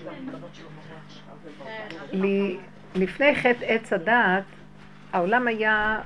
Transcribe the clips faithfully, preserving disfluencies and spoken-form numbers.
לפני חטא עץ הדעת, העולם היה,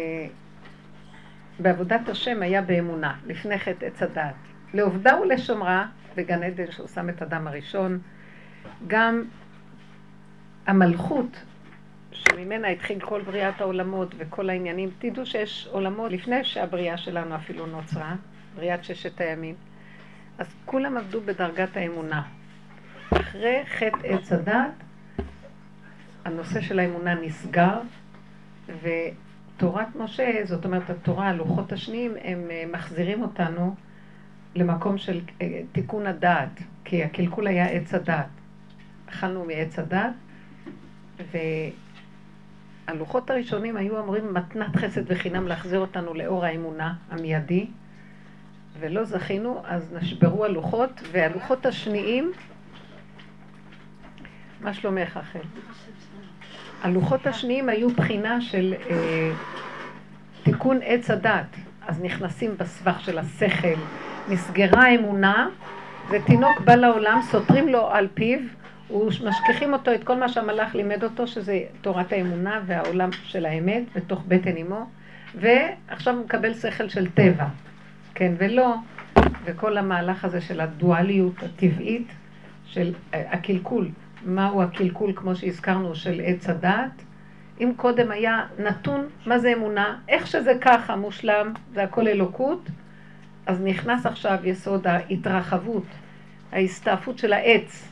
בעבודת השם היה באמונה, לפני חטא עץ הדעת. לעובדה ולשומרה, בגן עדן שהוא שם את אדם הראשון, גם המלכות, שממנה התחיל כל בריאת העולמות וכל העניינים, תדעו שיש עולמות לפני שהבריאה שלנו אפילו נוצרה, בריאת ששת הימים, אז כולם עבדו בדרגת האמונה. אחרי חטא עץ הדעת, הנושא של האמונה נסגר, ותורת משה, זאת אומרת התורה, הלוחות השניים, הם מחזירים אותנו למקום של תיקון הדעת, כי הקלקול היה עץ הדעת. אכלנו מעץ הדעת, והלוחות הראשונים היו אמורים מתנת חסד וחינם להחזיר אותנו לאור האמונה המיידי, ולא זכינו, אז נשברו הלוחות, והלוחות השניים, מה שלומך אחל? הלוחות השניים היו בחינה של אה, תיקון עץ הדת, אז נכנסים בסבך של השכל, נסגרה האמונה, ותינוק בא לעולם, סותרים לו על פיו, ומשכיחים אותו את כל מה שהמלאך לימד אותו, שזה תורת האמונה והעולם של האמת, בתוך בטן אמו, ועכשיו הוא מקבל שכל של טבע, כן ולא, וכל המהלך הזה של הדואליות הטבעית, של הקלקול, מהו הקלקול כמו שהזכרנו של עץ הדעת, אם קודם היה נתון, מה זה אמונה, איך שזה ככה מושלם, זה הכל אלוקות, אז נכנס עכשיו יסוד ההתרחבות, ההסתעפות של העץ,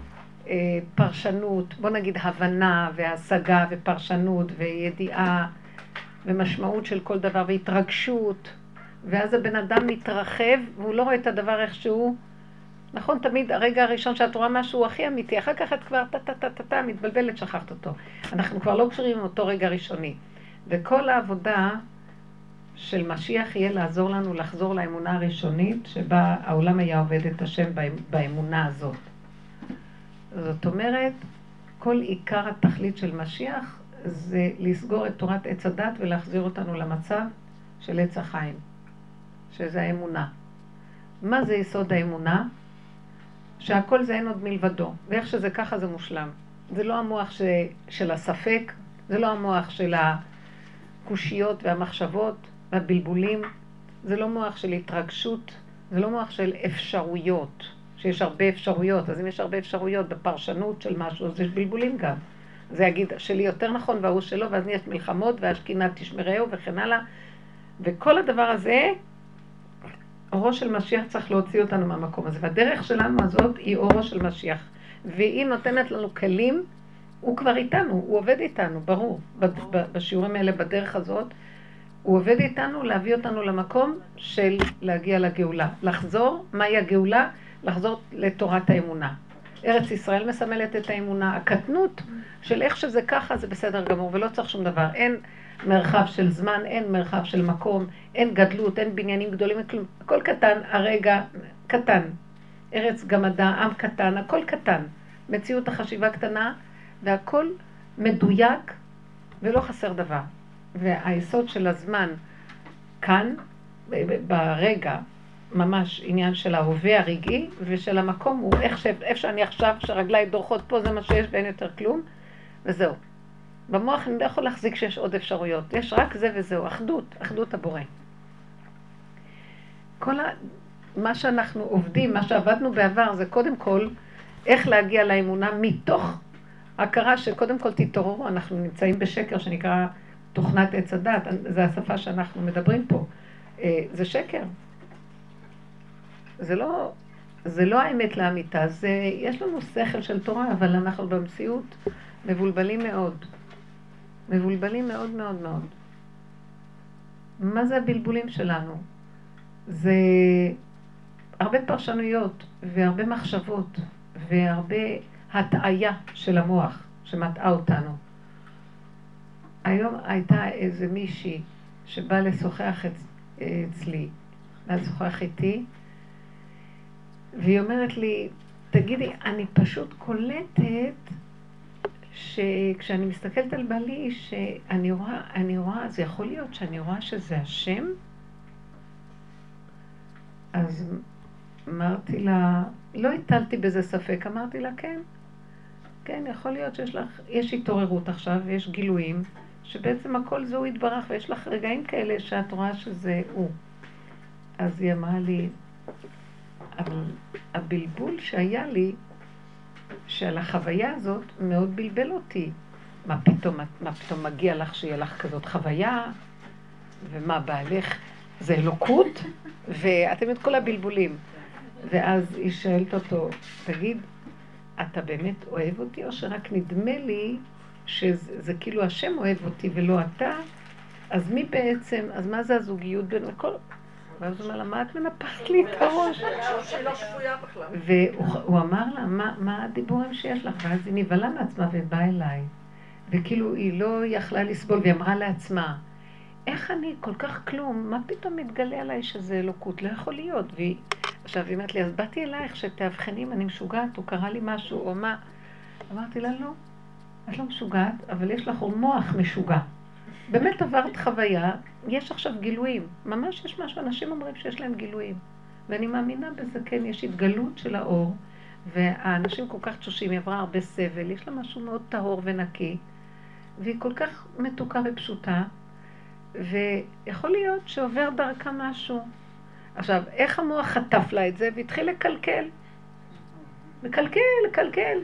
פרשנות, בוא נגיד הבנה והשגה ופרשנות וידיעה ומשמעות של כל דבר והתרגשות, ואז הבן אדם מתרחב והוא לא רואה את הדבר איכשהו, נכון, תמיד הרגע הראשון שאת רואה משהו הכי אמיתי, אחר כך את כבר טה-טה-טה-טה, מתבלבלת, שכחת אותו. אנחנו כבר לא קשורים עם אותו רגע ראשוני. וכל העבודה של משיח יהיה לעזור לנו לחזור לאמונה הראשונית, שבה העולם היה עובד את השם באמונה הזאת. זאת אומרת, כל עיקר התכלית של משיח זה לסגור את תורת עץ הדת ולהחזיר אותנו למצב של עץ החיים, שזה האמונה. מה זה יסוד האמונה? שהכל זה אין עוד מלבדו, ואיך שזה ככה זה מושלם. זה לא המוח ש... של הספק, זה לא המוח של הקושיות והמחשבות והבלבולים, זה לא מוח של התרגשות, זה לא מוח של אפשרויות, שיש הרבה אפשרויות, אז אם יש הרבה אפשרויות בפרשנות של משהו, אז יש בלבולים גם. זה יגיד שלי יותר נכון והוא שלו, ואז יש מלחמות והשכינה תשמרהו וכן הלאה, וכל הדבר הזה, אורו של משיח צריך להוציא אותנו מהמקום הזה, והדרך שלנו הזאת היא אורו של משיח, והיא נותנת לנו כלים, הוא כבר איתנו, הוא עובד איתנו, ברור, בשיעורים האלה, בדרך הזאת, הוא עובד איתנו להביא אותנו למקום של להגיע לגאולה, לחזור, מהי הגאולה? לחזור לתורת האמונה. ארץ ישראל מסמלת את האמונה, הקטנות של איך שזה ככה זה בסדר גמור, ולא צריך שום דבר, אין מרחב של זמן, אין מרחב של מקום, אין גדלות, אין בניינים גדולים, כלום. הכל קטן, הרגע קטן. ארץ גמדה, עם קטן, הכל קטן. מציאות החשיבה קטנה, והכל מדויק ולא חסר דבר. והיסוד של הזמן כאן, ברגע, ממש עניין של ההווה הרגעי, ושל המקום הוא איך, ש... איך שאני עכשיו, שרגליי דורכות פה, זה מה שיש ואין יותר כלום, וזהו. במוח אני לא יכול להחזיק שיש עוד אפשרויות, יש רק זה וזהו, אחדות, אחדות הבורא. כל ה... מה שאנחנו עובדים, מה שעבדנו בעבר, זה קודם כל איך להגיע לאמונה מתוך הכרה שקודם כל תתעוררו, אנחנו נמצאים בשקר שנקרא תוכנת עץ הדת, זה השפה שאנחנו מדברים פה, זה שקר. זה לא, זה לא האמת לאמיתה, זה, יש לנו שכל של תורה, אבל אנחנו במציאות מבולבלים מאוד. מבולבלים מאוד מאוד מאוד. מה זה הבלבולים שלנו? זה הרבה פרשנויות והרבה מחשבות והרבה הטעיה של המוח שמטעה אותנו. היום הייתה איזה מישהי שבאה לשוחח אצלי, באה לשוחח איתי, והיא אומרת לי, תגידי, אני פשוט קולטת שכשאני מסתכלת על בעלי, שאני רואה, אני רואה, זה יכול להיות שאני רואה שזה השם? אז אמרתי לה, לא הטלתי בזה ספק, אמרתי לה, כן, כן, יכול להיות שיש לך, יש התעוררות עכשיו, ויש גילויים, שבעצם הכל זה הוא יתברך, ויש לך רגעים כאלה שאת רואה שזה הוא. אז היא אמרה לי, אבל הבלבול שהיה לי, שעל החוויה הזאת מאוד בלבל אותי. מה פתאום, מה פתאום מגיע לך שיהיה לך כזאת חוויה, ומה בעלך, זה אלוקות, ואתם את כל הבלבולים. ואז היא שואלת אותו, תגיד, אתה באמת אוהב אותי, או שרק נדמה לי שזה זה כאילו השם אוהב אותי ולא אתה? אז מי בעצם, אז מה זה הזוגיות בין הכל? ואז הוא אומר לה, מה את מנפחת לי את הראש? והוא אמר לה, מה, מה הדיבורים שיש לך? ואז היא נבהלה מעצמה ובאה אליי. וכאילו היא לא יכלה לסבול, והיא אמרה לעצמה, איך אני כל כך כלום? מה פתאום מתגלה עליי שזה אלוקות? לא יכול להיות. והיא, עכשיו היא אמרת לי, אז באתי אלייך שתאבחנים, אני משוגעת, הוא קרא לי משהו, או מה? אמרתי לה, לא, את לא משוגעת, אבל יש לך מוח משוגע. באמת עברת חוויה, יש עכשיו גילויים. ממש יש משהו, אנשים אומרים שיש להם גילויים. ואני מאמינה בזה, כן, יש התגלות של האור, והאנשים כל כך תשושים, היא עברה הרבה סבל, יש לה משהו מאוד טהור ונקי, והיא כל כך מתוקה ופשוטה, ויכול להיות שעובר דרכה משהו. עכשיו, איך המוח חטף לה את זה והתחיל לקלקל? מקלקל, לקלקל.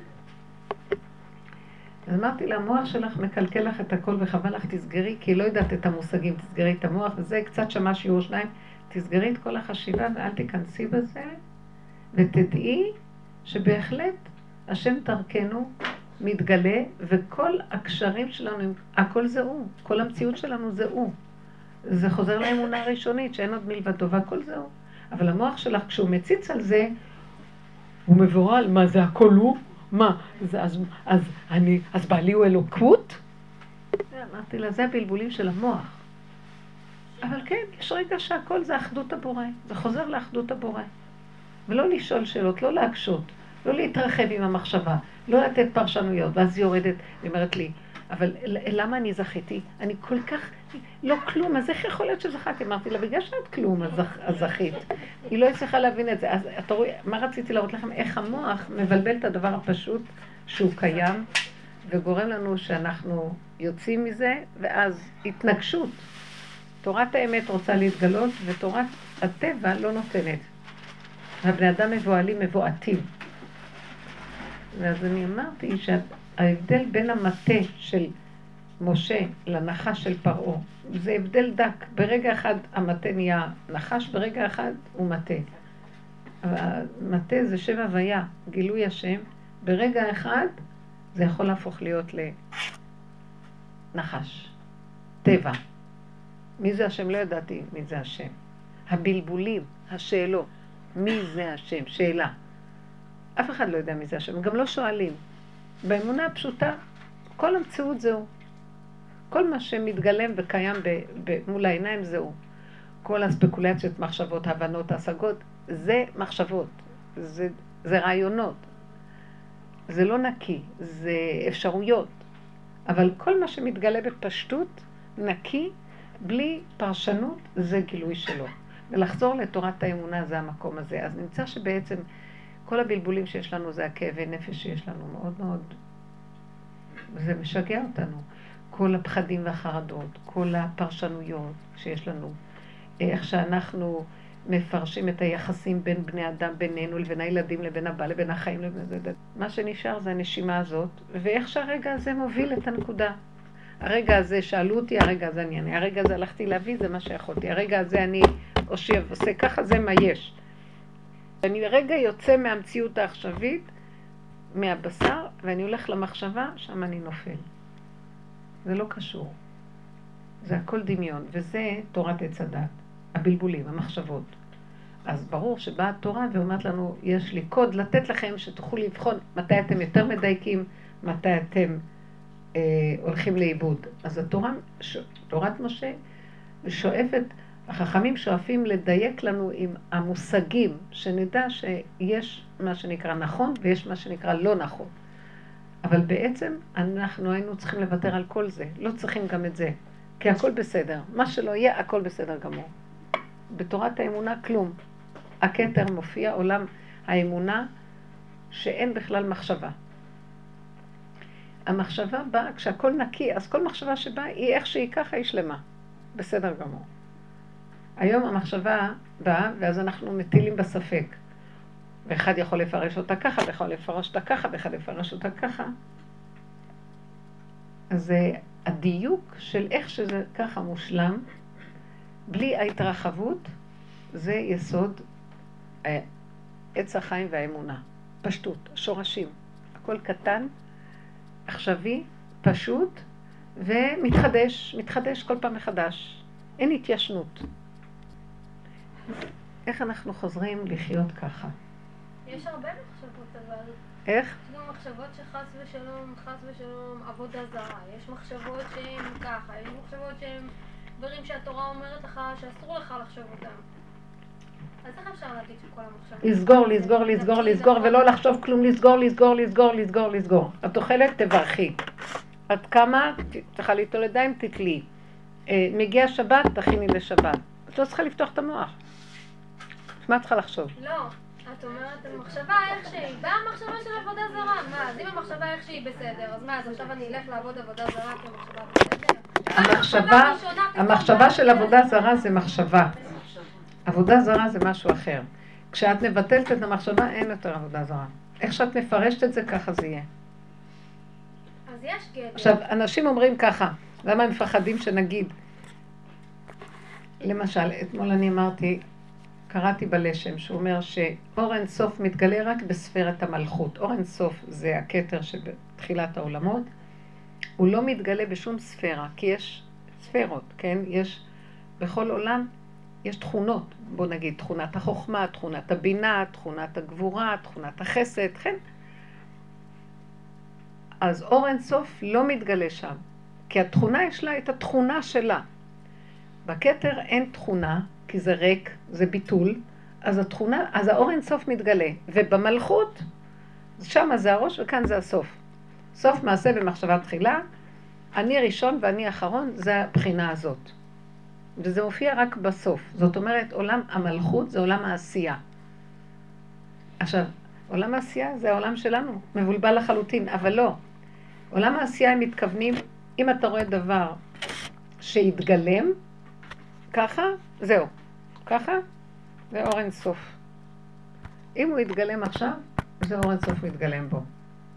אז אמרתי לה, המוח שלך מקלקל לך את הכל וחבל לך, תסגרי, כי היא לא יודעת את המושגים, תסגרי את המוח, וזה קצת שמע שיעור שניים, תסגרי את כל החשיבה ואל תיכנסי בזה, ותדעי שבהחלט השם דרכנו מתגלה, וכל הקשרים שלנו, הכל זה הוא, כל המציאות שלנו זה הוא. זה חוזר לאמונה הראשונית, שאין עוד מלבדו, והכל זה הוא. אבל המוח שלך, כשהוא מציץ על זה, הוא מבורל, מה זה הכל הוא? מה? זה, אז, אז, אני, אז בעלי הוא אלוקות? אמרתי לה, זה הבלבולים של המוח. אבל כן, יש רגע שהכל זה אחדות הבורא, זה חוזר לאחדות הבורא. ולא לשאול שאלות, לא להקשות, לא להתרחב עם המחשבה, לא לתת פרשנויות, ואז היא יורדת ואומרת לי, אבל למה אני זכיתי? אני כל כך, לא כלום, אז איך יכול להיות שזכתי? אמרתי לה, בגלל שאת כלום, אז זכית. היא לא הצליחה להבין את זה. אז אתה רואה, מה רציתי להראות לכם? איך המוח מבלבל את הדבר הפשוט שהוא קיים, וגורם לנו שאנחנו יוצאים מזה, ואז התנגשות. תורת האמת רוצה להתגלות, ותורת הטבע לא נותנת. הבני אדם מבועלים, מבועתים. ואז אני אמרתי שההבדל בין המטה של משה לנחש של פרעה, זה הבדל דק. ברגע אחד המטה נהיה נחש, ברגע אחד הוא מטה. המטה זה שם הוויה, גילוי השם. ברגע אחד זה יכול להפוך להיות לנחש, טבע. מי זה השם? לא ידעתי מי זה השם. הבלבולים, השאלות. מי זה השם? שאלה. אף אחד לא יודע מי זה השם, גם לא שואלים. באמונה הפשוטה, כל המציאות זהו. כל מה שמתגלם וקיים ב- ב- מול העיניים זהו. כל הספקולציות, מחשבות, הבנות, השגות, זה מחשבות, זה, זה רעיונות. זה לא נקי, זה אפשרויות. אבל כל מה שמתגלה בפשטות, נקי, בלי פרשנות, זה גילוי שלו. ולחזור לתורת האמונה זה המקום הזה. אז נמצא שבעצם כל הבלבולים שיש לנו זה הכאבי נפש שיש לנו מאוד מאוד. זה משגע אותנו. כל הפחדים והחרדות, כל הפרשנויות שיש לנו. איך שאנחנו מפרשים את היחסים בין בני אדם, בינינו, לבין הילדים, לבין הבא, לבין החיים, לבין זה. מה שנשאר זה הנשימה הזאת, ואיך שהרגע הזה מוביל את הנקודה. הרגע הזה שאלו אותי, הרגע הזה אני עונה, הרגע הזה הלכתי להביא, זה מה שיכולתי, הרגע הזה אני עושה, עושה ככה, זה מה יש. אני רגע יוצא מהמציאות העכשווית, מהבשר, ואני הולך למחשבה, שם אני נופל. זה לא קשור. זה הכל דמיון, וזה תורת עץ הדת, הבלבולים, המחשבות. אז ברור שבאה התורה ואומרת לנו, יש לי קוד לתת לכם שתוכלו לבחון מתי אתם יותר מדייקים, מתי אתם אה, הולכים לאיבוד. אז התורה, ש... תורת משה, שואפת, החכמים שואפים לדייק לנו עם המושגים, שנדע שיש מה שנקרא נכון ויש מה שנקרא לא נכון. אבל בעצם אנחנו היינו צריכים לוותר על כל זה, לא צריכים גם את זה, כי הכל בסדר. מה שלא יהיה, הכל בסדר גמור. בתורת האמונה כלום. הכתר מופיע, עולם האמונה שאין בכלל מחשבה. המחשבה באה, כשהכל נקי, אז כל מחשבה שבאה היא איך שהיא ככה, היא שלמה. בסדר גמור. היום המחשבה באה, ואז אנחנו מטילים בספק. ואחד יכול לפרש אותה ככה, ואחד לפרש אותה ככה, ואחד לפרש אותה ככה. אז הדיוק של איך שזה ככה מושלם, בלי ההתרחבות, זה יסוד עץ החיים והאמונה. פשטות, שורשים. הכל קטן, עכשווי, פשוט, ומתחדש, מתחדש כל פעם מחדש. אין התיישנות. איך אנחנו חוזרים לחיות ככה? יש הרבה מחשבות, אבל... איך? יש גם מחשבות שחס ושלום, חס ושלום, עבודה זרה. יש מחשבות שהן ככה, יש מחשבות שהן דברים שהתורה אומרת לך שאסור לך לחשוב אותם. אז איך אפשר להגיד שכל המחשבות... לסגור, לסגור, לסגור, לסגור, ולא לחשוב כלום, לסגור, לסגור, לסגור, לסגור, לסגור. את אוכלת, תברכי. עד כמה, צריכה ליטול ידיים, תתלי. מגיע שבת, תכיני לשבת. את לא צריכה לפתוח את המוח. מה את צריכה לחשוב? לא, את אומרת, המחשבה איך שהיא, באה המחשבה של עבודה זרה. מה, אז אם המחשבה איך שהיא בסדר, אז מה, אז עכשיו אני אלך לעבוד עבודה זרה כי המחשבה בסדר? המחשבה, המחשבה של עבודה זרה זה מחשבה. עבודה זרה זה משהו אחר. כשאת מבטלת את המחשבה, אין יותר עבודה זרה. איך שאת מפרשת את זה, ככה זה יהיה. אז יש גדר. עכשיו, אנשים אומרים ככה, למה הם מפחדים שנגיד? למשל, אתמול אני אמרתי, קראתי בלשם, שהוא אומר שאור אין סוף מתגלה רק בספירת המלכות. אור אין סוף זה הכתר שבתחילת העולמות. הוא לא מתגלה בשום ספירה, כי יש ספירות, כן? יש בכל עולם, יש תכונות, בוא נגיד, תכונת החוכמה, תכונת הבינה, תכונת הגבורה, תכונת החסד, כן? אז אור אין סוף לא מתגלה שם, כי התכונה יש לה את התכונה שלה. בכתר אין תכונה, כי זה ריק, זה ביטול, אז התכונה, אז האור אין סוף מתגלה, ובמלכות, שם זה הראש וכאן זה הסוף. סוף מעשה במחשבה תחילה, אני ראשון ואני אחרון, זה הבחינה הזאת. וזה מופיע רק בסוף. זאת אומרת, עולם המלכות זה עולם העשייה. עכשיו, עולם העשייה זה העולם שלנו, מבולבל לחלוטין, אבל לא. עולם העשייה הם מתכוונים, אם אתה רואה דבר שיתגלם, ככה, זהו. ככה, זה אור אין סוף. אם הוא יתגלם עכשיו, זה אור אין סוף מתגלם בו.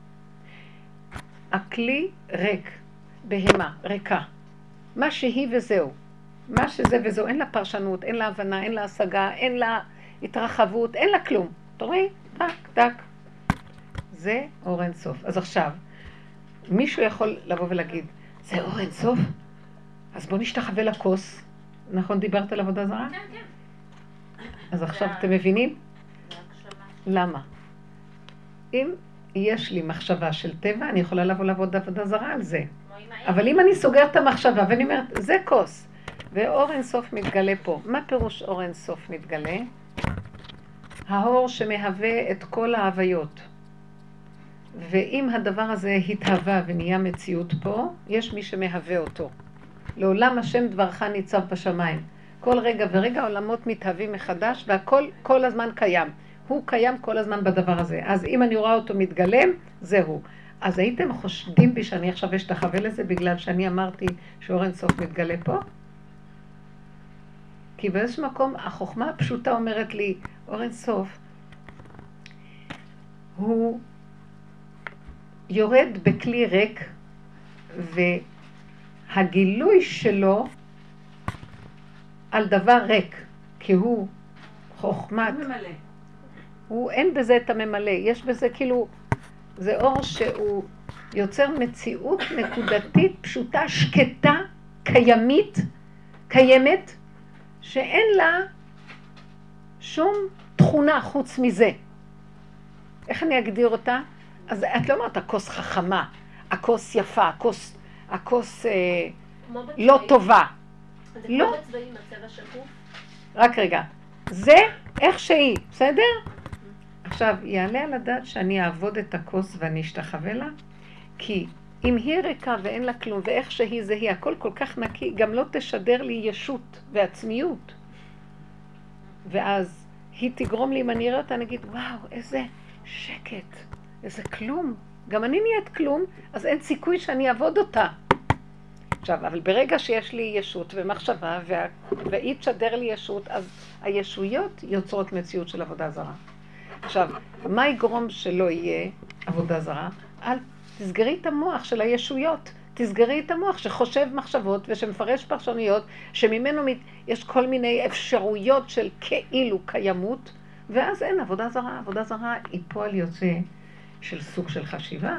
הכלי ריק, בהמה, ריקה. מה שהיא וזהו. מה שזה וזהו, אין לה פרשנות, אין לה הבנה, אין לה השגה, אין לה התרחבות, אין לה כלום. אתה רואה? טק, טק. זה אור אין סוף. אז עכשיו, מישהו יכול לבוא ולהגיד, זה אור אין סוף? אז בוא נשתחווה לכוס. נכון, דיברת על עבודה זרה? כן, כן. אז עכשיו אתם מבינים? למה? אם יש לי מחשבה של טבע, אני יכולה לבוא לעבוד עבודה זרה על זה. אבל אם אני סוגרת את המחשבה ואני אומרת, זה כוס, ואור אין סוף מתגלה פה. מה פירוש אור אין סוף מתגלה? האור שמהווה את כל ההוויות. ואם הדבר הזה התהווה ונהיה מציאות פה, יש מי שמהווה אותו. לעולם השם דברך ניצב בשמיים. כל רגע ורגע עולמות מתהווים מחדש, והכל כל הזמן קיים. הוא קיים כל הזמן בדבר הזה. אז אם אני רואה אותו מתגלם, זהו. אז הייתם חושדים בי שאני עכשיו אשתחווה לזה, בגלל שאני אמרתי שאור אין סוף מתגלה פה? כי באיזשהו מקום החוכמה הפשוטה אומרת לי, אור אין סוף, הוא יורד בכלי ריק, והגילוי שלו על דבר ריק, כי הוא חוכמת, הוא ממלא. הוא אין בזה את הממלא, יש בזה כאילו, זה אור שהוא יוצר מציאות נקודתית, פשוטה, שקטה, קיימית, קיימת, שאין לה שום תכונה חוץ מזה. איך אני אגדיר אותה? אז את לא אומרת, הכוס חכמה, הכוס יפה, הכוס, הכוס אה, לא טובה. זה לא. כמו בצבעים, הצבע שקוף? רק רגע. זה איך שהיא, בסדר? עכשיו, יעלה על הדעת שאני אעבוד את הכוס ואני אשתחווה לה? כי אם היא ריקה ואין לה כלום, ואיך שהיא זה היא, הכל כל כך נקי, גם לא תשדר לי ישות ועצמיות. ואז היא תגרום לי, אם אני אראה אותה, נגיד, וואו, איזה, שקט, איזה כלום. גם אני נהיית כלום, אז אין סיכוי שאני אעבוד אותה. עכשיו, אבל ברגע שיש לי ישות ומחשבה, וה... והיא תשדר לי ישות, אז הישויות יוצרות מציאות של עבודה זרה. עכשיו, מה יגרום שלא יהיה עבודה זרה? אל תסגרי את המוח של הישויות. תסגרי את המוח שחושב מחשבות ושמפרש פרשנויות, שממנו יש כל מיני אפשרויות של כאילו קיימות, ואז אין עבודה זרה. עבודה זרה היא פועל יוצא של סוג של חשיבה.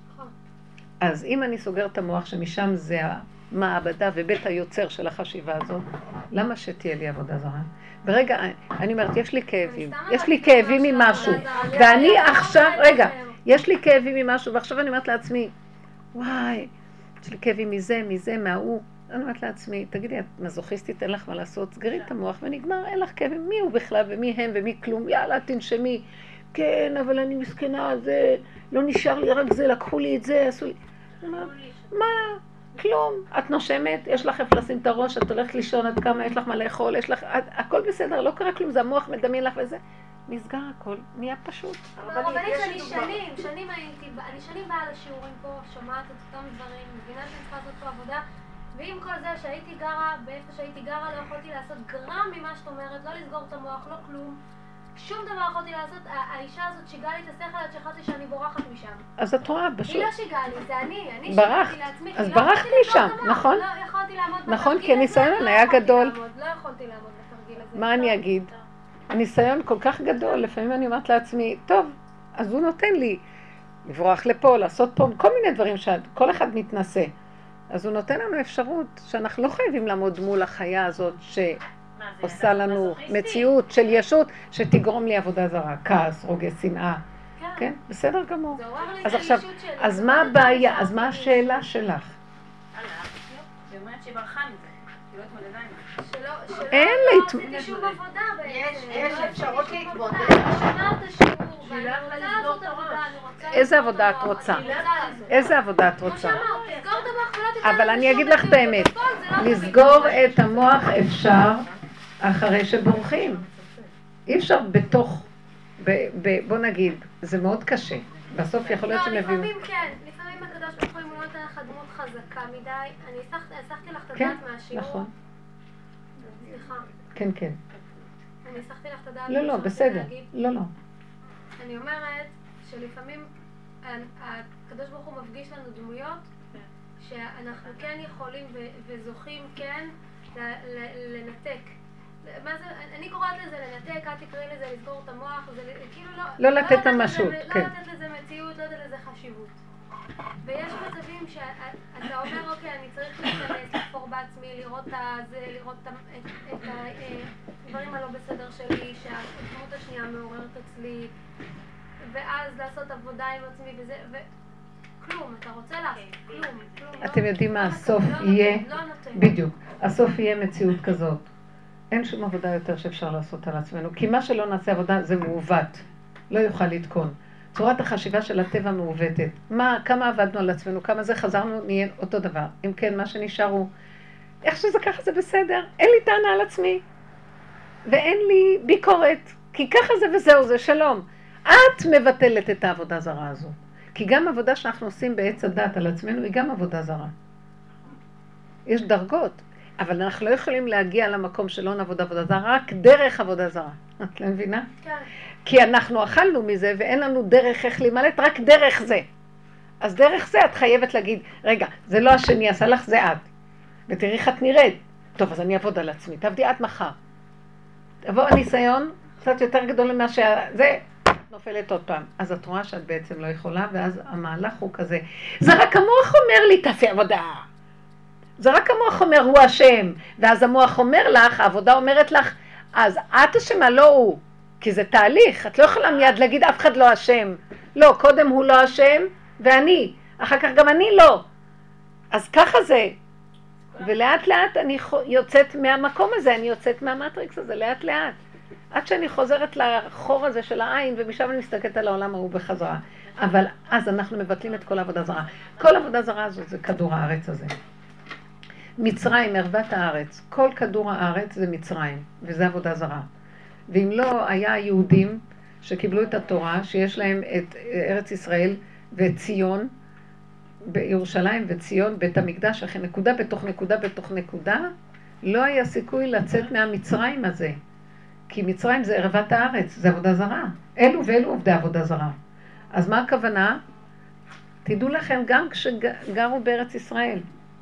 אז אם אני סוגר את המוח שמשם זה המעבדה ובית היוצר של החשיבה הזאת, למה שתהיה לי עבודה זרה? ברגע, אני אומרת, יש לי כאבים, יש לי כאבים ממשהו, ואני עכשיו, רגע, יש לי כאבים ממשהו, ועכשיו אני אומרת לעצמי, וואי, יש לי כאבים מזה, מזה, מההוא. אני אומרת לעצמי, תגידי, את מזוכיסטית, אין לך מה לעשות, סגרי את המוח ונגמר, אין לך כאבים, מי הוא בכלל ומי הם ומי כלום, יאללה, תנשמי. כן, אבל אני מסכנה, זה, לא נשאר לי רק זה, לקחו לי את זה, עשו לי. מה? כלום. את נושמת, יש לך איפה לשים את הראש, את הולכת לישון עד כמה, יש לך מה לאכול, יש לך, הכל בסדר, לא קרה כלום, זה המוח מדמיין לך וזה. נסגר הכל, נהיה פשוט. אבל אני שנים, שנים הייתי, אני שנים באה לשיעורים פה, שומעת את אותם דברים, מבינה שאני צריכה לעשות פה עבודה, ועם כל זה שהייתי גרה, באיפה שהייתי גרה, לא יכולתי לעשות גרם ממה שאת אומרת, לא לסגור את המוח, לא כלום. שום דבר יכולתי לעשות, האישה הזאת שיגעה לי את השכל עד שחשבתי שאני בורחת משם. אז את רואה, פשוט. היא לא שיגעה לי, זה אני, אני ברחת. שיגעתי לעצמי. אז ברחת משם, נכון? לא יכולתי לעמוד בתרגיל הזה. נכון, כי הניסיון היה גדול. לא יכולתי לעמוד בתרגיל הזה. מה אני אגיד? הניסיון כל כך גדול, לפעמים אני אומרת לעצמי, טוב, אז הוא נותן לי לברוח לפה, לעשות פה, כל מיני דברים שכל אחד מתנסה. אז הוא נותן לנו אפשרות שאנחנו לא חייבים לעמוד מול החיה הזאת שעושה לנו מציאות של ישות שתגרום לי עבודה זרה, כעס, רוגע, שנאה. כן, בסדר גמור. אז עכשיו, אז מה הבעיה? אז מה השאלה שלך? היא אומרת שהיא ברחה מזה, היא לא התמודדה עם זה. אין לא עשיתי שום עבודה בעצם. יש אפשרות להתמודד. אני שומעת את השיעור, ואני רוצה לעשות עבודה, אני רוצה... איזה עבודה את רוצה? איזה עבודה את רוצה? כמו שאמרת, לסגור את המוח ולא תיתן אבל אני אגיד לך באמת, לסגור את המוח אפשר אחרי שבורחים. אי אפשר בתוך, בוא נגיד, זה מאוד קשה. בסוף יכול להיות שמביאים... לא, לפעמים כן, לפעמים הקדוש ברוך הוא אם הוא לא נותן לך דמות חזקה מדי, אני הסחתי לך את הדעת מהשיעור. נכון. סליחה. כן, כן. אני הסחתי לך את הדעת. לא, לא, בסדר. לא, לא. אני אומרת שלפעמים הקדוש ברוך הוא מפגיש לנו דמויות שאנחנו כן יכולים וזוכים כן לנתק. מה זה, אני קוראת לזה לנתק, אל תקראי לזה לסגור את המוח, זה כאילו לא... לא לתת את המשהו, כן. לא לתת לזה מציאות, לא לתת לזה חשיבות. ויש מצבים שאתה אומר, אוקיי, אני צריך להיכנס, לחפור בעצמי, לראות את זה, לראות את הדברים הלא בסדר שלי, שהדמות השנייה מעוררת אצלי, ואז לעשות עבודה עם עצמי וזה, וכלום, אתה רוצה לעשות, כלום, כלום. אתם יודעים מה הסוף יהיה? בדיוק, הסוף יהיה מציאות כזאת. אין שום עבודה יותר שאפשר לעשות על עצמנו, כי מה שלא נעשה עבודה זה מעוות, לא יוכל לתקון. צורת החשיבה של הטבע מעוותת. מה, כמה עבדנו על עצמנו, כמה זה חזרנו, נהיה אותו דבר. אם כן, מה שנשאר הוא, איך שזה ככה זה בסדר, אין לי טענה על עצמי, ואין לי ביקורת, כי ככה זה וזהו, זה שלום. את מבטלת את העבודה זרה הזו. כי גם עבודה שאנחנו עושים בעץ הדת על עצמנו, היא גם עבודה זרה. יש דרגות. אבל אנחנו לא יכולים להגיע למקום שלא נעבוד עבודה זרה, רק דרך עבודה זרה. את לא מבינה? כן. כי אנחנו אכלנו מזה ואין לנו דרך איך להימלט, רק דרך זה. אז דרך זה את חייבת להגיד, רגע, זה לא השני עשה לך, זה את. ותראי איך את נראית. טוב, אז אני אעבוד על עצמי, תעבדי את מחר. תבוא הניסיון, קצת יותר גדול ממה שזה, נופלת עוד פעם. אז את רואה שאת בעצם לא יכולה, ואז המהלך הוא כזה, זה רק המוח אומר לי, תעשי עבודה. זה רק המוח אומר, הוא השם, ואז המוח אומר לך, העבודה אומרת לך, אז את השמה, לא הוא, כי זה תהליך, את לא יכולה מיד להגיד, אף אחד לא השם. לא, קודם הוא לא השם, ואני, אחר כך גם אני לא. אז ככה זה. ולאט לאט אני יוצאת מהמקום הזה, אני יוצאת מהמטריקס הזה, לאט לאט. עד שאני חוזרת לחור הזה של העין, ומשם אני מסתכלת על העולם ההוא בחזרה. אבל אז אנחנו מבטלים את כל העבודה זרה. כל העבודה זרה הזו זה כדור הארץ הזה. מצרים, ערוות הארץ, כל כדור הארץ זה מצרים, וזה עבודה זרה. ואם לא היה יהודים שקיבלו את התורה, שיש להם את ארץ ישראל ואת ציון, בירושלים וציון, בית המקדש, אחרי נקודה בתוך נקודה בתוך נקודה, לא היה סיכוי לצאת מהמצרים הזה. כי מצרים זה ערבת הארץ, זה עבודה זרה. אלו ואלו עובדי עבודה זרה. אז מה הכוונה? תדעו לכם, גם כשגרו בארץ ישראל,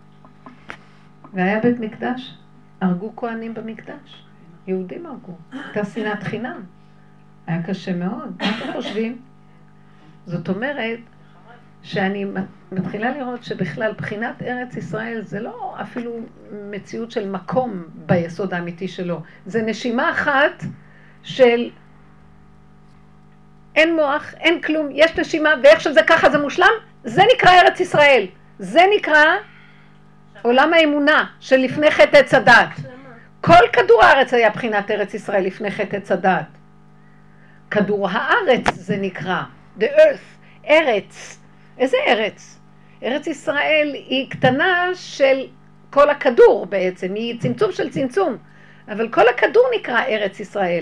והיה בית מקדש, הרגו כהנים במקדש. יהודים הרגו. הייתה שנאת חינם. היה קשה מאוד. מה אתם חושבים? זאת אומרת, שאני מתחילה לראות שבכלל בחינת ארץ ישראל זה לא אפילו מציאות של מקום ביסוד האמיתי שלו. זה נשימה אחת של אין מוח, אין כלום, יש נשימה ואיך שזה ככה זה מושלם, זה נקרא ארץ ישראל. זה נקרא עולם האמונה של לפני חטא עץ הדת. כל כדור הארץ היה בחינת ארץ ישראל לפני חטא עץ הדת. כדור הארץ זה נקרא, the earth, ארץ. איזה ארץ? ארץ ישראל היא קטנה של כל הכדור בעצם, היא צמצום של צמצום, אבל כל הכדור נקרא ארץ ישראל.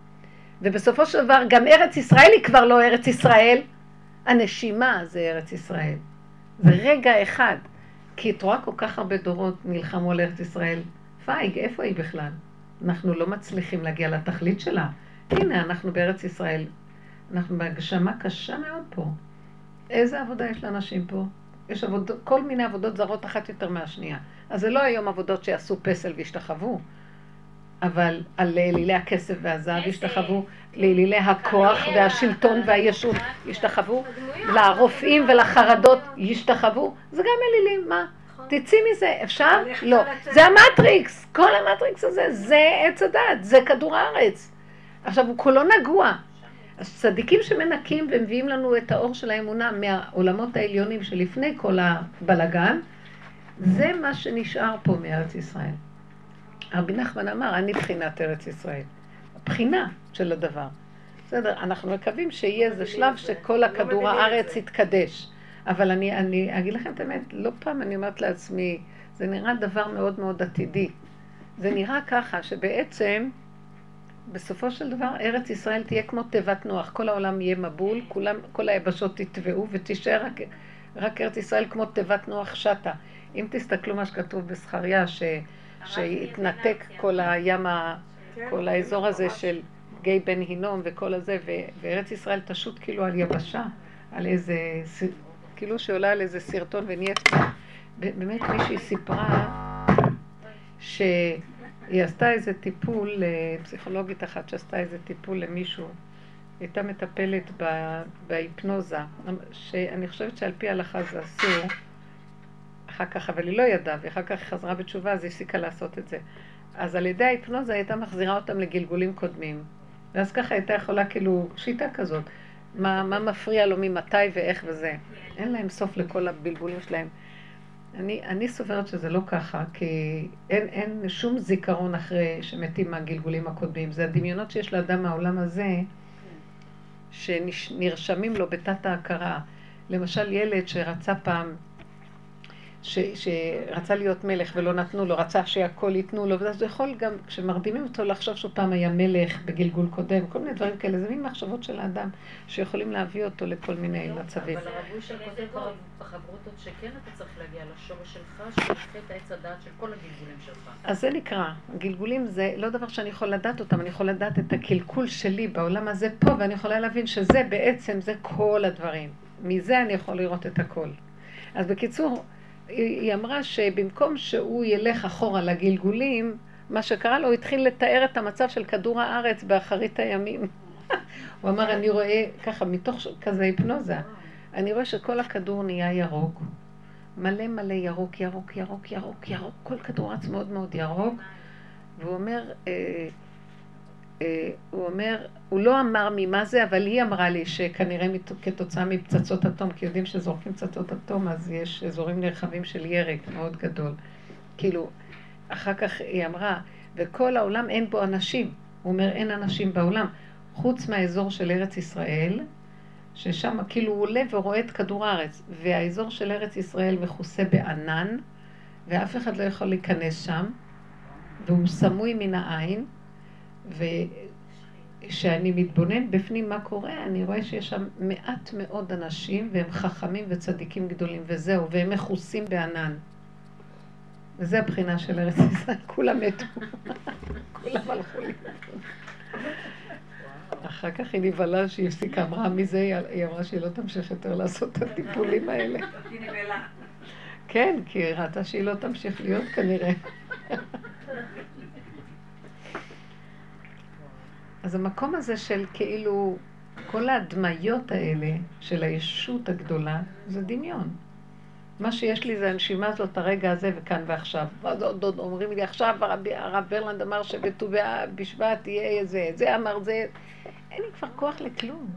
ובסופו של דבר גם ארץ ישראל היא כבר לא ארץ ישראל, הנשימה זה ארץ ישראל. זה רגע אחד, כי את רואה כל כך הרבה דורות נלחמו על ארץ ישראל. פייג, איפה היא בכלל? אנחנו לא מצליחים להגיע לתכלית שלה. הנה, אנחנו בארץ ישראל. אנחנו בהגשמה קשה מאוד פה. איזה עבודה יש לאנשים פה? יש עבוד, כל מיני עבודות זרות אחת יותר מהשנייה. אז זה לא היום עבודות שיעשו פסל והשתחוו, אבל על לילי הכסף והזהב השתחוו, לילי הכוח והשלטון והישות השתחוו, לרופאים ולחרדות השתחוו, זה גם אלילים, מה? תצאי מזה, אפשר? לא. זה המטריקס, כל המטריקס הזה, זה עץ הדת, זה כדור הארץ. עכשיו הוא כולו נגוע. אז צדיקים שמנקים ומביאים לנו את האור של האמונה מהעולמות העליונים שלפני כל הבלגן, זה מה שנשאר פה מארץ ישראל. רבי נחמן אמר, אני בחינת ארץ ישראל. הבחינה של הדבר. בסדר, אנחנו מקווים שיהיה איזה שלב שכל הכדור הארץ יתקדש. אבל אני, אני אגיד לכם את האמת, לא פעם אני אומרת לעצמי, זה נראה דבר מאוד מאוד עתידי. זה נראה ככה שבעצם, בסופו של דבר, ארץ ישראל תהיה כמו תיבת נוח. כל העולם יהיה מבול, כולם, כל היבשות תטבעו ותישאר רק, רק ארץ ישראל כמו תיבת נוח שטה. אם תסתכלו מה שכתוב בזכריה, ש, שהתנתק כל הים, כל האזור הזה של גיא בן הינום וכל הזה, ו, וארץ ישראל תשוט כאילו על יבשה, על איזה, כאילו שעולה על איזה סרטון ונהיית. באמת מישהי סיפרה ש... היא עשתה איזה טיפול, פסיכולוגית אחת שעשתה איזה טיפול למישהו, הייתה מטפלת בהיפנוזה, שאני חושבת שעל פי ההלכה זה אסור, אחר כך, אבל היא לא ידעה, ואחר כך היא חזרה בתשובה, אז היא הפסיקה לעשות את זה. אז על ידי ההיפנוזה הייתה מחזירה אותם לגלגולים קודמים, ואז ככה הייתה יכולה כאילו שיטה כזאת, מה, מה מפריע לו ממתי ואיך וזה. אין להם סוף לכל הבלבולים שלהם. אני, אני סוברת שזה לא ככה, כי אין, אין שום זיכרון אחרי שמתים מהגלגולים הקודמים. זה הדמיונות שיש לאדם מהעולם הזה, שנרשמים לו בתת ההכרה. למשל ילד שרצה פעם, ש, שרצה להיות מלך ולא נתנו לו, רצה שהכל ייתנו לו, וזה יכול גם, כשמרדימים אותו לחשוב שהוא פעם היה מלך בגלגול קודם, כל מיני דברים כאלה, זה מין מחשבות של האדם שיכולים להביא אותו לכל מיני מצבים. אבל הרבוי של כותב בחברותות שכן אתה צריך להגיע לשורש שלך, שיפחית את העץ הדעת של כל הגלגולים שלך. אז זה נקרא, הגלגולים זה לא דבר שאני יכול לדעת אותם, אני יכול לדעת את הקלקול שלי בעולם הזה פה, ואני יכולה להבין שזה בעצם, זה כל הדברים. מזה אני יכול לראות את הכל. אז בקיצור, היא אמרה שבמקום שהוא ילך אחורה לגלגולים, מה שקרה לו, הוא התחיל לתאר את המצב של כדור הארץ באחרית הימים. הוא אמר, אני רואה, ככה, מתוך כזה היפנוזה, אני רואה שכל הכדור נהיה ירוק, מלא מלא ירוק, ירוק, ירוק, ירוק, ירוק, כל כדור הארץ מאוד מאוד ירוק, והוא אומר, אה, אה, הוא אומר, הוא לא אמר ממה זה, אבל היא אמרה לי שכנראה כתוצאה מפצצות אטום, כי יודעים שזורקים פצצות אטום, אז יש אזורים נרחבים של ירק מאוד גדול. כאילו, אחר כך היא אמרה, וכל העולם אין בו אנשים. הוא אומר, אין אנשים בעולם. חוץ מהאזור של ארץ ישראל, ששם כאילו הוא עולה ורואה את כדור הארץ, והאזור של ארץ ישראל מכוסה בענן, ואף אחד לא יכול להיכנס שם, והוא סמוי מן העין, ו... שאני מתבונן בפנים מה קורה, אני רואה שיש שם מעט מאוד אנשים, והם חכמים וצדיקים גדולים, וזהו, והם מכוסים בענן. וזה הבחינה של ארץ ישראל, כולם מתו. כולם הלכו לי. אחר כך היא נבהלה שהיא הפסיקה, אמרה, מי זה? היא אמרה שהיא לא תמשיך יותר לעשות את הטיפולים האלה. כן, כי היא ראתה שהיא לא תמשיך להיות כנראה. אז המקום הזה של כאילו, כל ההדמיות האלה של הישות הגדולה, זה דמיון. מה שיש לי זה הנשימה הזאת, הרגע הזה וכאן ועכשיו. ואז עוד עוד אומרים לי, עכשיו הרב ברלנד אמר שבט"ו בשבט תהיה איזה, זה אמר זה. אין לי כבר כוח לכלום.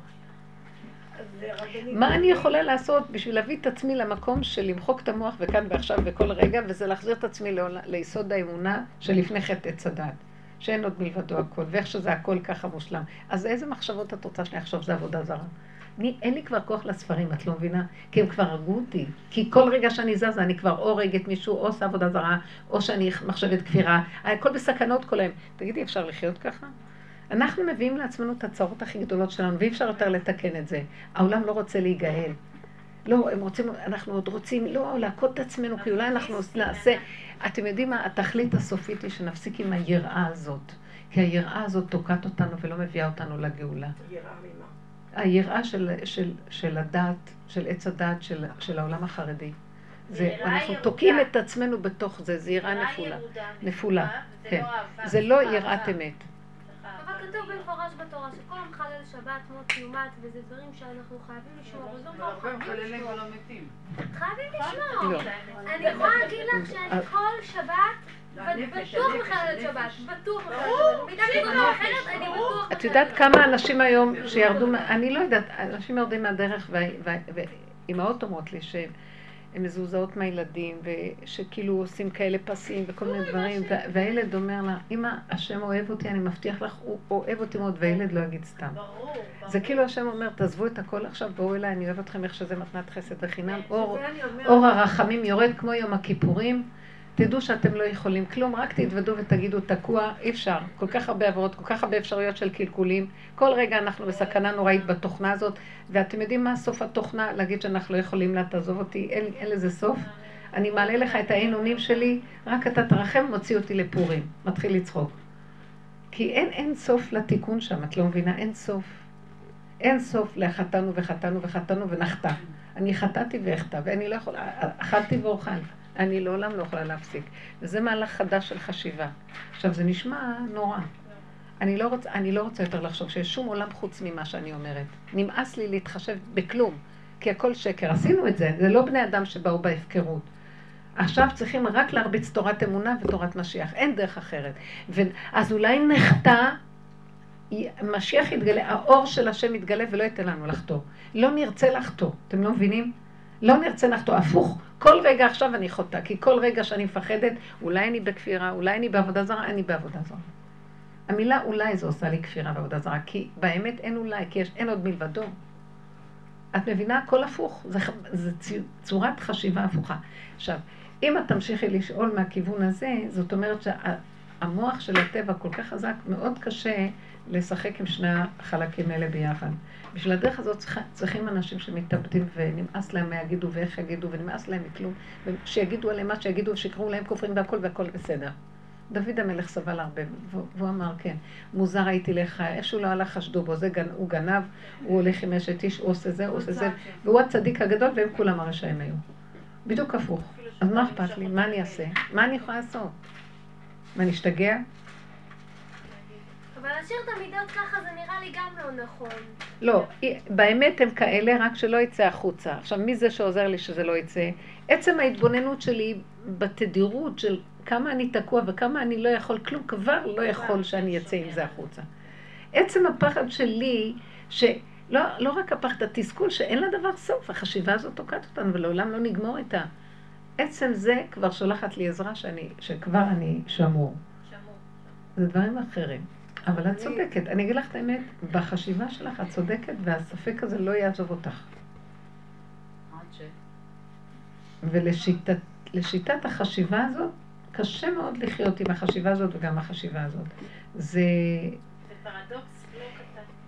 מה אני יכולה לעשות בשביל להביא את עצמי למקום של למחוק את המוח וכאן ועכשיו וכל רגע, וזה להחזיר את עצמי ליסוד האמונה שלפני חטא עץ הדת. שאין עוד מלבדו הכל, ואיך שזה הכל ככה מושלם. אז איזה מחשבות את רוצה שאני אחשוב זה עבודה זרה? אני, אין לי כבר כוח לספרים, את לא מבינה? כי הם כבר הרגו אותי. כי כל רגע שאני זזה, אני כבר או הורגת מישהו, או עושה עבודה זרה, או שאני מחשבת כפירה. הכל בסכנות כל היום. תגידי, אפשר לחיות ככה? אנחנו מביאים לעצמנו את הצרות הכי גדולות שלנו, ואי אפשר יותר לתקן את זה. העולם לא רוצה להיגאל. לא, הם רוצים, אנחנו עוד רוצים, לא, להכות את עצמנו, כי אולי אנחנו נעשה... אתם יודעים מה? התכלית הסופית היא שנפסיק עם היראה הזאת. כי היראה הזאת תוקעת אותנו ולא מביאה אותנו לגאולה. יראה ממה? היראה של, של, של הדת, של עץ הדת, של, של העולם החרדי. זה, אנחנו תוקעים את עצמנו בתוך זה, זה יראה נפולה. נפולה, כן. זה לא יראת אמת. אבל כתוב במפורש בתורה שכל המחלל שבת, מות יומת, וזה דברים שאנחנו חייבים לשמור, אבל לא חייבים לשמור. חייבים לשמור. אני יכולה להגיד לך שאני כל שבת בטוח מחללת שבת, בטוח מחללת שבת. מידה כזאת אחרת, אני בטוח. את יודעת כמה אנשים היום שירדו, אני לא יודעת, אנשים יורדים מהדרך ואימהות אומרות לי שהם מזוזעות מהילדים ושכאילו עושים כאלה פסים וכל מיני דברים, והילד אומר לה, אמא, השם אוהב אותי, אני מבטיח לך, הוא אוהב אותי מאוד, והילד לא יגיד סתם. זה כאילו השם אומר, תעזבו את הכל עכשיו, בואו אליי, אני אוהב אתכם איך שזה מתנת חסד וחינם, אור הרחמים יורד כמו יום הכיפורים, תדעו שאתם לא יכולים כלום, רק תתוודו ותגידו תקוע, אי אפשר. כל כך הרבה עברות, כל כך הרבה אפשרויות של קלקולים. כל רגע אנחנו בסכנה נוראית בתוכנה הזאת, ואתם יודעים מה סוף התוכנה? להגיד שאנחנו לא יכולים לה, תעזוב אותי, אין, אין לזה סוף. אני מעלה לך את העינונים שלי, רק אתה תרחם, מוציא אותי לפורים. מתחיל לצחוק. כי אין, אין סוף לתיקון שם, את לא מבינה? אין סוף. אין סוף לחתנו וחתנו וחתנו ונחתה. אני חתתי והחתה, ואני לא יכולה, אכלתי ואוכל. אני לעולם לא יכולה להפסיק. וזה מהלך חדש של חשיבה. עכשיו, זה נשמע נורא. אני לא רוצה, אני לא רוצה יותר לחשוב שיש שום עולם חוץ ממה שאני אומרת. נמאס לי להתחשב בכלום, כי הכל שקר. עשינו את זה, זה לא בני אדם שבאו בהפקרות. עכשיו צריכים רק להרביץ תורת אמונה ותורת משיח. אין דרך אחרת. אז אולי נחתה, משיח יתגלה, האור של השם יתגלה ולא ייתן לנו לחתור. לא נרצה לחתור, אתם לא מבינים? לא נרצה לחתור, הפוך. כל רגע עכשיו אני חוטא, כי כל רגע שאני מפחדת, אולי אני בכפירה, אולי אני בעבודה זרה, אני בעבודה זרה. המילה אולי זה עושה לי כפירה בעבודה זרה, כי באמת אין אולי, כי יש, אין עוד מלבדו. את מבינה? הכל הפוך, זה, זה צורת חשיבה הפוכה. עכשיו, אם את תמשיכי לשאול מהכיוון הזה, זאת אומרת שהמוח של הטבע כל כך חזק, מאוד קשה לשחק עם שני החלקים האלה ביחד. בשביל הדרך הזאת צריכים אנשים שמתאבדים ונמאס להם מה יגידו ואיך יגידו ונמאס להם מכלום, שיגידו עליהם מה שיגידו ושיקראו להם כופרים והכל והכל בסדר. דוד המלך סבל הרבה, והוא אמר כן, מוזר הייתי לך, איכשהו לא הלך חשדו בו, זה, הוא גנב, הוא הולך עם אשת איש, הוא עושה זה, הוא עושה זה, והוא הצדיק הגדול והם כולם הרשעים היו. בדיוק הפוך. אז מה אכפת לי? מה אני אעשה? מה אני יכולה לעשות? מה, נשתגע? אבל להשאיר את המידות ככה זה נראה לי גם לא נכון. לא, באמת הם כאלה, רק שלא יצא החוצה. עכשיו, מי זה שעוזר לי שזה לא יצא? עצם ההתבוננות שלי בתדירות של כמה אני תקוע וכמה אני לא יכול, כלום כבר לא יכול שאני יצא עם זה החוצה. עצם הפחד שלי, שלא לא רק הפחד, התסכול שאין לה דבר סוף, החשיבה הזאת תוקעת אותנו ולעולם לא נגמור איתה. עצם זה כבר שולחת לי עזרה שאני, שכבר אני שמור. שמור. זה דברים אחרים. אבל את צודקת, אני אגיד לך את האמת, בחשיבה שלך את צודקת והספק הזה לא יעזוב אותך. ולשיטת החשיבה הזאת, קשה מאוד לחיות עם החשיבה הזאת וגם החשיבה הזאת. זה... זה פרדוקס לא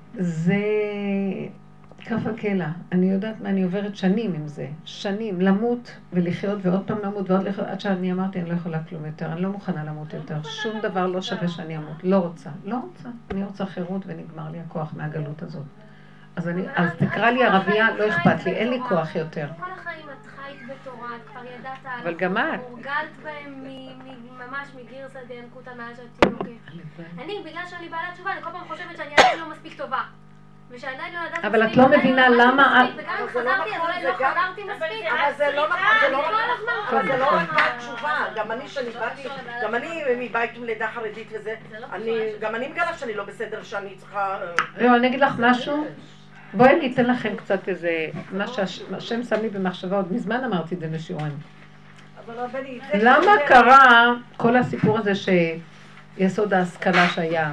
זה כף הקלע. אני יודעת מה, אני עוברת שנים עם זה. שנים, למות ולחיות ועוד פעם למות ועוד לחיות, עד שאני אמרתי, אני לא יכולה כלום יותר, אני לא מוכנה למות יותר. שום דבר לא שווה שאני אמות. לא רוצה, לא רוצה. אני רוצה חירות ונגמר לי הכוח מהגלות הזאת. אז אני, אז תקרא לי ערבייה, לא אכפת לי, אין לי כוח יותר. כל החיים את חיית בתורה, את כבר ידעת, אבל גם את. הורגלת בהם ממש מגירסא דינקותא מאז שאת תינוקת. אני, בגלל שאני בעלת תשובה, אני כל פעם חושבת שאני עדיין לא מספיק טובה. ושעדיין לא ידעת אבל את לא מבינה למה... וגם אם חזרתי, אז אולי לא חזרתי מספיק. אבל זה לא נכון, זה לא נכון. אבל זה לא רק מהתשובה. גם אני שאני באתי, גם אני מבית עם לידה חרדית וזה, גם אני מגלה שאני לא בסדר, שאני צריכה... לא, אני אגיד לך משהו. בואי אני אתן לכם קצת איזה... מה שהשם שם לי במחשבה, עוד מזמן אמרתי את זה לשיעורים. למה קרה כל הסיפור הזה שיסוד ההשכלה שהיה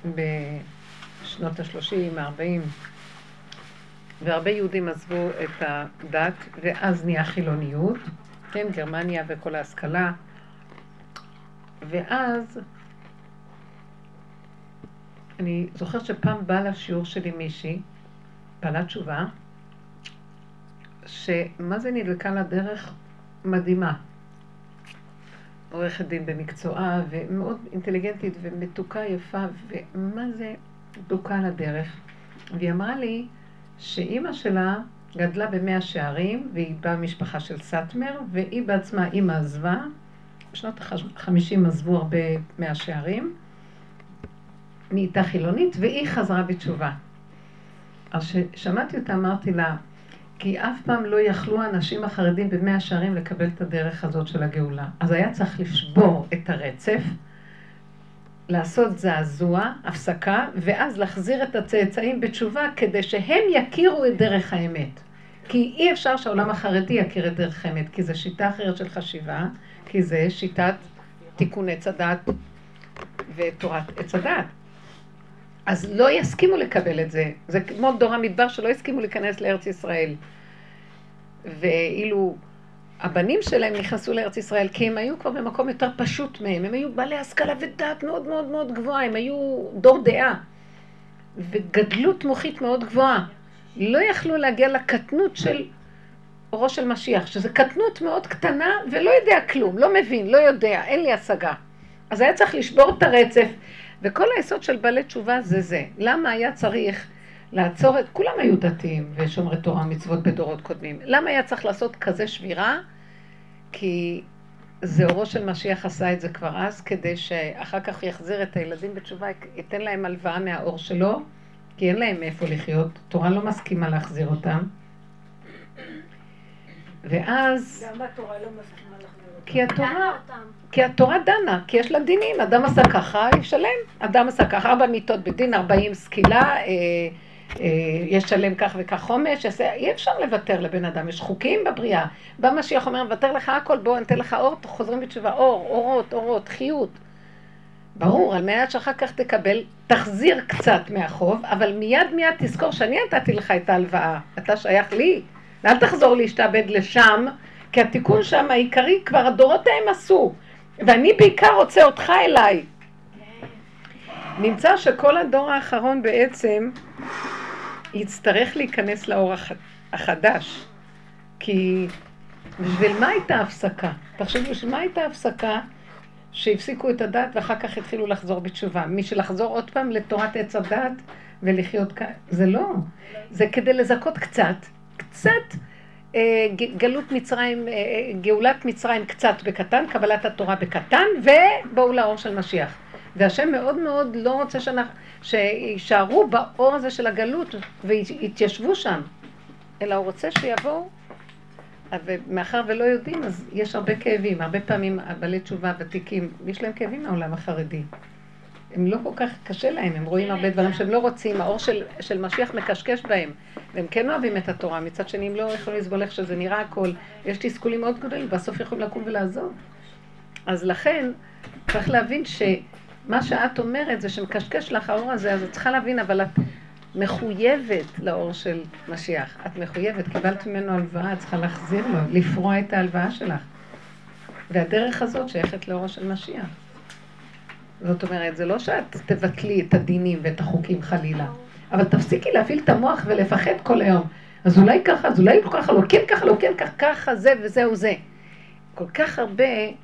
בשנות ה-שלושים, ה-ארבעים, והרבה יהודים עזבו את הדת, ואז נהיה חילוניות, כן, גרמניה וכל ההשכלה, ואז אני זוכרת שפעם באה לשיעור שלי מישהי, פעלת תשובה, שמה זה נדלקה לה דרך מדהימה. עורכת דין במקצועה, ומאוד אינטליגנטית ומתוקה יפה, ומה זה דוקה לה דרך. והיא אמרה לי שאימא שלה גדלה במאה שערים, והיא באה משפחה של סאטמר, והיא בעצמה, אימא עזבה, בשנות ה-חמישים עזבו הרבה מאה שערים, נהייתה חילונית, והיא חזרה בתשובה. אז ששמעתי אותה, אמרתי לה, כי אף פעם לא יכלו האנשים החרדים במאה שערים לקבל את הדרך הזאת של הגאולה. אז היה צריך לשבור את הרצף, לעשות זעזוע, הפסקה, ואז להחזיר את הצאצאים בתשובה, כדי שהם יכירו את דרך האמת. כי אי אפשר שהעולם החרדי יכיר את דרך האמת, כי זו שיטה אחרת של חשיבה, כי זה שיטת תיקון עץ הדת ותורת עץ הדת. אז לא יסכימו לקבל את זה. זה כמו דור המדבר שלא יסכימו להיכנס לארץ ישראל. ואילו הבנים שלהם נכנסו לארץ ישראל, כי הם היו כבר במקום יותר פשוט מהם. הם היו בעלי השכלה ודעת מאוד מאוד מאוד גבוהה. הם היו דור דעה. וגדלות מוחית מאוד גבוהה. לא יכלו להגיע לקטנות של אורו של משיח, שזה קטנות מאוד קטנה ולא יודע כלום, לא מבין, לא יודע, אין לי השגה. אז היה צריך לשבור את הרצף. וכל היסוד של בעלי תשובה זה זה. למה היה צריך לעצור את... כולם היו דתיים ושומרי תורה מצוות בדורות קודמים. למה היה צריך לעשות כזה שבירה? כי זה אורו של משיח עשה את זה כבר אז, כדי שאחר כך יחזיר את הילדים בתשובה, ייתן להם הלוואה מהאור שלו, כי אין להם מאיפה לחיות. תורה לא מסכימה להחזיר אותם. ואז... למה התורה לא מסכימה להחזיר אותם? כי התורה... כי התורה דנה, כי יש לה דינים, אדם עשה ככה, ישלם. אדם עשה ככה, ארבע מיטות בדין, ארבעים סקילה, אה, אה, ישלם כך וכך חומש, יעשה, אי אפשר לוותר לבן אדם, יש חוקים בבריאה. בא משיח אומר, וותר לך הכל, בוא, נתן לך אור, חוזרים בתשובה, אור, אורות, אורות, חיות. ברור, על מנת שאחר כך תקבל, תחזיר קצת מהחוב, אבל מיד מיד תזכור שאני נתתי לך את ההלוואה, אתה שייך לי, ואל תחזור להשתעבד לשם, כי התיקון שם העיקרי כבר הדורות ההם עשו. ואני בעיקר רוצה אותך אליי. נמצא שכל הדור האחרון בעצם יצטרך להיכנס לאור החדש. כי בשביל מה הייתה הפסקה? תחשבו בשביל מה הייתה הפסקה שהפסיקו את הדת ואחר כך התחילו לחזור בתשובה. מי שלחזור עוד פעם לתורת עץ הדת ולחיות כאן, זה לא. זה כדי לזכות קצת, קצת, גלות מצרים, גאולת מצרים קצת בקטן, קבלת התורה בקטן, ובאו לאור של משיח. והשם מאוד מאוד לא רוצה שאנחנו, שישארו באור הזה של הגלות ויתיישבו שם, אלא הוא רוצה שיבואו, ומאחר ולא יודעים, אז יש הרבה כאבים, הרבה פעמים בעלי תשובה ותיקים, יש להם כאבים מהעולם החרדי. הם לא כל כך קשה להם, הם רואים הרבה דברים שהם לא רוצים, האור של, של משיח מקשקש בהם, והם כן אוהבים את התורה, מצד שני הם לא יכולים לסבול איך שזה נראה הכל, יש תסכולים מאוד גדולים, בסוף יכולים לקום ולעזוב. אז לכן, צריך להבין שמה שאת אומרת זה שמקשקש לך האור הזה, אז את צריכה להבין, אבל את מחויבת לאור של משיח, את מחויבת, קיבלת ממנו הלוואה, את צריכה להחזיר לו, לפרוע את ההלוואה שלך. והדרך הזאת שייכת לאור של משיח. זאת אומרת, זה לא שאת תבטלי את הדינים ואת החוקים חלילה. אבל תפסיקי להפעיל את המוח ולפחד כל היום. אז אולי ככה, אז אולי לא ככה, לא כן ככה, לא כן ככה, ככה זה וזהו זה. כל כך הרבה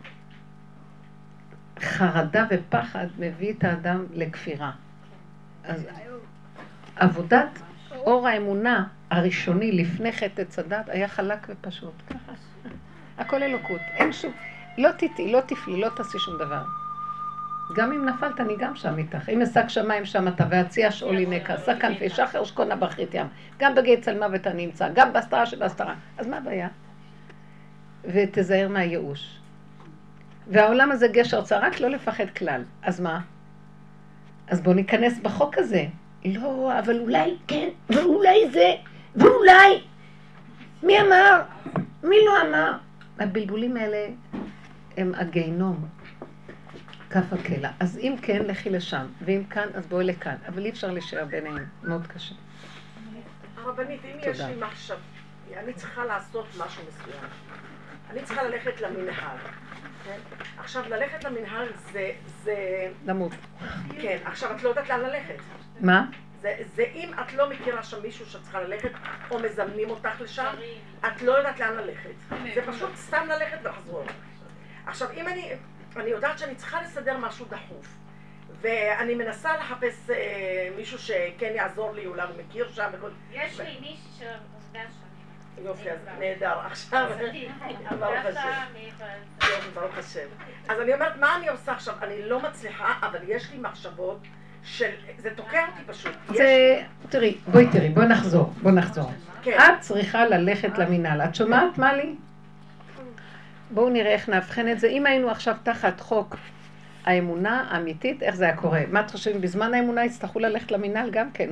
חרדה ופחד מביא את האדם לכפירה. אז עבודת אור האמונה הראשוני לפני חטא עץ הדת היה חלק ופשוט. ככה. הכל אלוקות. אין שום... לא תטעי, לא תפלי, לא תעשי שום דבר. גם אם נפלת, אני גם שם איתך. אם אשק שמיים שם אתה, והציע שאולי נקע, שק כנפי שחר שכונה באחרית ים. גם בגיא צל מוות אני אמצא, גם בהסתרה שבהסתרה. אז מה הבעיה? ותזהר מהייאוש. והעולם הזה גשר צר, רק לא לפחד כלל. אז מה? אז בואו ניכנס בחוק הזה. לא, אבל אולי כן, ואולי זה, ואולי. מי אמר? מי לא אמר? הבלבולים האלה הם הגיהנום. כף הקלע. אז אם כן, לכי לשם, ואם כאן, אז בואי לכאן. אבל אי אפשר להישאר ביניהם. מאוד קשה. הרבנית, אם יש לי מחשב, אני צריכה לעשות משהו מסוים. אני צריכה ללכת למנהל. כן? עכשיו, ללכת למנהל זה... זה... למות. כן, עכשיו את לא יודעת לאן ללכת. מה? זה, זה אם את לא מכירה שם מישהו שאת צריכה ללכת, או מזמנים אותך לשם, את לא יודעת לאן ללכת. זה פשוט סתם ללכת ולחזור. עכשיו, אם אני... אני יודעת שאני צריכה לסדר משהו דחוף, ואני מנסה לחפש אה, מישהו שכן יעזור לי, אולי הוא מכיר שם וכל... יש לי מישהו שעובדה שם. יופי, אז נהדר. עכשיו, ברוך השם. יופי, ברוך השם. אז אני אומרת, מה אני עושה עכשיו? אני לא מצליחה, אבל יש לי מחשבות של... זה תוקע אותי פשוט. זה... תראי, בואי תראי, בואי נחזור, בואי נחזור. כן. את צריכה ללכת למנהל. את שומעת מה לי? בואו נראה איך נאבחן את זה. אם היינו עכשיו תחת חוק האמונה האמיתית, איך זה היה קורה? מה את חושבים? בזמן האמונה יצטרכו ללכת למנהל גם כן.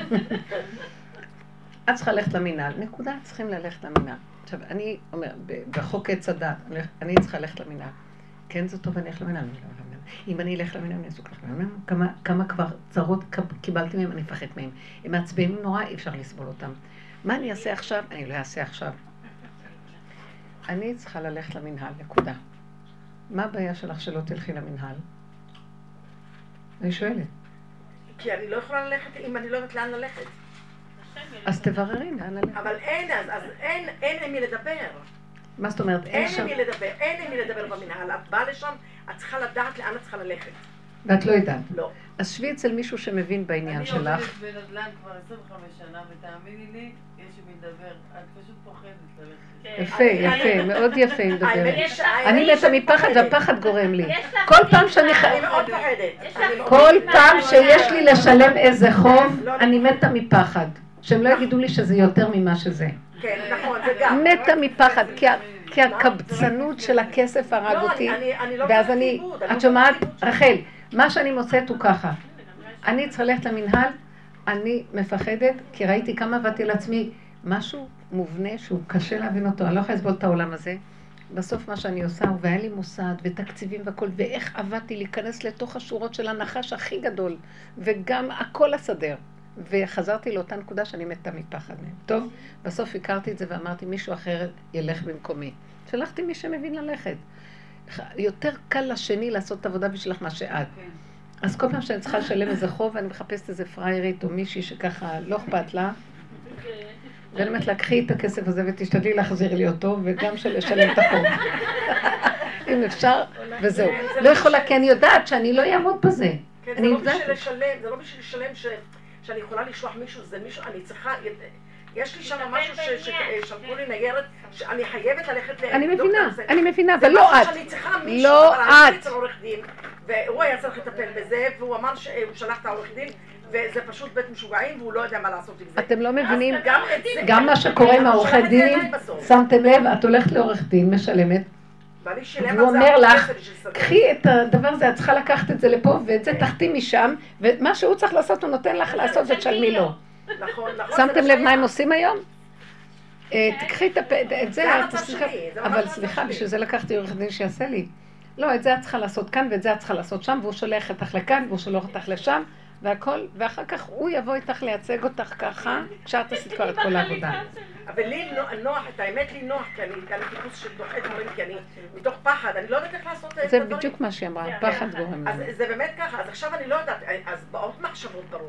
את צריכה ללכת למנהל. נקודה, צריכים ללכת למנהל. עכשיו, אני אומר, בחוק עץ הדת, אני צריכה ללכת למנהל. כן, זה טוב, אני אלך למנהל. אם אני אלך למנהל, אני אעסוק לך למנהל. כמה, כמה כבר צרות קיבלתי מהם, אני מפחד מהם. הם מעצבנים נורא, אי אפשר לסבול אותם. מה אני אעשה עכשיו? אני לא אעשה עכשיו. אני צריכה ללכת למנהל, נקודה. מה הבעיה שלך שלא תלכי למנהל? אני שואלת. כי אני לא יכולה ללכת אם אני לא יודעת לאן ללכת. אז תבררי לאן ללכת. אבל אין, אז, אז אין, אין עם מי לדבר. מה זאת אומרת? אין אין שם... עם מי לדבר, אין עם מי לדבר במנהל. את באה לשם, את צריכה לדעת לאן את צריכה ללכת. ואת לא יודעת. לא. אז שבי אצל מישהו שמבין בעניין שלך. אני עובדת בנדל"ן כבר עשרים וחמש שנה, ותאמיני לי, יש מי לדבר. את פשוט פוחדת ללכת. יפה, יפה, מאוד יפה היא מדברת. האמת היא אני מתה מפחד והפחד גורם לי. כל פעם שאני ח... אני מאוד פחדת. אני מאוד- כל פעם שיש לי לשלם איזה חוב, אני מתה מפחד. שהם לא יגידו לי שזה יותר ממה שזה. כן, נכון, זה גם. מתה מפחד, כי ה- כי הקבצנות של הכסף הרג לא, אותי. אני- אני לא ואז צריכה אני, כיבוד, אני לא את שומעת, צריכה כיבוד. רחל, מה שאני מוצאת הוא ככה. אני צריכה ללכת למנהל, אני מפחדת, כי ראיתי כמה עבדתי לעצמי, משהו מובנה שהוא קשה להבין אותו, אני לא יכולה לסבול את העולם הזה. בסוף מה שאני עושה הוא, והיה לי מוסד ותקציבים והכל, ואיך עבדתי להיכנס לתוך השורות של הנחש הכי גדול, וגם הכל הסדר. וחזרתי לאותה נקודה שאני מתה מפחד מהם. טוב, בסוף הכרתי את זה ואמרתי, מישהו אחר ילך במקומי. שלחתי מי שמבין ללכת. יותר קל לשני לעשות את העבודה בשבילך מה שאת. אז כל פעם שאני צריכה לשלם איזה חוב, אני מחפשת איזה פריירית או מישהי שככה לא אכפת לה. ואני אומרת, לקחי את הכסף הזה ותשתדלי להחזיר לי אותו, וגם לשלם את החוב. אם אפשר, וזהו. לא יכולה, כי אני יודעת שאני לא אעמוד בזה. כן, זה לא בשביל לשלם, זה לא בשביל לשלם ש... שאני יכולה לשלוח מישהו, זה מישהו, אני צריכה, יש לי שם משהו ששלחו לי ניירת, שאני חייבת ללכת ל... אני מבינה, אני מבינה, אבל לא את. זה משהו שאני צריכה מישהו, לא אבל אני את. אצל עורך דין, והוא היה צריך לטפל בזה, והוא אמר שהוא שלח את העורך דין, וזה פשוט בית משוגעים, והוא לא יודע מה לעשות עם זה. אתם לא מבינים, גם את זה- גם מה שקורה עם העורכי שלח את זה דינים, אליי בסוף. שמתם לב, את הולכת לעורך דין, משלמת, ואני שילם והוא על זה אומר הרבה לך, כסף בשביל לסדר. קחי את הדבר הזה, את צריכה לקחת את זה לפה, ואת זה תחתי משם, ומה שהוא צריך לעשות, הוא נותן לך לעשות, ותשלמי לו. נכון, נכון. שמתם זה לב מה הם שייך. עושים היום? אה, תקחי את הפ- את זה, זה המצב תעשי שלי, ככה. זה ממש אבל המצב סליחה, שלי. בשביל זה לקחתי עורך דין שיעשה לי. לא, את זה את צריכה לעשות כאן, ואת זה את צריכה לעשות שם, והוא שולח אותך לכאן, והוא שולח אותך לשם, והכל, ואחר כך הוא יבוא איתך לייצג אותך ככה, כשאת עשית כבר את כל העבודה. אבל לי נו- נוח, את האמת לי נוח, כי אני אני חיפוש של דוחה דברים, כי אני מתוך פחד, אני לא יודעת איך לעשות את זה הדברים. בדיוק מה שהיא אמרה, פחד גורם אז לנו. זה באמת ככה, אז עכשיו אני לא יודעת, אז באות מחשבות בראש.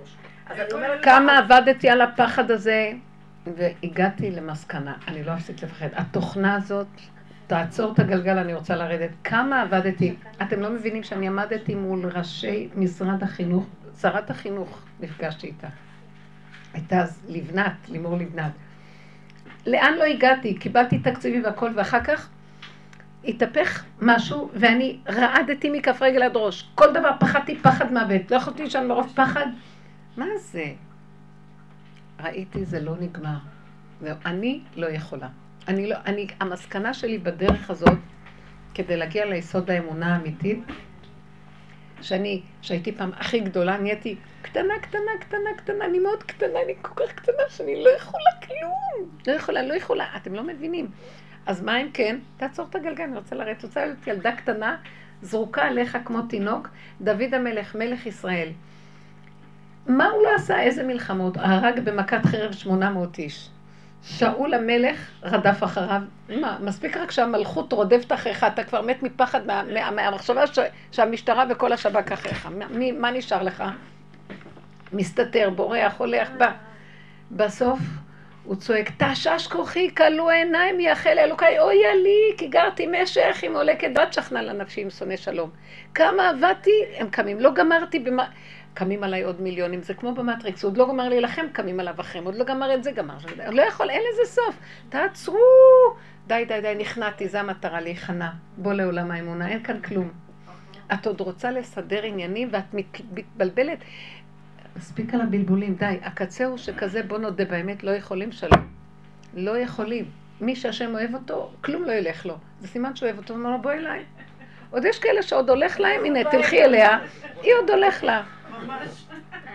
אז אני אומרת... כמה עבדתי על הפחד הזה, והגעתי למסקנה, אני לא אפסיק לפחד. התוכנה הזאת, תעצור את הגלגל, אני רוצה לרדת. כמה עבדתי, אתם לא מבינים שאני עמדתי מול ראשי משרד החינוך, שרת החינוך, נפגשתי איתה. הייתה אז לבנת, לימור לבנת. לאן לא הגעתי? קיבלתי תקציבי והכל, ואחר כך התהפך משהו, ואני רעדתי מכף רגל עד ראש. כל דבר פחדתי פחד מוות, לא יכולתי לישון מרוב פחד. מה זה? ראיתי, זה לא נגמר. ואני לא יכולה. אני לא, אני, המסקנה שלי בדרך הזאת, כדי להגיע ליסוד האמונה האמיתית, שאני, שהייתי פעם הכי גדולה, נהייתי קטנה, קטנה, קטנה, קטנה, אני מאוד קטנה, אני כל כך קטנה שאני לא יכולה כלום. לא יכולה, לא יכולה, אתם לא מבינים. אז מה אם כן? תעצור את הגלגל, אני רוצה לרדת, רוצה להיות ילדה קטנה, זרוקה עליך כמו תינוק, דוד המלך, מלך ישראל. מה הוא לא עשה? איזה מלחמות? הרג במכת חרב שמונה מאות איש. שאול המלך רדף אחריו. מה? מספיק רק שהמלכות רודפת אחריך, אתה כבר מת מפחד מה, מה, מהמחשבה ש, שהמשטרה וכל השב"כ אחריך. מה, מה נשאר לך? מסתתר, בורח, הולך, בא. בסוף הוא צועק, תשש כוחי, כלו העיניים, יאכל אלוקי, אוי לי, כי גרתי משך, אם עולה כדת שכנה לנפשי עם שונא שלום. כמה עבדתי, הם קמים, לא גמרתי, במה... קמים עליי עוד מיליונים, זה כמו במטריקס, עוד לא גמר לי לכם, קמים עליו אחרים, עוד לא גמר את זה, גמר. לא יכול, אין לזה סוף. תעצרו! די, די, די, נכנעתי, זה המטרה, להיכנע. בוא לעולם האמונה, אין כאן כלום. את עוד רוצה לסדר עניינים, ואת מתבלבלת. מספיק על הבלבולים, די. הקצה הוא שכזה, בוא נודה באמת, לא יכולים שלום. לא יכולים. מי שהשם אוהב אותו, כלום לא ילך לו. זה סימן שהוא אוהב אותו, ואומר לו, בוא אליי. עוד יש כאלה שעוד הולך להם, הנה, תלכי אליה, היא עוד הולך לה. ממש.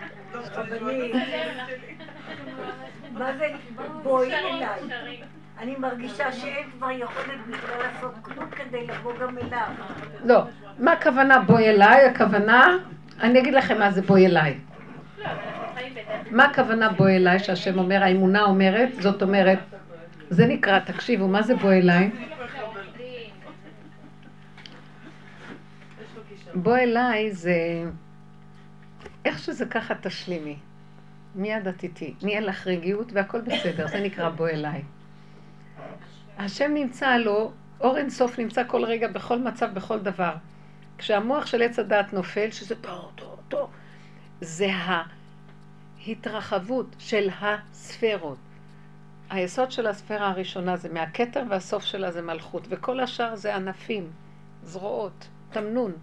מה זה בואי אליי? אני מרגישה שאין כבר יכולת בכלל לעשות כלום כדי לבוא גם אליו. לא, מה הכוונה בואי אליי? הכוונה, אני אגיד לכם מה זה בואי אליי. מה הכוונה בואי אליי שהשם אומר, האמונה אומרת, זאת אומרת, זה נקרא, תקשיבו, מה זה בואי אליי? בואי אליי זה... איך שזה ככה תשלימי, מיד את איתי, נהיה לך רגיעות והכל בסדר, זה נקרא בוא אליי. השם נמצא לו, אור אין סוף נמצא כל רגע, בכל מצב, בכל דבר. כשהמוח של עץ הדעת נופל, שזה טוב, טוב, טוב, זה ההתרחבות של הספרות. היסוד של הספירה הראשונה זה מהכתר והסוף שלה זה מלכות, וכל השאר זה ענפים, זרועות, תמנון.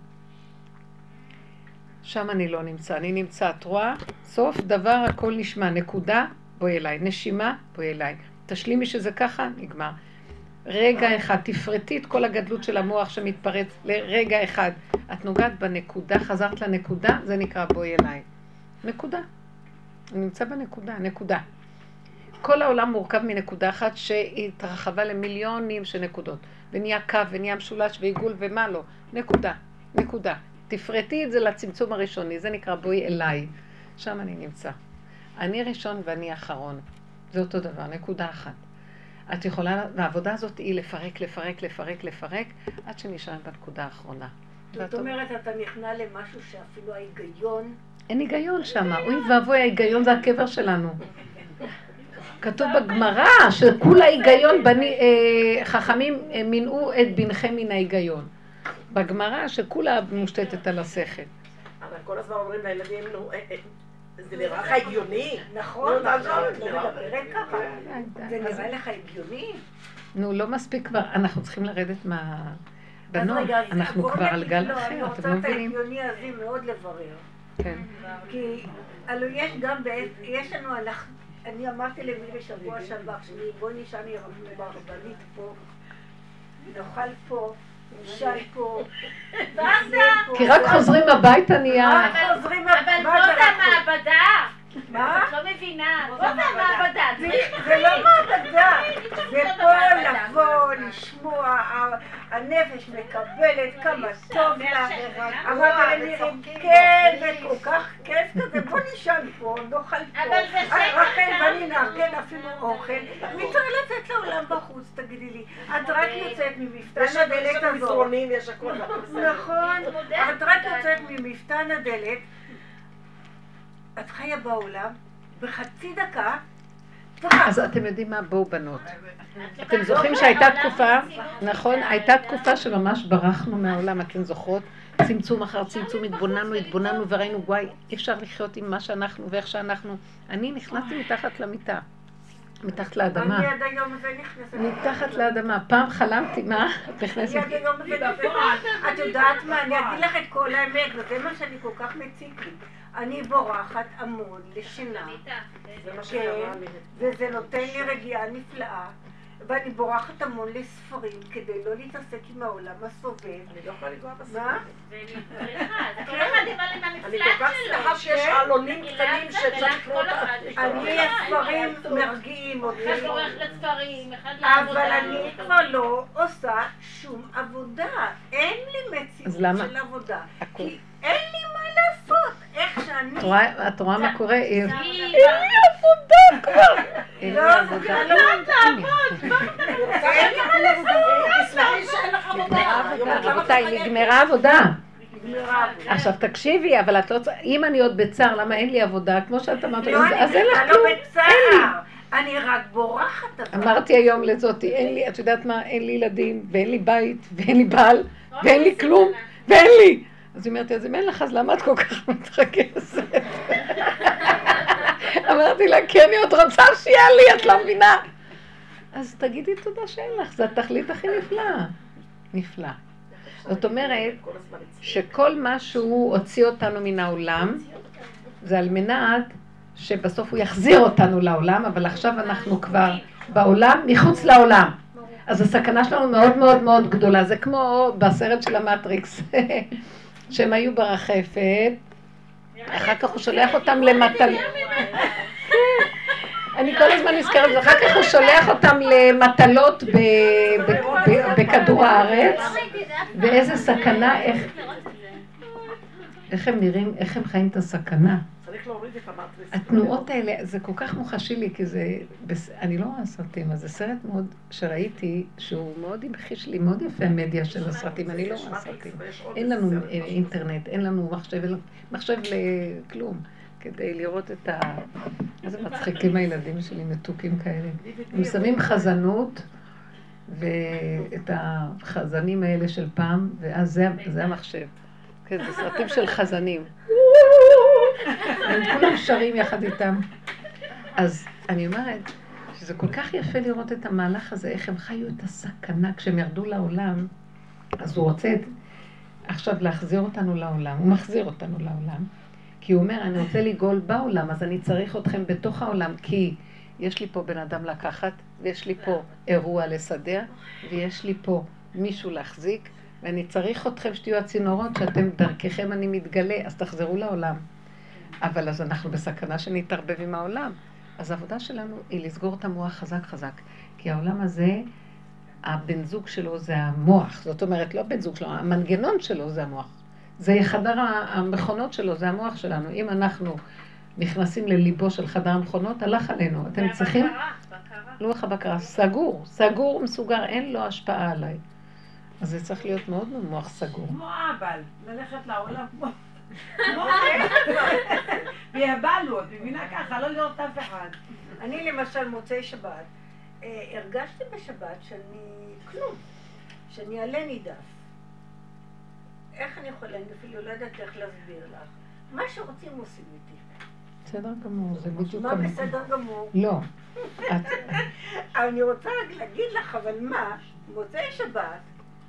שם אני לא נמצא, אני נמצא, את רואה? סוף דבר הכל נשמע, נקודה, בואי אליי, נשימה, בואי אליי. תשלימי שזה ככה, נגמר. רגע אחד, תפרטי את כל הגדלות של המוח שמתפרץ לרגע אחד. את נוגעת בנקודה, חזרת לנקודה, זה נקרא בואי אליי. נקודה. אני נמצא בנקודה, נקודה. כל העולם מורכב מנקודה אחת שהתרחבה למיליונים של נקודות. ונהיה קו, ונהיה משולש ועיגול ומה לא. נקודה, נקודה. תפרטי את זה לצמצום הראשוני, זה נקרא בואי אליי. שם אני נמצא. אני ראשון ואני אחרון. זה אותו דבר, נקודה אחת. את יכולה, והעבודה הזאת היא לפרק, לפרק, לפרק, לפרק, עד שנשארת בנקודה האחרונה. זאת אומרת, אתה נכנע למשהו שאפילו ההיגיון... אין היגיון שם, אוי ואבוי, ההיגיון זה הקבר שלנו. כתוב בגמרא שכול ההיגיון, בני, אה, חכמים אה, מנעו את בנכם מן ההיגיון. בגמרא שכולה מושתתת על השכל. אבל כל הזמן אומרים לילדים, נו, זה נראה לך הגיוני? נכון, נכון, לא מדברת ככה. זה נראה לך הגיוני? נו, לא מספיק כבר, אנחנו צריכים לרדת מה... בנות, אנחנו כבר על גל אחר, אתם לא מבינים? אני רוצה את ההגיוני הזה מאוד לברר. כן. כי הלוא יש גם, יש לנו, אני אמרתי למירי שבוע שעבר, בוא נשאר ברבנית פה, נאכל פה, נשאל פה, כי רק חוזרים הביתה נהיה... רק חוזרים הביתה. אבל זאת המעבדה. מה? את לא מבינה, זאת המעבדה. זה לא מעבדה, זה פה לבוא, לשמוע, הנפש מקבלת כמה טוב לה, אמרת למירי, כן, זה כל כך כיף כזה, בוא נשאל פה, נאכל פה, רחל ואני נארגן אפילו אוכל, מי צריך לצאת לעולם בחוץ, תגידי לי, את רק יוצאת ממפתן הדלת הזאת, יש הכל. נכון, את רק יוצאת ממפתן הדלת, את חיה בעולם, בחצי דקה, אז אתם יודעים מה? בואו בנות. אתם זוכרים שהייתה תקופה, נכון? הייתה תקופה שממש ברחנו מהעולם, אתם זוכרות? צמצום אחר צמצום, התבוננו, התבוננו וראינו, וואי, אי אפשר לחיות עם מה שאנחנו ואיך שאנחנו. אני נכנסתי מתחת למיטה, מתחת לאדמה. אני עד היום הזה נכנסת. מתחת לאדמה. פעם חלמתי, מה? את נכנסת? אני עד היום הזה נכנסת. את יודעת מה? אני אגיד לך את כל האמת, וזה מה שאני כל כך מציק לי. אני בורחת המון לשינה. זה מה כן, שאמרה לי. וזה נותן לי רגיעה נפלאה. ואני בורחת המון לספרים כדי לא להתעסק עם העולם הסובב. אני לא יכולה לגוע בספרים. מה? אני כל כך שמחה שיש עלונים קטנים שאפשר לקרוא אותם. אני הספרים מרגיעים אותי. אחד בורח לספרים, אחד אבל לעבודה. אני כבר לא עושה שום עבודה. אין לי מציאות אז למה? של עבודה. הכל. כי אין לי מה לעשות. איך שאני... את רואה- את רואה מה קורה? אין לי היא עבודה כבר. אין לי לא, עבודה. זה לא אין לי מה לעשות. תסלחי שאין לך עבודה. רבותיי, נגמרה עבודה. נגמרה עבודה. עכשיו תקשיבי, אבל את לא צריכה, אם אני עוד בצער, למה אין לי עבודה? כמו שאת אמרת, לא, אני אז אין לך בכלל כלום. לא בצער. אני רק בורחת. אבל. אמרתי היום לזאתי, אין לי, את יודעת מה, אין לי ילדים, ואין לי בית, ואין לי בעל, ואין לי כלום, ואין לי. אז היא אומרת, אז אם אין לך, אז למה את כל כך מתרכזת? אמרתי לה, כי אני עוד רוצה שיהיה לי, את לא מבינה. אז תגידי תודה שאין לך, זה התכלית הכי נפלאה. נפלא. זאת אומרת, שכל מה שהוא הוציא אותנו מן העולם, זה על מנת שבסוף הוא יחזיר אותנו לעולם, אבל עכשיו אנחנו כבר בעולם, מחוץ לעולם. אז הסכנה שלנו מאוד מאוד מאוד גדולה. זה כמו בסרט של המטריקס, שהם היו ברחפת, אחר כך הוא שולח אותם למטל... אני כל הזמן נזכרת, ואחר כך הוא שולח אותם למטלות ב- ב- ב- בכדור הארץ, ואיזה סכנה, איך... איך הם נראים, איך הם חיים את הסכנה. צריך להוריד את המטריס. התנועות האלה, זה כל כך מוחשי לי, כי זה, אני לא רואה סרטים, אז זה סרט מאוד שראיתי, שהוא מאוד המחיש לי, מאוד יפה המדיה של הסרטים, אני לא רואה סרטים. אין לנו אינטרנט, אין לנו מחשב, אין לנו מחשב לכלום, כדי לראות את ה... איזה מצחיקים הילדים שלי, מתוקים כאלה. הם שמים חזנות, ואת החזנים האלה של פעם, ואז זה, זה המחשב. כן, זה סרטים של חזנים. הם כולם שרים יחד איתם. אז אני אומרת שזה כל כך יפה לראות את המהלך הזה, איך הם חיו את הסכנה כשהם ירדו לעולם. אז הוא רוצה את... עכשיו להחזיר אותנו לעולם, הוא מחזיר אותנו לעולם. כי הוא אומר, אני רוצה לגאול בעולם, אז אני צריך אתכם בתוך העולם, כי יש לי פה בן אדם לקחת, ויש לי פה אירוע לסדר, ויש לי פה מישהו להחזיק, ואני צריך אתכם שתהיו הצינורות, שאתם דרככם אני מתגלה, אז תחזרו לעולם. אבל אז אנחנו בסכנה שנתערבב עם העולם. אז העבודה שלנו היא לסגור את המוח חזק חזק, כי העולם הזה, הבן זוג שלו זה המוח, זאת אומרת לא בן זוג שלו, המנגנון שלו זה המוח. זה חדר המכונות שלו, זה המוח שלנו. אם אנחנו נכנסים לליבו של חדר המכונות, הלך עלינו. אתם צריכים... לוח הבקרה, סגור, סגור, מסוגר, אין לו השפעה עליי. אז זה צריך להיות מאוד מוח סגור. כמו אבל, ללכת לעולם כמו... כמו ויבלו, את מבינה ככה, לא לראות אף אחד. אני למשל מוצאי שבת, אה, הרגשתי בשבת שאני כלום, שאני עלה נידף. איך אני יכולה, אני אפילו לא יודעת איך להסביר לך. מה שרוצים עושים איתי. בסדר גמור, זה בדיוק... מה בסדר גמור? לא. אני רוצה רק להגיד לך, אבל מה, מוצאי שבת,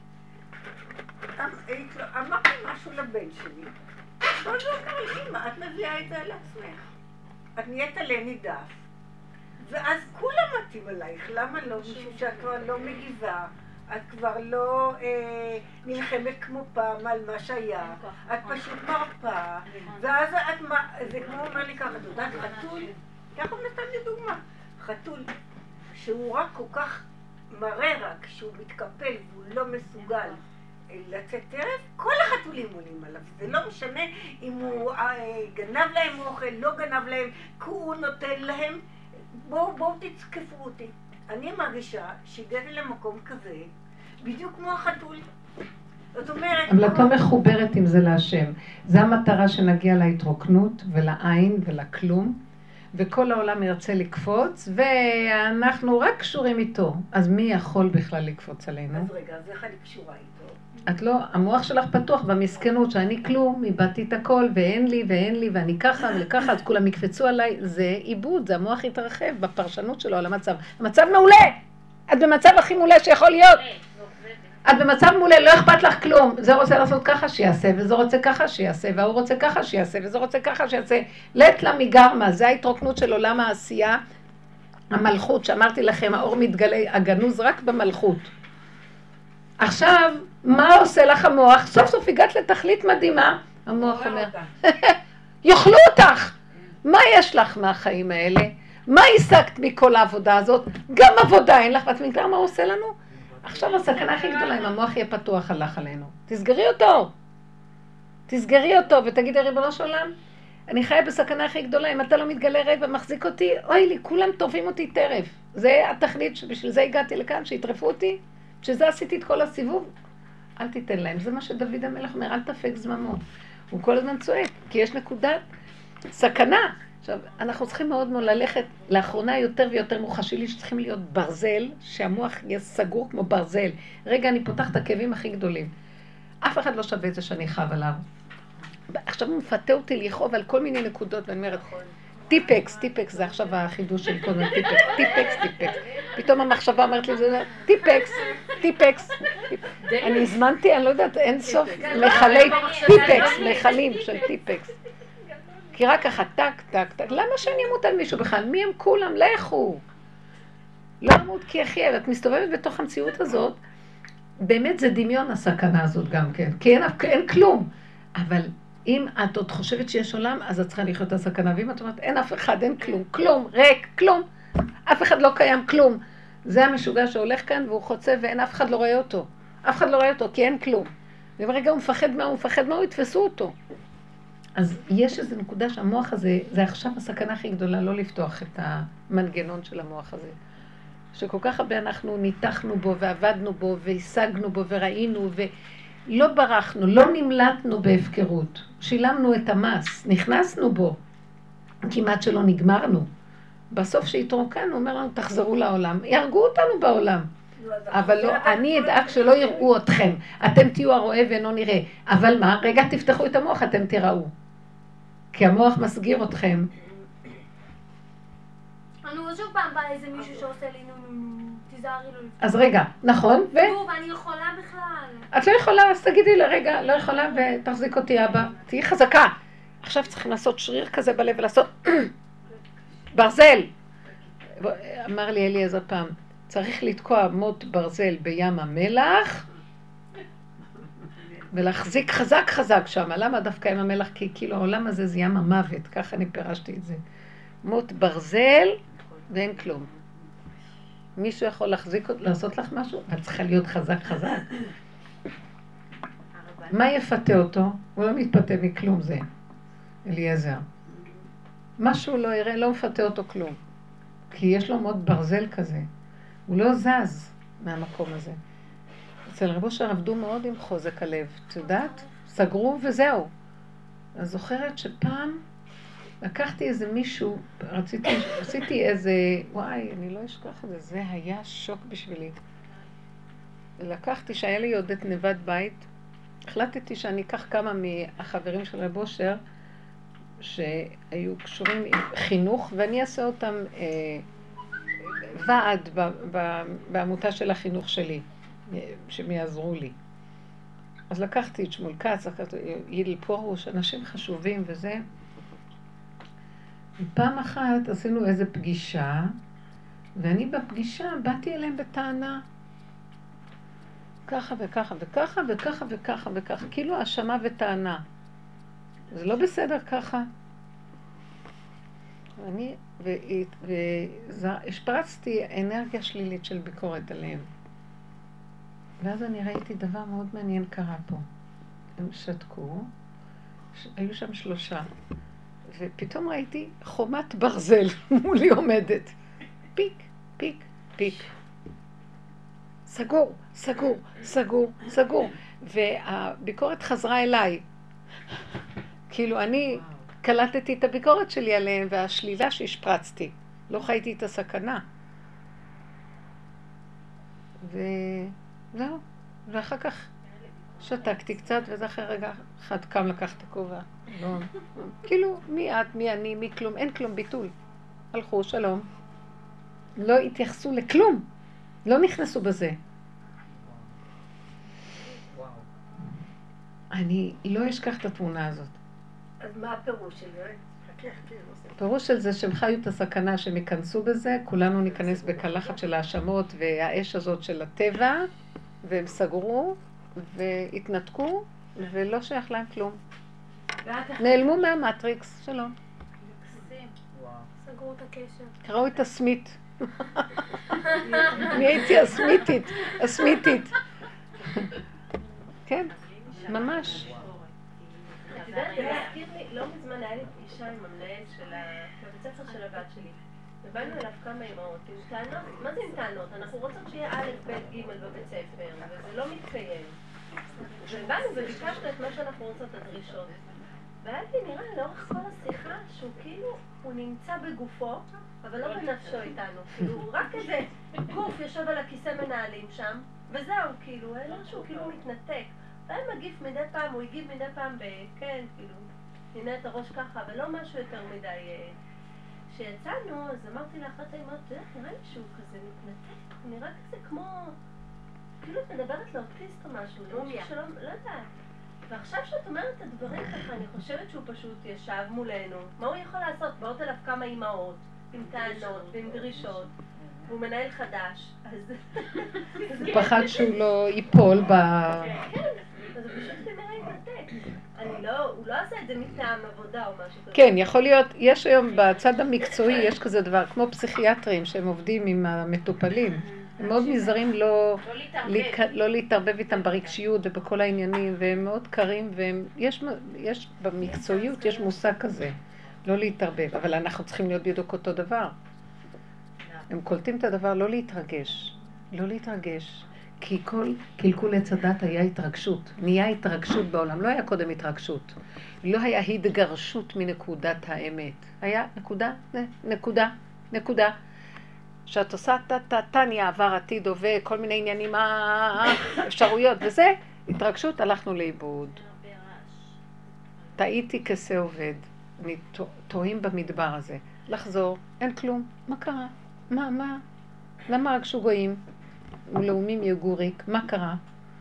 אמרתי משהו לבן שלי, לא זוכר, אמא, את מביאה את זה על עצמך. את נהיית עלה נידף, ואז כולם מתאים עלייך, למה לא? משום שאת כבר לא מגיבה, את כבר לא אה, נלחמת כמו פעם על מה שהיה, את פשוט מרפה, ואז את, זה כמו אומר לי ככה, את יודעת, חתול, ככה הוא נתן לי דוגמה, חתול, שהוא רק כל כך מראה רק, שהוא מתקפל והוא לא מסוגל לצאת טרף, כל החתולים עולים עליו, זה לא משנה אם הוא אה, גנב להם אוכל, לא גנב להם, כי הוא נותן להם, בואו בוא תצקפו אותי. אני מרגישה שהגעתי למקום כזה, בדיוק כמו החתול. זאת אומרת... המלאכתו מחוברת עם זה להשם. זה המטרה שנגיע להתרוקנות ולעין ולכלום, וכל העולם ירצה לקפוץ, ואנחנו רק קשורים איתו. אז מי יכול בכלל לקפוץ עלינו? אז רגע, אז איך אני קשורה איתו? את לא, המוח שלך פתוח במסכנות, שאני כלום, איבדתי את הכל, ואין לי, ואין לי, ואני ככה וככה, אז כולם יקפצו עליי. זה עיבוד, זה המוח יתרחב בפרשנות שלו על המצב. המצב מעולה! את במצב הכי מעולה שיכול להיות. את במצב מעולה, לא אכפת לך כלום. זה רוצה לעשות ככה שיעשה, וזה רוצה ככה שיעשה, והוא רוצה ככה שיעשה, וזה רוצה ככה שיעשה. לית לה מגרמה, זה ההתרוקנות של עולם העשייה, המלכות, שאמרתי לכם, האור מתגלה, הגנוז רק במלכות. עכשיו, מה עושה לך המוח? סוף סוף הגעת לתכלית מדהימה. המוח אומר, יאכלו אותך. מה יש לך מהחיים האלה? מה השגת מכל העבודה הזאת? גם עבודה אין לך, ואת מכיר מה הוא עושה לנו? עכשיו הסכנה הכי גדולה, אם המוח יהיה פתוח הלך עלינו. תסגרי אותו. תסגרי אותו ותגידי, ריבונו של עולם, אני חיה בסכנה הכי גדולה, אם אתה לא מתגלה רגע ומחזיק אותי, אוי לי, כולם טורפים אותי טרף. זה התכלית שבשביל זה הגעתי לכאן, שיטרפו אותי, שזה עשיתי את כל הסיבוב. אל תיתן להם, זה מה שדוד המלך אומר, אל תפק זממו. הוא כל הזמן צועק, כי יש נקודת סכנה. עכשיו, אנחנו צריכים מאוד מאוד ללכת, לאחרונה יותר ויותר מוחשי לי שצריכים להיות ברזל, שהמוח יהיה סגור כמו ברזל. רגע, אני פותח את הכאבים הכי גדולים. אף אחד לא שווה את זה שאני חב עליו. עכשיו הוא מפתה אותי לכאוב על כל מיני נקודות, ואני אומרת, טיפקס, טיפקס, זה עכשיו החידוש של כל מיני טיפקס, טיפקס, טיפקס. פתאום המחשבה אומרת לי, זה טיפקס, טיפקס. אני הזמנתי, אני לא יודעת, אין סוף, מחלי טיפקס, מחלים של טיפקס. כי רק ככה, טק, טק, טק. למה שאני אמות על מישהו בכלל? מי הם כולם? לכו. לא אמות כי אחיה, ואת מסתובבת בתוך המציאות הזאת, באמת זה דמיון הסכנה הזאת גם כן, כי אין, אין כלום. אבל אם את עוד חושבת שיש עולם, אז את צריכה לחיות את הסכנה, ואם את אומרת, אין אף אחד, אין כלום, כלום, ריק, כלום. אף אחד לא קיים, כלום. זה המשוגע שהולך כאן והוא חוצה ואין אף אחד לא רואה אותו. אף אחד לא רואה אותו, כי אין כלום. וברגע הוא מפחד מה, הוא מפחד מה, הוא יתפסו אותו. אז יש איזו נקודה שהמוח הזה, זה עכשיו הסכנה הכי גדולה, לא לפתוח את המנגנון של המוח הזה. שכל כך הרבה אנחנו ניתחנו בו ועבדנו בו והשגנו בו וראינו ולא ברחנו, לא נמלטנו בהפקרות. שילמנו את המס, נכנסנו בו, כמעט שלא נגמרנו. בסוף שהתרוקנו, הוא אומר לנו, תחזרו לעולם. יהרגו אותנו בעולם. אבל לא, אני אדאג שלא יראו אתכם. אתם תהיו הרואה ואינו נראה. אבל מה? רגע תפתחו את המוח, אתם תראו. כי המוח מסגיר אתכם. אני שוב פעם בא איזה מישהו שעושה לי, תיזהרי לו. אז רגע, נכון, ו... נו, ואני יכולה בכלל. את לא יכולה, אז תגידי לה, רגע, לא יכולה ותחזיק אותי אבא. תהיי חזקה. עכשיו צריכים לעשות שריר כזה בלב ולעשות ברזל. אמר לי אליעזר פעם, צריך לתקוע מוט ברזל בים המלח ולהחזיק חזק חזק שם. למה דווקא ים המלח? כי כאילו העולם הזה זה ים המוות, ככה אני פירשתי את זה. מוט ברזל ואין כלום. מישהו יכול להחזיק, לעשות לך משהו? את צריכה להיות חזק חזק. מה יפתה אותו? הוא לא מתפתה מכלום זה, אליעזר. משהו לא יראה, לא מפתה אותו כלום. כי יש לו מוט ברזל כזה. הוא לא זז מהמקום הזה. אצל רב אושר עבדו מאוד עם חוזק הלב. את יודעת? סגרו וזהו. אני זוכרת שפעם לקחתי איזה מישהו, רציתי, עשיתי איזה, וואי, אני לא אשכח את זה, זה היה שוק בשבילי. לקחתי שהיה לי עוד את נבד בית, החלטתי שאני אקח כמה מהחברים של רב אושר, שהיו קשורים עם חינוך, ואני אעשה אותם אה, ועד ב, ב, בעמותה של החינוך שלי, שהם יעזרו לי. אז לקחתי את שמואל כץ, לקחתי ידיל פורוש, אנשים חשובים וזה. פעם אחת עשינו איזו פגישה, ואני בפגישה באתי אליהם בטענה. ככה וככה וככה וככה וככה וככה, כאילו האשמה וטענה. זה לא בסדר ככה. ואני, והשפרצתי אנרגיה שלילית של ביקורת עליהם. ואז אני ראיתי דבר מאוד מעניין קרה פה. הם שתקו, היו שם שלושה. ופתאום ראיתי חומת ברזל מולי עומדת. פיק, פיק, פיק. סגור, סגור, סגור, סגור. והביקורת חזרה אליי. כאילו אני קלטתי את הביקורת שלי עליהם והשלילה שהשפרצתי. לא חייתי את הסכנה. וזהו. ואחר כך שתקתי קצת, וזה אחרי רגע אחד קם לקח את הכובע. לא. כאילו, מי את, מי אני, מי כלום, אין כלום, ביטול. הלכו, שלום. לא התייחסו לכלום. לא נכנסו בזה. אני לא אשכח את התמונה הזאת. אז מה הפירוש של זה? הפירוש של זה שהם חיו את הסכנה שהם ייכנסו בזה, כולנו ניכנס בקלחת של האשמות והאש הזאת של הטבע, והם סגרו והתנתקו ולא שייך להם כלום. נעלמו מהמטריקס, שלום. סגרו את הקשר. קראו את הסמית. אני הייתי הסמיתית, הסמיתית. כן, ממש. את יודעת, זה מזכיר לי, לא מזמן היה לי פגישה עם המנהל של בבית ספר של הבת שלי. ובאנו אליו כמה אמהות עם טענות, מה זה עם טענות? אנחנו רוצות שיהיה א', ב', ג' בבית ספר, וזה לא מתקיים. ובאנו וביקשנו את מה שאנחנו רוצות, הדרישות. והיה לי נראה לאורך כל השיחה שהוא כאילו, הוא נמצא בגופו, אבל לא בנפשו איתנו. כאילו, רק איזה גוף יושב על הכיסא מנהלים שם, וזהו, כאילו, אין משהו, כאילו הוא מתנתק. והיה מגיב מדי פעם, הוא הגיב מדי פעם בכן, כאילו, הנה את הראש ככה, אבל לא משהו יותר מדי. כשיצאנו, אז אמרתי לאחת האמהות, נראה לי שהוא כזה מתנתק, הוא נראה כזה כמו, כאילו את מדברת לאוטיסט או משהו, למישהו שלא, לא יודעת. ועכשיו שאת אומרת את הדברים ככה, אני חושבת שהוא פשוט ישב מולנו. מה הוא יכול לעשות? באות אליו כמה אמהות, עם טענות ועם דרישות. הוא מנהל חדש, אז... הוא פחד שהוא לא ייפול ב... כן, אז הוא פשוט כנראה יתנתק. אני לא, הוא לא עושה את זה מטעם עבודה או משהו כזה. כן, יכול להיות, יש היום בצד המקצועי, יש כזה דבר, כמו פסיכיאטרים שהם עובדים עם המטופלים. הם מאוד נזהרים לא, לא להתערבב איתם ברגשיות ובכל העניינים, והם מאוד קרים, ויש יש, במקצועיות יש מושג כזה, לא להתערבב, אבל אנחנו צריכים להיות בדיוק אותו דבר. הם קולטים את הדבר, לא להתרגש, לא להתרגש, כי כל קלקול עץ הדת היה התרגשות, נהיה התרגשות בעולם, לא היה קודם התרגשות, לא היה התגרשות מנקודת האמת, היה נקודה, נקודה, נקודה. שאת עושה תניה, עבר, עתיד, הווה, כל מיני עניינים, אפשרויות, וזה, התרגשות, הלכנו לאיבוד. טעיתי כסה עובד, טועים במדבר הזה. לחזור, אין כלום, מה קרה? מה, מה? למה רגשו גויים? ולאומים יגור ריק, מה קרה?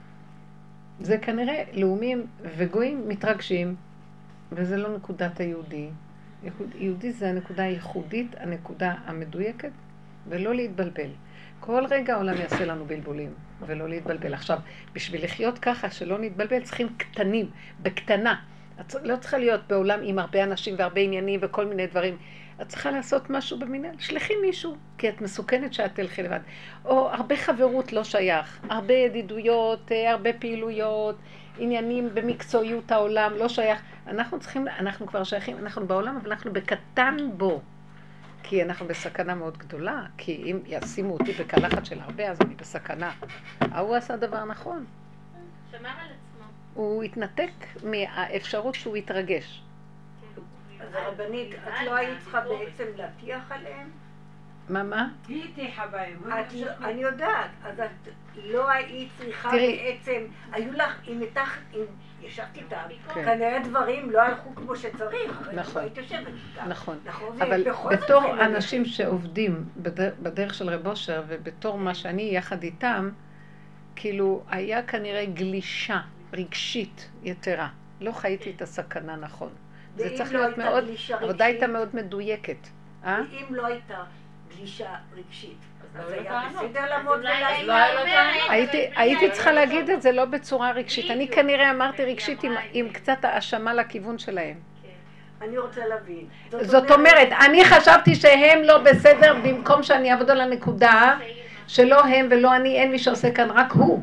זה כנראה, לאומים וגויים מתרגשים, וזה לא נקודת היהודי. יהודי זה הנקודה הייחודית, הנקודה המדויקת, ולא להתבלבל. כל רגע העולם יעשה לנו בלבולים, ולא להתבלבל. עכשיו, בשביל לחיות ככה, שלא נתבלבל, צריכים קטנים, בקטנה. את לא צריכה להיות בעולם עם הרבה אנשים והרבה עניינים וכל מיני דברים. את צריכה לעשות משהו במינהל. שלחי מישהו, כי את מסוכנת שאת תלכי לבד. או הרבה חברות לא שייך, הרבה ידידויות, הרבה פעילויות, עניינים במקצועיות העולם לא שייך. אנחנו צריכים, אנחנו כבר שייכים, אנחנו בעולם, אבל אנחנו בקטן בו. כי אנחנו בסכנה מאוד גדולה, כי אם ישימו אותי בקלחת של הרבה, אז אני בסכנה. הוא עשה דבר נכון. שמר על עצמו. הוא התנתק מהאפשרות שהוא יתרגש. אז הרבנית, את לא היית צריכה בעצם להטיח עליהם? מה, מה? היא הטיחה בהם. אני יודעת, אז את לא היית צריכה בעצם, היו לך, אם איתך, אם ישבת איתם, כנראה דברים לא הלכו כמו שצריך, אבל לא היית יושבת איתם. נכון, אבל בתור אנשים שעובדים בדרך של רב אושר, ובתור מה שאני יחד איתם, כאילו היה כנראה גלישה רגשית יתרה. לא חייתי את הסכנה נכון. זה צריך להיות מאוד, עבודה הייתה מאוד מדויקת. ואם לא הייתה גלישה רגשית, אז היה בסדר לעמוד ולעשות. הייתי צריכה להגיד את זה לא בצורה רגשית. אני כנראה אמרתי רגשית עם קצת האשמה לכיוון שלהם. אני רוצה להבין. זאת אומרת, אני חשבתי שהם לא בסדר במקום שאני אעבוד על הנקודה שלא הם ולא אני, אין מי שעושה כאן, רק הוא.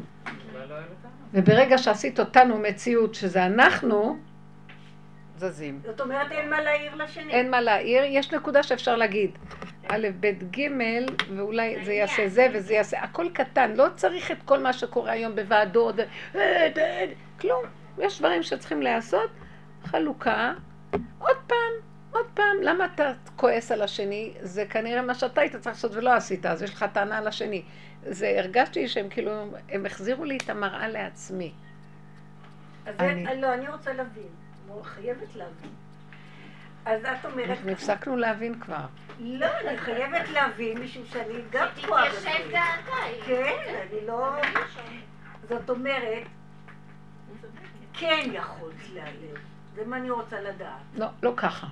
וברגע שעשית אותנו מציאות שזה אנחנו, זזים. זאת אומרת, אין מה להעיר לשני. אין מה להעיר, יש נקודה שאפשר להגיד. א', ב', ג', ואולי זה יעשה זה וזה יעשה, הכל קטן, לא צריך את כל מה שקורה היום בוועדות, כלום, יש דברים שצריכים לעשות, חלוקה, עוד פעם, עוד פעם, למה אתה כועס על השני? זה כנראה מה שאתה היית צריך לעשות ולא עשית, אז יש לך טענה על השני. זה הרגשתי שהם כאילו, הם החזירו לי את המראה לעצמי. אז אני... לא, אני רוצה להבין, לא חייבת להבין. אז את אומרת... אנחנו הפסקנו להבין כבר. לא, אני חייבת להבין, משום שאני גם פה... שתתיישב דעתה. כן, אני לא... זאת אומרת, כן יכולת להיעלב. זה מה אני רוצה לדעת. לא, לא ככה.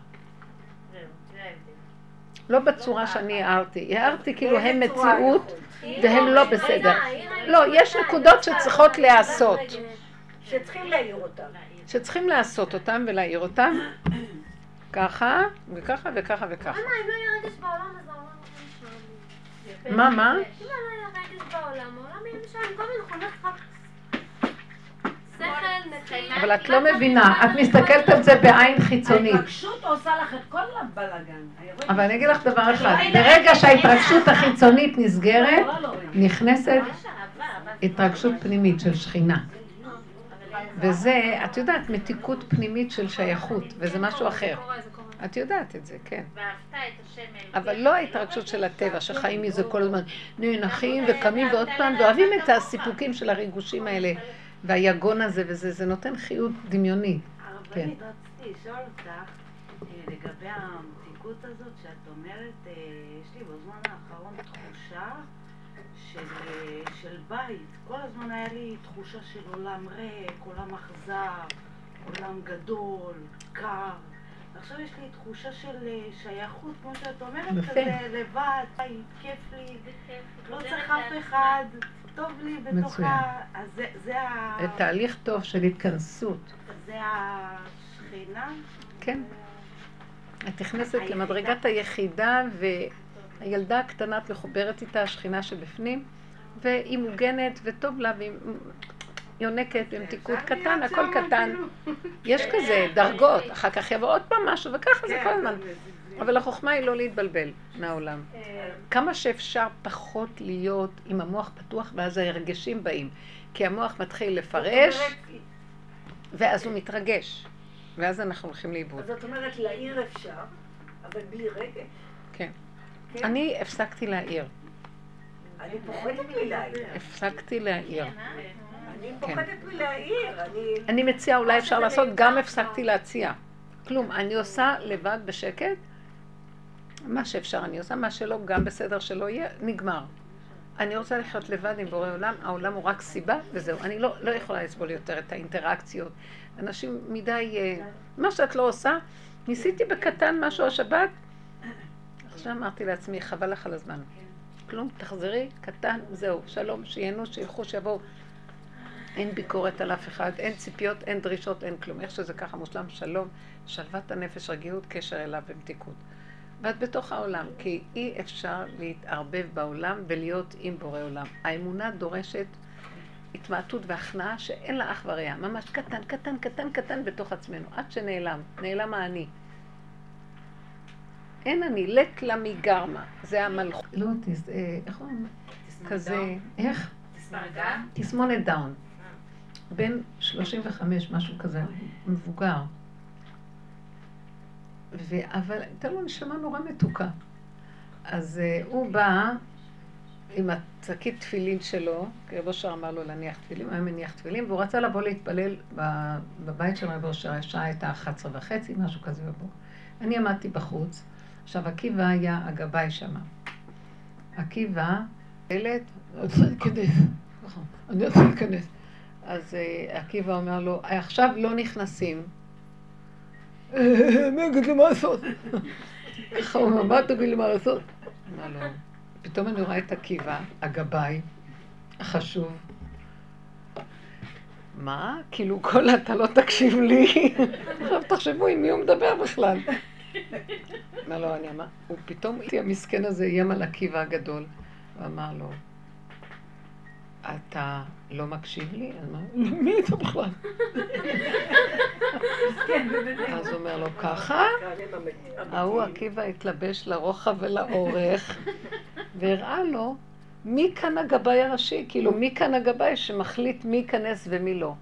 לא בצורה שאני הערתי. הערתי כאילו הם מציאות והם לא בסדר. לא, יש נקודות שצריכות להיעשות. שצריכים להעיר אותם. שצריכים לעשות אותם ולהעיר אותם. ככה, וככה, וככה, וככה. מה, אם לא יהיה רגש בעולם, אז העולם לא נשמע לי. מה, מה? אם לא יהיה רגש בעולם, העולם יהיה נשמע לי. כל מיני נכונות רק שכל, נתינה. אבל את לא מבינה, את מסתכלת על זה בעין חיצונית. ההתרגשות עושה לך את כל הבלגן. אבל אני אגיד לך דבר אחד, ברגע שההתרגשות החיצונית נסגרת, נכנסת התרגשות פנימית של שכינה. וזה, את יודעת, מתיקות פנימית של שייכות, וזה משהו אחר. את יודעת את זה, כן. אבל לא ההתרגשות של הטבע, שחיים מזה כל הזמן נאנחים וקמים ועוד פעם, ואוהבים את הסיפוקים של הריגושים האלה, והיגון הזה וזה, זה נותן חיות דמיונית. כן. הרבנית, רציתי לשאול אותך לגבי המתיקות הזאת שאת אומרת, יש לי בזמן האחרון תחושה של, של בית. כל הזמן היה לי תחושה של עולם ריק, עולם אכזר, עולם גדול, קר. עכשיו יש לי תחושה של שייכות, כמו שאת אומרת, כזה לבד, בית, כיף לי, לא צריך אף אחד, טוב לי בתוכה. אז זה, זה ה... תהליך טוב של התכנסות. זה השכינה? כן. את נכנסת למדרגת היחידה והילדה הקטנה את מחוברת איתה, השכינה שבפנים, והיא מוגנת וטוב לה, והיא יונקת עם תיקות קטן, הכל קטן. יש כזה דרגות, אחר כך יבוא עוד פעם משהו, וככה זה כל הזמן. אבל החוכמה היא לא להתבלבל מהעולם. כמה שאפשר פחות להיות עם המוח פתוח, ואז הרגשים באים. כי המוח מתחיל לפרש, ואז הוא מתרגש. ואז אנחנו הולכים לאיבוד. אז זאת אומרת, להעיר אפשר, אבל בלי רגש. כן. אני הפסקתי להעיר. אני פוחדת מלהעיר. הפסקתי להעיר. אני פוחדת מלהעיר. אני מציעה, אולי אפשר לעשות, גם הפסקתי להציע. כלום, אני עושה לבד בשקט, מה שאפשר אני עושה, מה שלא, גם בסדר שלא יהיה, נגמר. אני רוצה לחיות לבד עם בורא עולם, העולם הוא רק סיבה, וזהו. אני לא, לא יכולה לסבול יותר את האינטראקציות. אנשים מדי, מה שאת לא עושה, ניסיתי בקטן משהו השבת, עכשיו אמרתי לעצמי, חבל לך על הזמן. כלום, תחזרי, קטן, זהו, שלום, שיינו, שילכו, שיבואו. אין ביקורת על אף אחד, אין ציפיות, אין דרישות, אין כלום. איך שזה ככה מושלם, שלום, שלוות הנפש, רגיעות, קשר אליו ומתיקות. ואת בתוך העולם, כי אי אפשר להתערבב בעולם ולהיות עם בורא עולם. האמונה דורשת התמעטות והכנעה שאין לה אח ורע. ממש קטן, קטן, קטן, קטן בתוך עצמנו. עד שנעלם, נעלם האני. אין אני, לת למי גרמה. זה המלכות. לא, תס... איך אומרים? כזה, איך? תסמונת דאון. בן שלושים וחמש, משהו כזה, מבוגר. ו... אבל הייתה לו נשמה נורא מתוקה. אז uh, הוא בא עם הצקית תפילין שלו, כי רב אושר אמר לו להניח תפילין, הוא היה מניח תפילין, והוא רצה לבוא להתפלל בבית של רב אושר, השעה הייתה אחת עשרה וחצי, משהו כזה בבור. אני עמדתי בחוץ, עכשיו עקיבא היה הגבאי שמה. עקיבא, ילד, אני רוצה להיכנס, אני רוצה להיכנס. אז uh, עקיבא אומר לו, עכשיו לא נכנסים. מגד למה לעשות? ככה הוא אומר, מה תגיד לי מה לעשות? אמר לו, פתאום אני רואה את עקיבא, הגבאי, החשוב. מה? כאילו כל אתה לא תקשיב לי. עכשיו תחשבו עם מי הוא מדבר בכלל. אמר לו, אני אמר, הוא פתאום, המסכן הזה איים על עקיבא הגדול, הוא אמר לו, אתה לא מקשיב לי? אני אמר, מי אתה בכלל? אז הוא אומר לו ככה, ההוא עקיבא התלבש לרוחב ולאורך, והראה לו מי כאן הגבאי הראשי, כאילו מי כאן הגבאי שמחליט מי ייכנס ומי לא.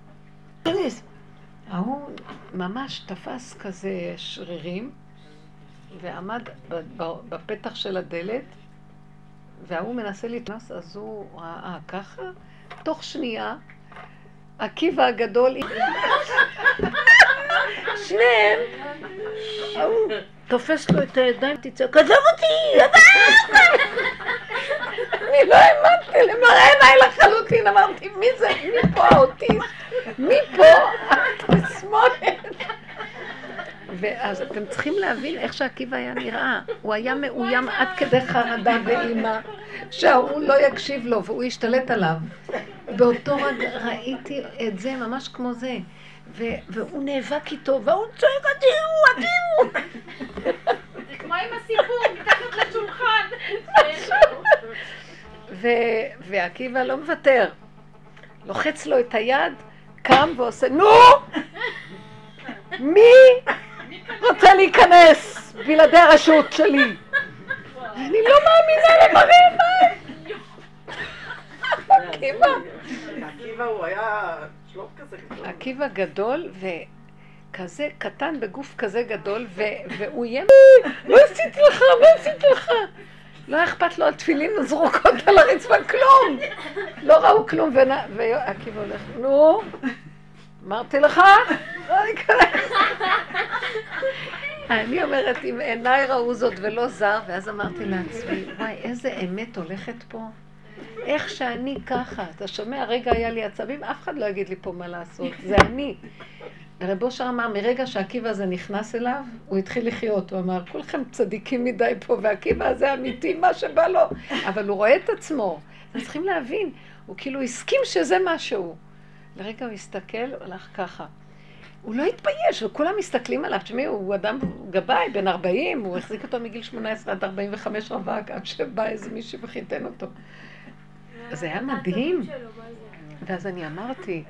ההוא ממש תפס כזה שרירים, ועמד בפתח של הדלת, והוא מנסה להתנס, אז הוא ראה ככה, תוך שנייה, עקיבא הגדול, שניהם, הוא תופס לו את הידיים, תצעק, עזוב אותי, עזוב! אני לא האמנתי למראה עיניי לחלוטין, אמרתי, מי זה? מי פה האוטיסט? מי פה התסמונת? ואז אתם צריכים להבין איך שעקיבא היה נראה. הוא היה מאוים עד כדי חרדה ואימא, שההוא לא יקשיב לו והוא ישתלט עליו. באותו רגע ראיתי את זה ממש כמו זה. והוא נאבק איתו, והוא צועק, עדירו, עדירו! זה כמו עם הסיפור, מתחת לשולחן. ועקיבא לא מוותר. לוחץ לו את היד, קם ועושה, נו! מי רוצה להיכנס בלעדי הרשות שלי? אני לא מאמינה למראה עיניי. עקיבא. עקיבא הוא היה שלום כזה גדול. עקיבא גדול וכזה קטן בגוף כזה גדול, והוא יהיה, לא עשיתי לך, לא עשיתי לך. לא אכפת לו על תפילין זרוקות על הרצפה, כלום. לא ראו כלום, ועקיבא הולך, נו, אמרתי לך? אני אומרת, אם עיניי ראו זאת ולא זר, ואז אמרתי לעצמי, וואי, איזה אמת הולכת פה. איך שאני ככה, אתה שומע, רגע היה לי עצבים, אף אחד לא יגיד לי פה מה לעשות, זה אני. רב אושר אמר, מרגע שעקיבא הזה נכנס אליו, הוא התחיל לחיות, הוא אמר, כולכם צדיקים מדי פה, ועקיבא הזה אמיתי, מה שבא לו. אבל הוא רואה את עצמו, אז צריכים להבין, הוא כאילו הסכים שזה משהו. לרגע הוא הסתכל, הוא הלך ככה. הוא לא התבייש, וכולם מסתכלים עליו, תשמעו, הוא אדם גבאי, בן ארבעים, הוא החזיק אותו מגיל שמונה עשרה עד ארבעים וחמש רווק, עד שבא איזה מישהו וחיתן אותו. זה היה מדהים. ואז אני אמרתי,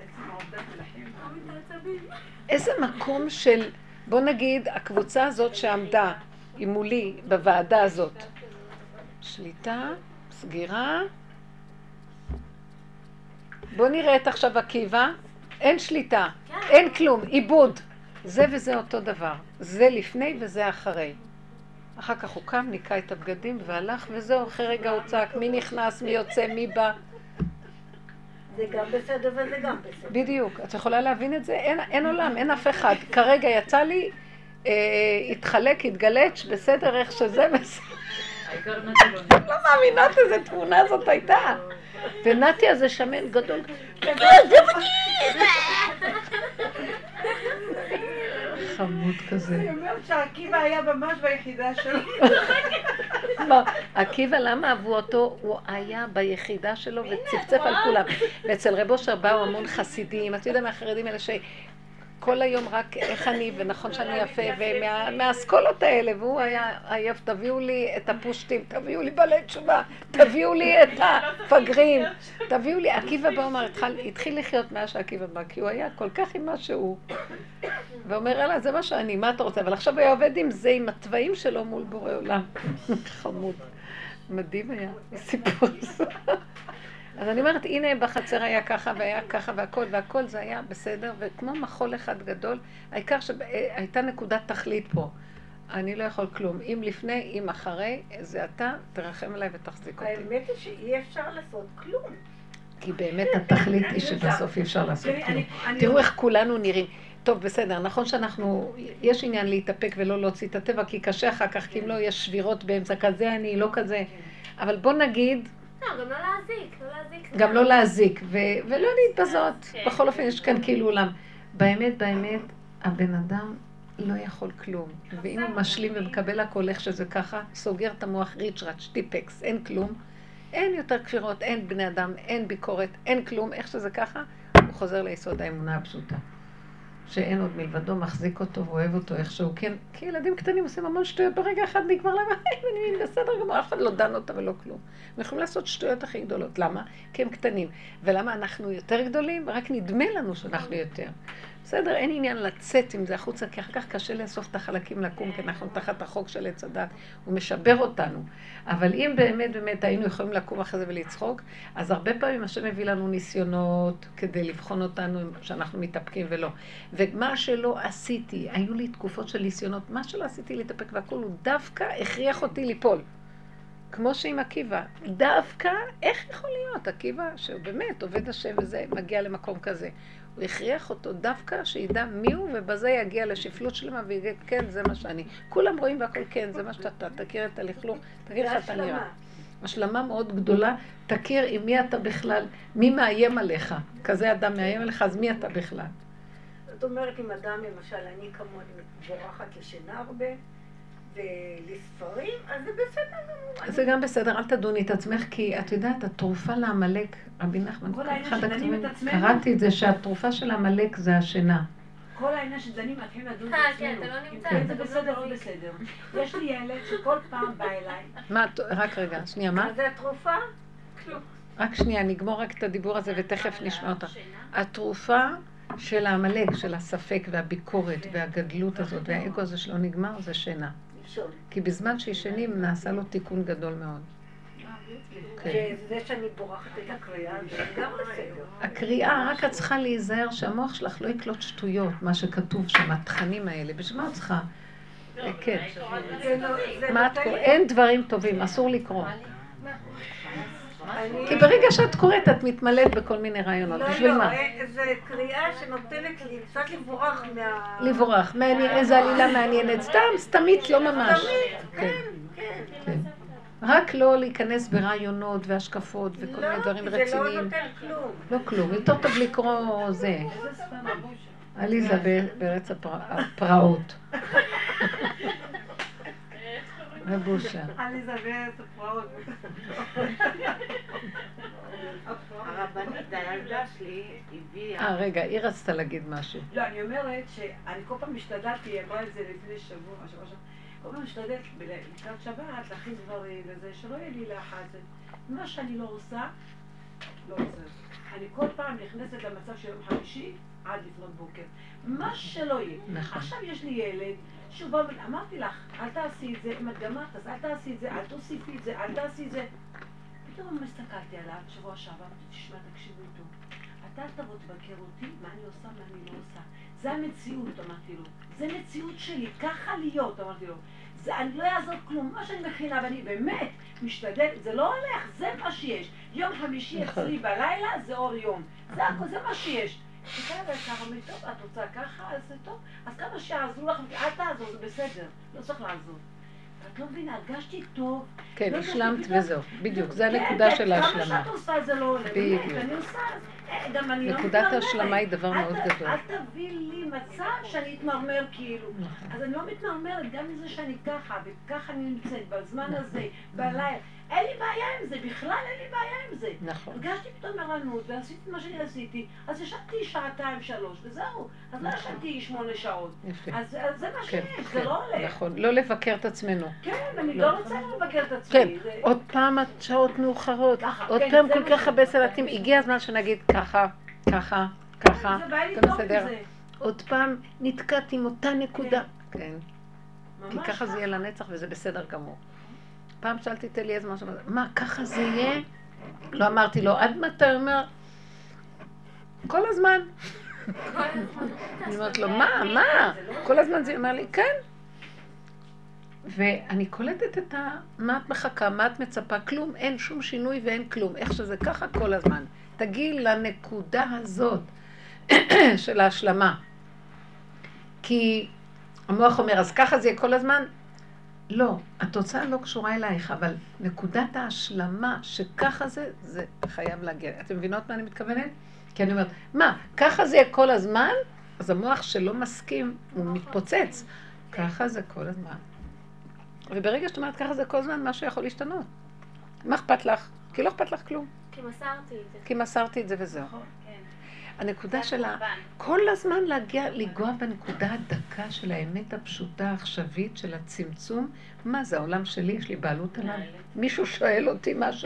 איזה מקום של, בוא נגיד, הקבוצה הזאת שעמדה, היא מולי, בוועדה הזאת. שליטה, סגירה. בוא נראה את עכשיו עקיבא. אין שליטה, אין כלום, עיבוד. זה וזה אותו דבר. זה לפני וזה אחרי. אחר כך הוא קם, ניקה את הבגדים והלך, וזהו, אחרי רגע הוא צעק, מי נכנס, מי יוצא, מי בא. זה גם בסדר וזה גם בסדר. בדיוק, את יכולה להבין את זה? אין, אין עולם, אין אף אחד. כרגע יצא לי, אה, התחלק, התגלץ', בסדר, איך שזה בסדר. לא מאמינות איזה תמונה זאת הייתה. ונתי הזה שמן גדול. חמוד כזה. אני אומרת שעקיבא היה ממש ביחידה שלו. לא, עקיבא למה אהבו אותו? הוא היה ביחידה שלו וצפצף על כולם. ואצל רב אושר באו המון חסידים, את יודעת מהחרדים האלה שכל היום רק איך אני ונכון שאני יפה ומהאסכולות האלה, והוא היה עייף, תביאו לי את הפושטים, תביאו לי בעלי תשובה, תביאו לי את הפגרים, תביאו לי. עקיבא בא אומר, התחיל לחיות מה שעקיבא בא, כי הוא היה כל כך עם מה שהוא. ואומר, אלא, זה מה שאני, מה אתה רוצה? אבל עכשיו היה עובד עם זה, עם הטבעים שלו מול בורא עולם. חמוד. מדהים היה, סיפור הזה. אז אני אומרת, הנה בחצר היה ככה והיה ככה והכל, והכל זה היה בסדר, וכמו מחול אחד גדול, העיקר שהייתה נקודת תכלית פה. אני לא יכול כלום. אם לפני, אם אחרי, זה אתה, תרחם עליי ותחזיק אותי. האמת היא שאי אפשר לעשות כלום. כי באמת התכלית היא שבסוף אי אפשר לעשות כלום. תראו איך כולנו נראים. טוב, בסדר, נכון שאנחנו, יש עניין להתאפק ולא להוציא את הטבע, כי קשה אחר כך, כי אם לא, יש שבירות באמצע, כזה אני, לא כזה. אבל בוא נגיד, לא, גם לא להזיק, לא להזיק. גם לא להזיק, ולא להתבזות. בכל אופן, יש כאן כאילו עולם. באמת, באמת, הבן אדם לא יכול כלום. ואם הוא משלים ומקבל הכל איך שזה ככה, סוגר את המוח ריצ'רץ', טיפקס, אין כלום. אין יותר כפירות, אין בני אדם, אין ביקורת, אין כלום, איך שזה ככה, הוא חוזר ליסוד האמונה הפשוטה. שאין עוד מלבדו, מחזיק אותו ואוהב אותו איכשהו, כן, כי ילדים קטנים עושים המון שטויות, ברגע אחד נגמר להם, אני בסדר גמור, אף אחד לא דן אותה ולא כלום. הם יכולים לעשות שטויות הכי גדולות, למה? כי הם קטנים. ולמה אנחנו יותר גדולים? רק נדמה לנו שאנחנו יותר. בסדר, אין עניין לצאת עם זה החוצה, כי אחר כך קשה לאסוף את החלקים לקום, כי אנחנו תחת החוק של עץ הדת, הוא משבר אותנו. אבל אם באמת באמת היינו יכולים לקום אחרי זה ולצחוק, אז הרבה פעמים השם מביא לנו ניסיונות כדי לבחון אותנו שאנחנו מתאפקים ולא. ומה שלא עשיתי, היו לי תקופות של ניסיונות, מה שלא עשיתי להתאפק והכל הוא דווקא הכריח אותי ליפול. כמו שעם עקיבא, דווקא, איך יכול להיות עקיבא שהוא באמת עובד השם וזה מגיע למקום כזה. הוא הכריח אותו דווקא שידע מי הוא ובזה יגיע לשפלות שלמה ויגיד כן זה מה שאני. כולם רואים והכל כן זה מה שאתה, תכיר את הלכלוך, תכיר איך אתה נראה. השלמה מאוד גדולה, תכיר עם מי אתה בכלל, מי מאיים עליך. כזה אדם מאיים עליך, אז מי אתה בכלל? זאת אומרת אם אדם למשל אני כמוני בורחת לשינה הרבה ולספרים, אז זה בסדר גמור. זה גם בסדר, אל תדוני את עצמך, כי את יודעת, התרופה לעמלק, רבי נחמן, אחד הכתובים, קראתי את זה, שהתרופה של העמלק זה השינה. כל העניין שדנים מתחילים לדון אה, כן, אתה לא נמצא. זה בסדר או בסדר. יש לי ילד שכל פעם בא אליי. מה, רק רגע, שנייה, מה? זה התרופה? כלום. רק שנייה, נגמור רק את הדיבור הזה ותכף נשמע אותה. התרופה של העמלק, של הספק והביקורת והגדלות הזאת והאגו הזה שלא נגמר, זה שינה. כי בזמן שישנים נעשה לו תיקון גדול מאוד. זה שאני בורחת את הקריאה, זה גם בסדר. הקריאה, רק את צריכה להיזהר שהמוח שלך לא יקלוט שטויות, מה שכתוב שם, התכנים האלה. בשביל מה את צריכה? כן. אין דברים טובים, אסור לקרוא. כי ברגע שאת קוראת, את מתמלאת בכל מיני רעיונות. בשביל מה? לא, זו קריאה שנותנת לי קצת לברוח מה... לברוח. איזה עלילה מעניינת. סתם, סתמית, לא ממש. כן, כן. רק לא להיכנס ברעיונות והשקפות וכל מיני דברים רציניים. לא, כי זה לא נותן כלום. לא כלום. יותר טוב לקרוא זה. עליזה בארץ הפרעות. מבושה. עליזה בארץ הפרעות. הרבנית, הילדה שלי הביאה... אה, רגע, היא רצתה להגיד משהו. לא, אני אומרת שאני כל פעם משתדלתי, היא אמרה את זה לפני שבוע, שבוע שבוע, כל פעם משתדלת לקראת שבת, להכין דברים וזה, שלא יהיה לי לחץ. מה שאני לא עושה, לא עושה. אני כל פעם נכנסת למצב של יום חמישי עד לפנות בוקר. מה שלא יהיה. עכשיו יש לי ילד שהוא בא, אמרתי לך, אל תעשי את זה, אם את גמרת, אז אל תעשי את זה, אל תוסיפי את זה, אל תעשי את זה. פתאום הסתכלתי עליו, שבוע שעבר, תשמע, תקשיבו איתו. אתה תבוא תבקר אותי, מה אני עושה, מה אני לא עושה. זה המציאות, אמרתי לו. זה מציאות שלי, ככה להיות, אמרתי לו. זה, אני לא יעזור כלום, מה שאני מכינה, ואני באמת משתדל, זה לא הולך, זה מה שיש. יום חמישי אצלי בלילה זה אור יום. זה הכל, זה מה שיש. וכאלה, ככה אומרת, טוב, את רוצה ככה, אז זה טוב. אז כמה שיעזרו לך, אל תעזור, זה בסדר. לא צריך לעזור. את לא מבינה, הרגשתי טוב. כן, השלמת וזהו. בדיוק, זה הנקודה של ההשלמה. כמה שאת עושה זה לא עולה. בדיוק. אני עושה, גם אני לא מתמרמרת. נקודת ההשלמה היא דבר מאוד גדול. אל תביא לי מצב שאני אתמרמר כאילו. אז אני לא מתמרמרת גם מזה שאני ככה, וככה אני נמצאת בזמן הזה, בלילה. אין לי בעיה עם זה, בכלל אין לי בעיה עם זה. נכון. הרגשתי פתאום ערנות ועשיתי מה שאני עשיתי, אז ישבתי שעתיים שלוש, וזהו. אז לא ישבתי שמונה שעות. יפה. אז זה מה שיש, זה לא הולך. נכון, לא לבקר את עצמנו. כן, אני לא רוצה לבקר את עצמי. כן, עוד פעם את שעות מאוחרות, עוד פעם כל כך הרבה סלטים, הגיע הזמן שנגיד ככה, ככה, ככה, זה בסדר. עוד פעם נתקעת עם אותה נקודה. כן, כי ככה זה יהיה לנצח וזה בסדר גמור. פעם שאלתי את אליעזר משהו, מה, ככה זה יהיה? לא אמרתי לו, עד מתי? הוא אומר, כל הזמן. אני אומרת לו, מה, מה? כל הזמן זה אומר לי, כן. ואני קולטת את ה... מה את מחכה, מה את מצפה? כלום, אין שום שינוי ואין כלום. איך שזה ככה כל הזמן. תגיעי לנקודה הזאת של ההשלמה. כי המוח אומר, אז ככה זה יהיה כל הזמן? לא, התוצאה לא קשורה אלייך, אבל נקודת ההשלמה שככה זה, זה חייב להגיע. אתם מבינות מה אני מתכוונת? כי אני אומרת, מה, ככה זה יהיה כל הזמן? אז המוח שלא מסכים, הוא מתפוצץ. ככה זה כל הזמן. וברגע שאת אומרת ככה זה כל הזמן, משהו יכול להשתנות. מה אכפת לך? כי לא אכפת לך כלום. כי מסרתי את זה. כי מסרתי את זה וזהו. הנקודה שלה, כל הזמן להגיע, לגוע בנקודה הדקה של האמת הפשוטה, העכשווית, של הצמצום. מה זה, העולם שלי? יש לי בעלות עליו? מישהו שואל אותי משהו?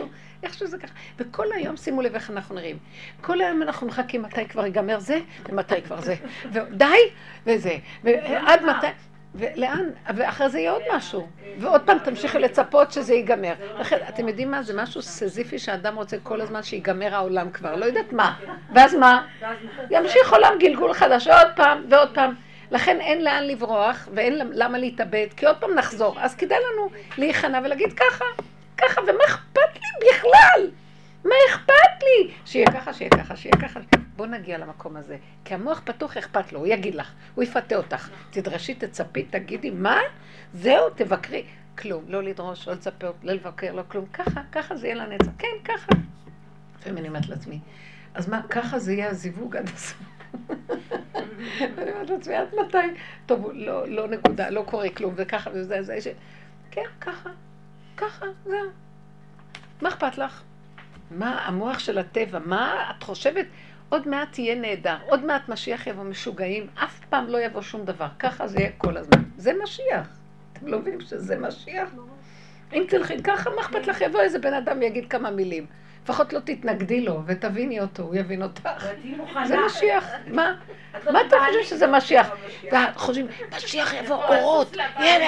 איך שזה ככה. וכל היום, שימו לב איך אנחנו נראים. כל היום אנחנו מחכים מתי כבר ייגמר זה, ומתי כבר זה. ודי, וזה. ועד מתי... ולאן? ואחרי זה יהיה עוד משהו. ועוד פעם תמשיכו לצפות שזה ייגמר. לכן, אתם יודעים מה? זה משהו סזיפי שהאדם רוצה כל הזמן שיגמר העולם כבר. לא יודעת מה. ואז מה? ימשיך עולם גלגול חדש עוד פעם ועוד פעם. לכן אין לאן לברוח ואין למה להתאבד, כי עוד פעם נחזור. אז כדאי לנו להיכנע ולהגיד ככה, ככה, ומה אכפת לי בכלל? מה אכפת לי? שיהיה ככה, שיהיה ככה, שיהיה ככה. בוא נגיע למקום הזה. כי המוח פתוח אכפת לו, הוא יגיד לך, הוא יפתה אותך. תדרשי, תצפי, תגידי, מה? זהו, תבקרי. כלום, לא לדרוש, לא לצפה, לא לבקר, לא כלום. ככה, ככה זה יהיה לנצח. כן, ככה. לפעמים אני אומרת לעצמי. אז מה, ככה זה יהיה הזיווג עד הסוף. ואני אומרת לעצמי, עד מתי? טוב, לא, לא נקודה, לא קורה כלום, וככה וזה, זה, זה. כן, ככה, ככה, זהו. מה אכפת לך? מה המוח של הטבע? מה את חושבת? עוד מעט תהיה נהדר, עוד מעט משיח יבוא משוגעים, אף פעם לא יבוא שום דבר. ככה זה יהיה כל הזמן. זה משיח. אתם לא מבינים שזה משיח? אם תלכי ככה, מה אכפת לך? יבוא איזה בן אדם ויגיד כמה מילים. לפחות לא תתנגדי לו ותביני אותו, הוא יבין אותך. זה משיח. מה? מה אתם חושבים שזה משיח? וחושבים, משיח יבוא אורות.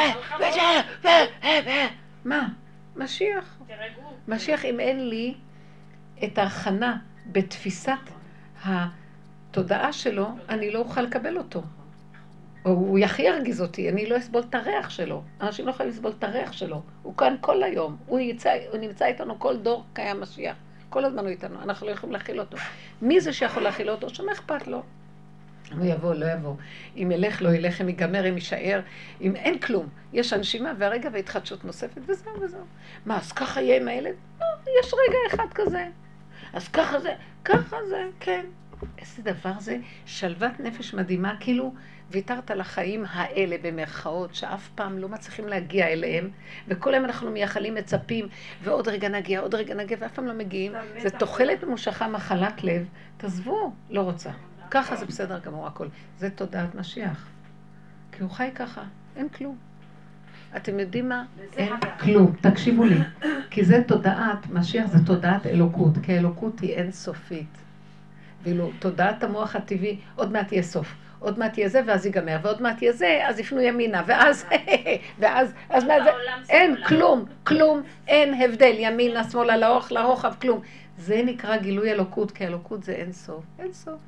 מה? משיח. משיח אם אין לי את ההכנה בתפיסת התודעה שלו, אני לא אוכל לקבל אותו. או הוא הכי ירגיז אותי, אני לא אסבול את הריח שלו. אנשים לא יכולים לסבול את הריח שלו. הוא כאן כל היום. הוא, יצא, הוא נמצא איתנו כל דור קיים משיח. כל הזמן הוא איתנו, אנחנו לא יכולים להכיל אותו. מי זה שיכול להכיל אותו? שמה אכפת לו? הוא יבוא, לא יבוא. אם ילך, לא ילך, אם ייגמר, אם יישאר. אם אין כלום. יש הנשימה והרגע והתחדשות נוספת, וזהו וזהו. מה, אז ככה יהיה עם הילד? לא, יש רגע אחד כזה. אז ככה זה, ככה זה, כן. איזה דבר זה? שלוות נפש מדהימה, כאילו ויתרת על החיים האלה במרכאות, שאף פעם לא מצליחים להגיע אליהם, וכל היום אנחנו מייחלים, מצפים, ועוד רגע נגיע, עוד רגע נגיע, ואף פעם לא מגיעים. זה תוחלת ממושכה, מחלת לב, תעזבו, לא רוצה. ככה זה בסדר גמור הכל. זה תודעת משיח. כי הוא חי ככה, אין כלום. אתם יודעים מה? אין כלום, תקשיבו לי. כי זה תודעת, משיח זה תודעת אלוקות, כי האלוקות היא אינסופית. ואילו תודעת המוח הטבעי, עוד מעט יהיה סוף. עוד מעט יהיה זה ואז ייגמר, ועוד מעט יהיה זה, אז יפנו ימינה, ואז, ואז, אז מה זה? אין כלום, כלום, אין הבדל, ימינה, שמאלה, לאורך, לרוחב, כלום. זה נקרא גילוי אלוקות, כי אלוקות זה אין סוף, אין סוף.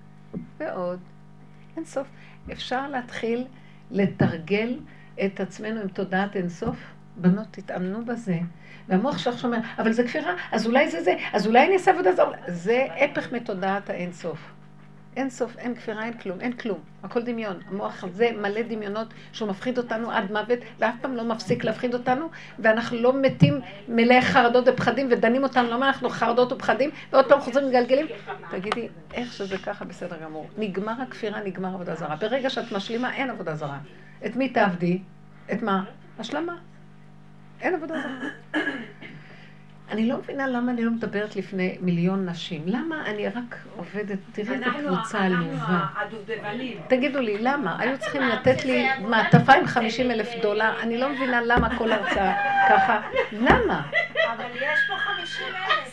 ועוד, אין סוף. אפשר להתחיל לתרגל את עצמנו עם תודעת אין סוף? בנות, תתאמנו בזה. והמוח שלך שאומר, אבל זה כפירה, אז אולי זה זה, אז אולי אני אעשה עבודה זו. זה הפך מתודעת האין סוף. אין סוף, אין כפירה, אין כלום, אין כלום. הכל דמיון. המוח הזה מלא דמיונות שהוא מפחיד אותנו עד מוות, ואף פעם לא מפסיק להפחיד אותנו, ואנחנו לא מתים מלא חרדות ופחדים, ודנים אותנו, למה אנחנו חרדות ופחדים, ועוד פעם חוזרים מגלגלים. תגידי, איך שזה ככה בסדר גמור. נגמר הכפירה, נגמר עבודה זרה. ברגע שאת משלימה, אין עבודה זרה. את מי תעבדי? את מה? השלמה. אין עבודה זרה. אני לא מבינה למה אני לא מדברת לפני מיליון נשים. למה אני רק עובדת, תראי איזה קבוצה עלובה. אנחנו הדובדבנים. תגידו לי, למה? היו צריכים לתת לי מעטפה עם חמישים אלף דולר. אני לא מבינה למה כל הרצאה ככה. למה? אבל יש פה חמישים אלף.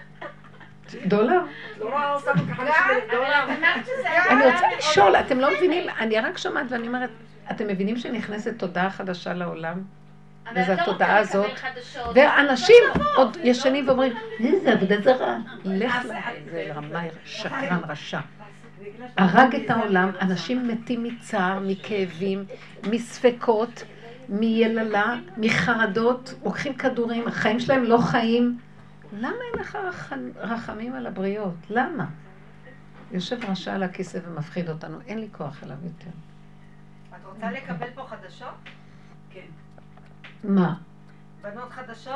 דולר? לא רואה אותנו כ-חמישים אלף דולר. אני רוצה לשאול, אתם לא מבינים, אני רק שומעת ואני אומרת, אתם מבינים שנכנסת תודעה חדשה לעולם? וזו התודעה הזאת, ואנשים עוד ישנים ואומרים, איזה עבודה זרה, לך לה, זה רמה שקרן רשע. הרג את העולם, אנשים מתים מצער, מכאבים, מספקות, מיללה, מחרדות, לוקחים כדורים, החיים שלהם לא חיים. למה אין לך רחמים על הבריות? למה? יושב רשע על הכיסא ומפחיד אותנו, אין לי כוח אליו יותר. את רוצה לקבל פה חדשות? כן. מה? בנות חדשות?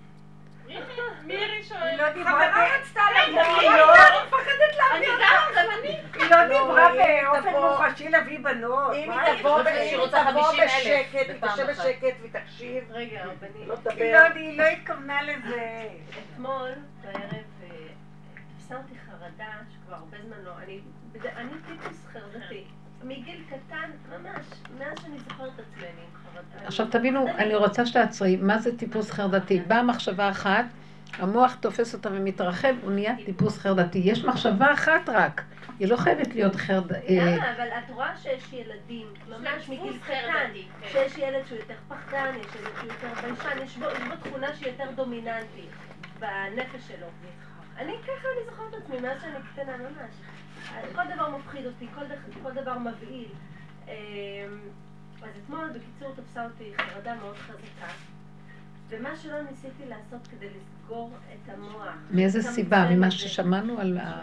מירי שואלת. היא לא דיברה רצתה לבוא. היא לא מפחדת להביא אותך. היא לא דיברה באופן תבוא. מוחשי להביא בנות. אם מה, היא תבוא היא אם רוצה היא תבוא חמישים אלף בשקט, היא בפעם תשב אחת. בשקט ותקשיב. רגע, רבנית. לא היא תדבר. לא- היא לא התכוונה לזה. אתמול בערב אה, תפסרתי חרדה שכבר הרבה זמן לא, אני, אני טיפוס חרדתי. מגיל קטן, ממש, מאז שאני זוכרת את עצמי, אני עם חרדה. עכשיו תבינו, אני רוצה שתעצרי, מה זה טיפוס חרדתי? באה מחשבה אחת, המוח תופס אותה ומתרחב, הוא נהיה טיפוס חרדתי. יש מחשבה אחת רק, היא לא חייבת להיות חרד... למה? אבל את רואה שיש ילדים, ממש מגיל קטן, שיש ילד שהוא יותר פחדן, יש ילד שהוא יותר ביישן, יש בו תכונה שהיא יותר דומיננטית בנפש שלו. אני ככה, אני זוכרת את עצמי, מאז שאני קטנה ממש. כל דבר מפחיד אותי, כל דבר מבהיל. אז אתמול בקיצור תפסה אותי חרדה מאוד חזקה. ומה שלא ניסיתי לעשות כדי לסגור את המוח. מאיזה סיבה? ממה ששמענו על ה...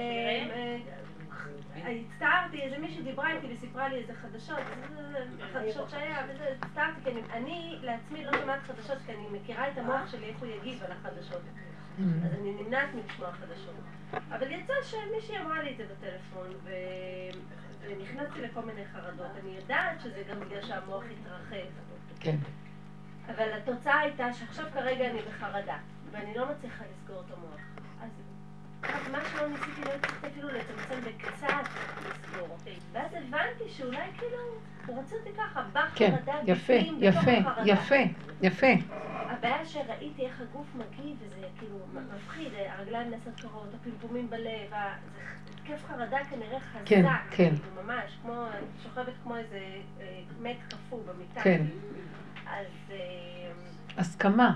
הצטערתי, איזה מישהי דיברה איתי וסיפרה לי איזה חדשות, חדשות שהיה, וזה, הצטערתי, כי אני לעצמי לא שומעת חדשות, כי אני מכירה את המוח שלי, איך הוא יגיב על החדשות. אז אני נמנעת מלשמוע חדשות. אבל יצא שמישהי אמרה לי את זה בטלפון, ונכנסתי לכל מיני חרדות. אני יודעת שזה גם בגלל שהמוח התרחב. כן. אבל התוצאה הייתה שעכשיו כרגע אני בחרדה, ואני לא מצליחה לסגור את המוח. אז מה שלא ניסיתי לא הצלחתי אפילו לצמצם בקצת לסגור. ואז הבנתי שאולי כאילו, הוא רוצה אותי ככה, בחרדה, בפנים, בתוך החרדה. יפה, יפה. הבעיה שראיתי איך הגוף מגיב, וזה כאילו מפחיד, הרגליים נעשות קרות, הפלפומים בלב, זה התקף חרדה כנראה חזק, כן, כן. ממש, כמו, שוכבת כמו איזה מת קפוא במיטה. כן. אז... הסכמה.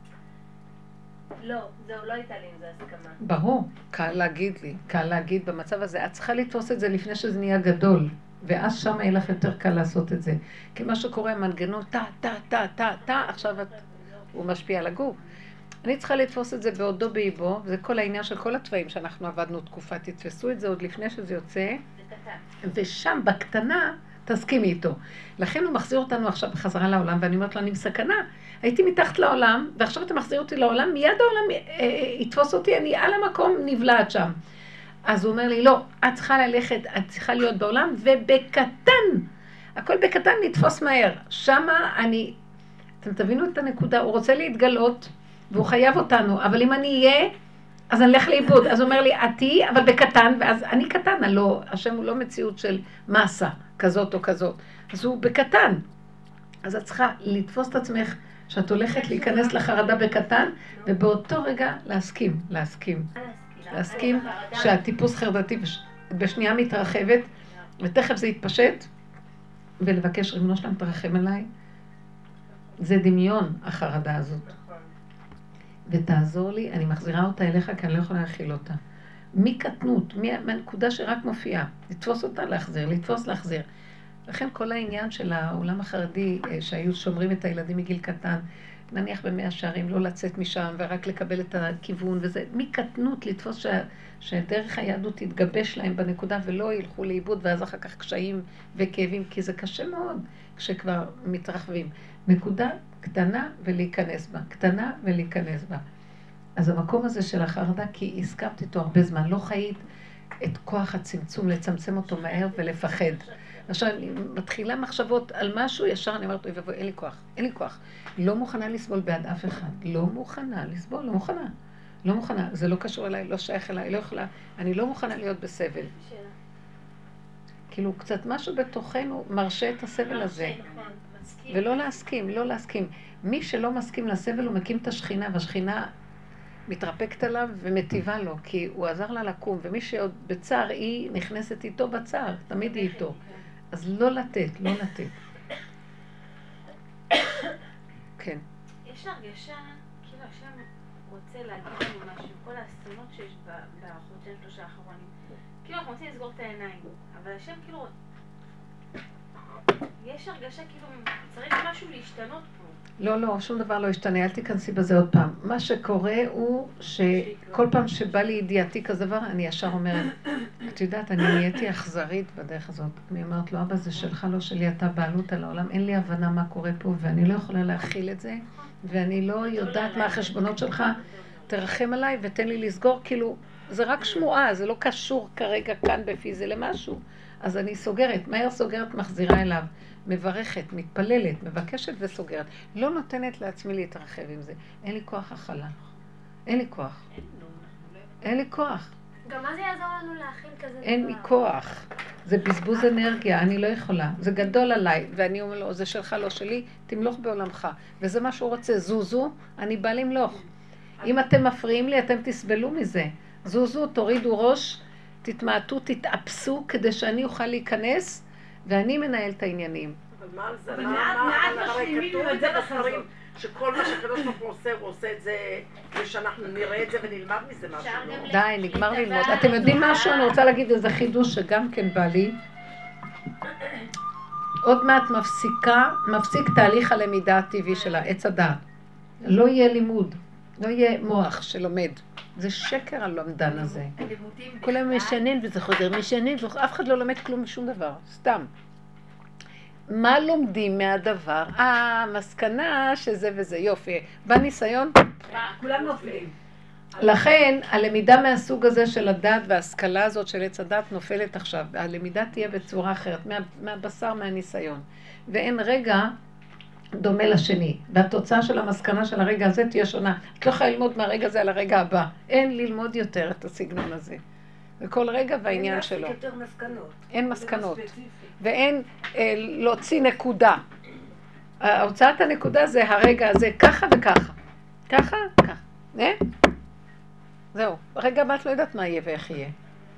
לא, זהו, לא הייתה לי עם זה הסכמה. ברור, קל להגיד לי, קל להגיד במצב הזה. את צריכה לתפוס את זה לפני שזה נהיה גדול, ואז שם יהיה לך יותר קל לעשות את זה. כי מה שקורה, מנגנון, טה, טה, טה, טה, טה, עכשיו את... הוא משפיע על הגוף. אני צריכה לתפוס את זה בעודו באיבו, וזה כל העניין של כל התוואים שאנחנו עבדנו תקופה, תתפסו את זה עוד לפני שזה יוצא, ושם בקטנה תסכימי איתו. לכן הוא מחזיר אותנו עכשיו בחזרה לעולם, ואני אומרת לו, אני בסכנה. הייתי מתחת לעולם, ועכשיו אתה מחזיר אותי לעולם, מיד העולם אה, יתפוס אותי, אני על המקום נבלעת שם. אז הוא אומר לי, לא, את צריכה ללכת, את צריכה להיות בעולם, ובקטן, הכל בקטן נתפוס מהר. שמה אני, אתם תבינו את הנקודה, הוא רוצה להתגלות, והוא חייב אותנו, אבל אם אני אהיה, אז אני אלך לאיבוד. אז הוא אומר לי, את תהי, אבל בקטן, ואז אני קטן, לא, השם הוא לא מציאות של מסה, כזאת או כזאת. אז הוא בקטן. אז את צריכה לתפוס את עצמך, שאת הולכת להיכנס לחרדה בקטן, ובאותו רגע להסכים, להסכים. להסכים שהטיפוס חרדתי בשנייה מתרחבת, ותכף זה יתפשט, ולבקש ריבונו שלם תרחם עליי. זה דמיון, החרדה הזאת. ותעזור לי, אני מחזירה אותה אליך, כי אני לא יכולה להכיל אותה. מקטנות, מהנקודה שרק מופיעה. לתפוס אותה, להחזיר, לתפוס, להחזיר. לכן כל העניין של העולם החרדי, שהיו שומרים את הילדים מגיל קטן, נניח במאה שערים, לא לצאת משם ורק לקבל את הכיוון, וזה מקטנות לתפוס ש... שדרך היהדות תתגבש להם בנקודה ולא ילכו לאיבוד, ואז אחר כך קשיים וכאבים, כי זה קשה מאוד כשכבר מתרחבים. נקודה קטנה ולהיכנס בה, קטנה ולהיכנס בה. אז המקום הזה של החרדה, כי הסכמת איתו הרבה זמן, לא חיית את כוח הצמצום, לצמצם אותו מהר ולפחד. עכשיו, אני מתחילה מחשבות על משהו, ישר אני אומרת, אוי, אין לי כוח, אין לי כוח. לא מוכנה לסבול בעד אף אחד. לא מוכנה לסבול, לא מוכנה. לא מוכנה, זה לא קשור אליי, לא שייך אליי, לא יכולה. אני לא מוכנה להיות בסבל. כאילו, קצת משהו בתוכנו מרשה את הסבל הזה. ולא להסכים, לא להסכים. מי שלא מסכים לסבל, הוא מקים את השכינה, והשכינה מתרפקת עליו ומטיבה לו, כי הוא עזר לה לקום, ומי שעוד בצער, היא נכנסת איתו בצער, תמיד היא איתו. אז לא לתת, לא לתת. כן. יש הרגשה, כאילו השם רוצה להגיד לנו משהו, כל האסונות שיש בחודשיים שלושה האחרונים. כאילו אנחנו רוצים לסגור את העיניים, אבל השם כאילו... יש הרגשה כאילו צריך משהו להשתנות פה. לא, לא, שום דבר לא ישתנה, אל תיכנסי בזה עוד פעם. מה שקורה הוא שכל פעם שבא לי ידיעתי כזה דבר, אני ישר אומרת, את יודעת, אני נהייתי אכזרית בדרך הזאת. אני אומרת לו, אבא, זה שלך, לא שלי, אתה בעלות על העולם, אין לי הבנה מה קורה פה, ואני לא יכולה להכיל את זה, ואני לא יודעת מה החשבונות שלך, תרחם עליי ותן לי לסגור, כאילו, זה רק שמועה, זה לא קשור כרגע כאן בפיזי למשהו. אז אני סוגרת, מהר סוגרת, מחזירה אליו, מברכת, מתפללת, מבקשת וסוגרת. לא נותנת לעצמי להתרחב עם זה. אין לי כוח הכלה. אין לי כוח. אין לי כוח. גם מה זה יעזור לנו להכיל כזה דבר? אין לי כוח. זה בזבוז אנרגיה, אני לא יכולה. זה גדול עליי, ואני אומר לו, זה שלך, לא שלי, תמלוך בעולמך. וזה מה שהוא רוצה, זוזו, אני בא למלוך. אם אתם מפריעים לי, אתם תסבלו מזה. זוזו, תורידו ראש, תתמעטו, תתאפסו, כדי שאני אוכל להיכנס, ואני מנהל את העניינים. אבל מה על זה? אבל מה, מעט- מה, מעט אבל הרי משלימים כתוב את את זה זה בספרים, בחזון. שכל מה שהקדוש ברוך הוא עושה, הוא עושה את זה, ושאנחנו נראה את זה ונלמד מזה משהו. אפשר לא? גם די, נגמר לתבע ללמוד. אתם יודעים לתורה. משהו? אני רוצה להגיד איזה חידוש שגם כן בא לי. עוד מעט מפסיקה, מפסיק תהליך הלמידה הטבעי של העץ הדעת. לא יהיה לימוד, לא יהיה מוח שלומד. זה שקר הלומדן הזה. כולם משנן וזה חוזר, משנן ואף אחד לא לומד כלום משום דבר, סתם. מה לומדים מהדבר? אה, מסקנה שזה וזה, יופי. בניסיון, כולם נופלים. לכן הלמידה מהסוג הזה של הדת וההשכלה הזאת של עץ הדת נופלת עכשיו. הלמידה תהיה בצורה אחרת, מה, מהבשר, מהניסיון. ואין רגע דומה לשני. והתוצאה של המסקנה של הרגע הזה תהיה שונה. את לא יכולה ללמוד מהרגע הזה על הרגע הבא. אין ללמוד יותר את הסגנון הזה. וכל רגע והעניין שלו. אין יותר מסקנות. אין מסקנות. ואין אה, להוציא נקודה. ההוצאת הנקודה זה הרגע הזה ככה וככה. ככה, ככה. אה? זהו. רגע הבא את לא יודעת מה יהיה ואיך יהיה.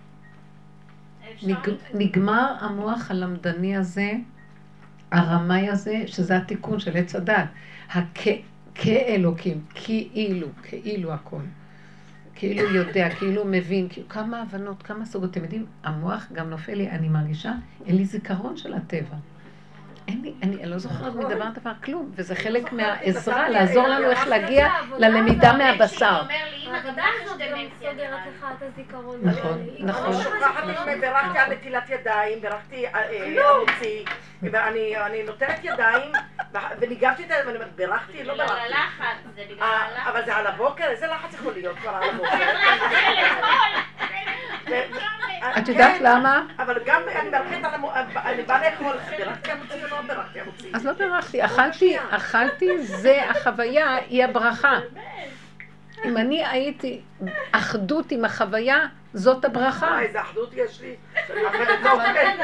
נג, נגמר המוח הלמדני הזה, הרמאי הזה, שזה התיקון של עץ הדת. הכ, כאלוקים, כאילו, כאילו הכל. כאילו יודע, כאילו מבין, כאילו, כמה הבנות, כמה סוגות. אתם יודעים, המוח גם נופל לי, אני מרגישה, אין לי זיכרון של הטבע. אין לי, אני לא זוכרת מדבר דבר כלום, וזה חלק מהעזרה, לעזור לנו איך להגיע ללמידה מהבשר. העבודה הזאת גם סוגרת לך את הזיכרון. נכון, נכון. אני שוכחת לפני, בירכתי על נטילת ידיים, בירכתי ערוצי, אני נותנת ידיים, וניגבתי את הידיים, ואני אומרת, בירכתי, לא בירכתי. בגלל הלחץ, זה בגלל הלחץ. אבל זה על הבוקר? איזה לחץ יכול להיות כבר על הבוקר? את יודעת למה? אבל גם אני מרחת על המ... אני באה לאכול, בירכתי עמוצי או לא בירכתי עמוצי? אז לא בירכתי, אכלתי, אכלתי, זה החוויה, היא הברכה. אם אני הייתי אחדות עם החוויה, זאת הברכה. איזה אחדות יש לי? שאני אוכלת לא אוכלת.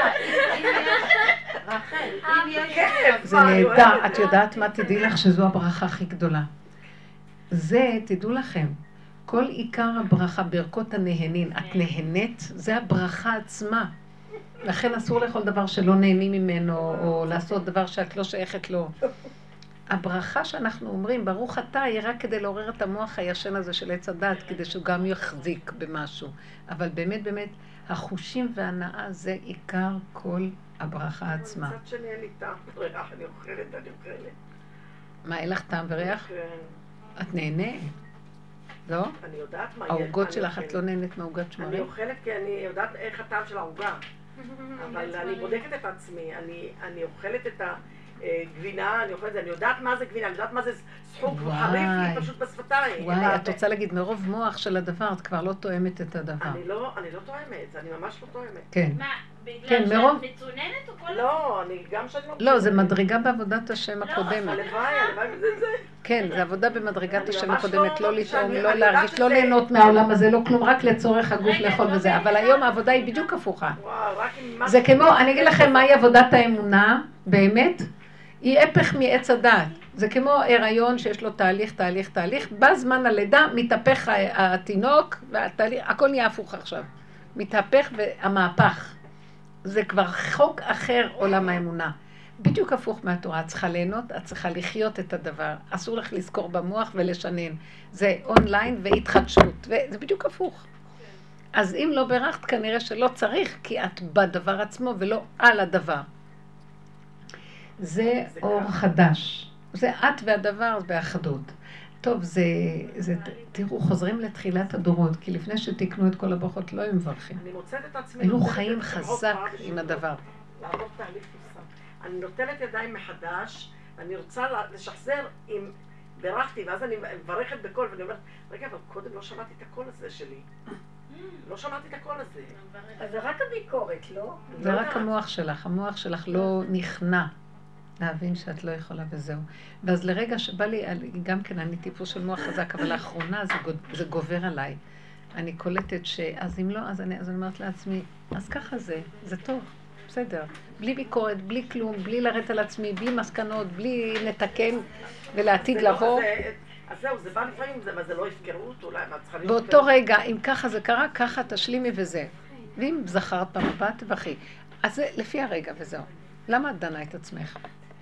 רחל, אם יש... זה נהדר, את יודעת מה? תדעי לך שזו הברכה הכי גדולה. זה, תדעו לכם, כל עיקר הברכה, ברכות הנהנין, את נהנית, זה הברכה עצמה. לכן אסור לכל דבר שלא נהנים ממנו, או לעשות דבר שאת לא שייכת לו. הברכה שאנחנו אומרים, ברוך אתה, היא רק כדי לעורר את המוח הישן הזה של עץ הדת, כדי שהוא גם יחזיק במשהו. אבל באמת, באמת, החושים וההנאה זה עיקר כל הברכה עצמה. מצד שני אין לי טעם וריח, אני אוכלת, אני אוכלת. מה, אין לך טעם וריח? כן. את נהנית? לא? אני יודעת מה יש. העוגות שלך, את לא נהנית מהעוגת שמרים? אני אוכלת כי אני יודעת איך הטעם של העוגה. אבל אני בודקת את עצמי, אני אוכלת את הגבינה, אני אוכלת את זה, אני יודעת מה זה גבינה, אני יודעת מה זה סחוג, חריף לי פשוט בשפתיים. וואי, את רוצה להגיד, מרוב מוח של הדבר, את כבר לא תואמת את הדבר. אני לא, אני לא תואמת, אני ממש לא תואמת. כן. מה, בגלל כן, שאת מרוב- מצוננת או כל... לא, אני גם שאני לא... לא, זה מדרגה בעבודת השם הקודמת. הלוואי, הלוואי, זה זה. כן, זה עבודה במדרגת אני השם ממש הקודמת, לא לא לטעום, שאני- לא אני יודעת להרגיש, לא שזה- ליהנות מהעולם הזה, לא כלום, רק לצורך הגוף רגע, לאכול לא וזה. אבל מבינה. היום העבודה היא בדיוק הפוכה. וואו, רק עם מה... זה כמו, אני אגיד לכם מהי עבודת האמונה, באמת, היא הפך מעץ הדעת. זה כמו הריון שיש לו תהליך, תהליך, תהליך. בזמן הלידה מתהפך התינוק, והתהליך, הכל נהיה הפוך עכשיו. מתהפך והמהפך. זה כבר חוק אחר עולם האמונה. בדיוק הפוך מהתורה. את צריכה ליהנות, את צריכה לחיות את הדבר. אסור לך לזכור במוח ולשנן. זה אונליין והתחדשות. וזה בדיוק הפוך. אז אם לא ברכת, כנראה שלא צריך, כי את בדבר עצמו ולא על הדבר. זה אור חדש. זה את והדבר באחדות. טוב, זה, זה, תראו, חוזרים לתחילת הדורות, כי לפני שתקנו את כל הברכות לא היו מברכים. אני מוצאת את עצמי... היו נותנת חיים את חזק רוב עם הדבר. לעבור תהליך נוסף. אני נוטלת ידיים מחדש, אני רוצה לשחזר עם... ברכתי, ואז אני מברכת בקול, ואני אומרת, רגע, אבל קודם לא שמעתי את הקול הזה שלי. לא שמעתי את הקול הזה. אז זה רק הביקורת, לא? זה רק המוח שלך, המוח שלך לא נכנע להבין שאת לא יכולה וזהו. ואז לרגע שבא לי, גם כן אני טיפוס של מוח חזק, אבל לאחרונה זה, זה גובר עליי. אני קולטת שאז אם לא, אז אני, אז אני אומרת לעצמי, אז ככה זה, זה טוב, בסדר. בלי ביקורת, בלי כלום, בלי לרדת על עצמי, בלי מסקנות, בלי לתקן ולעתיד לבוא. אז זהו, זה בא לפעמים, זה מה, זה לא הפקרות? אולי מה צריכה להיות... באותו רגע, אם ככה זה קרה, ככה תשלימי וזה. ואם זכרת במבט, תבחי. אז זה לפי הרגע וזהו. למה את דנה את עצמך?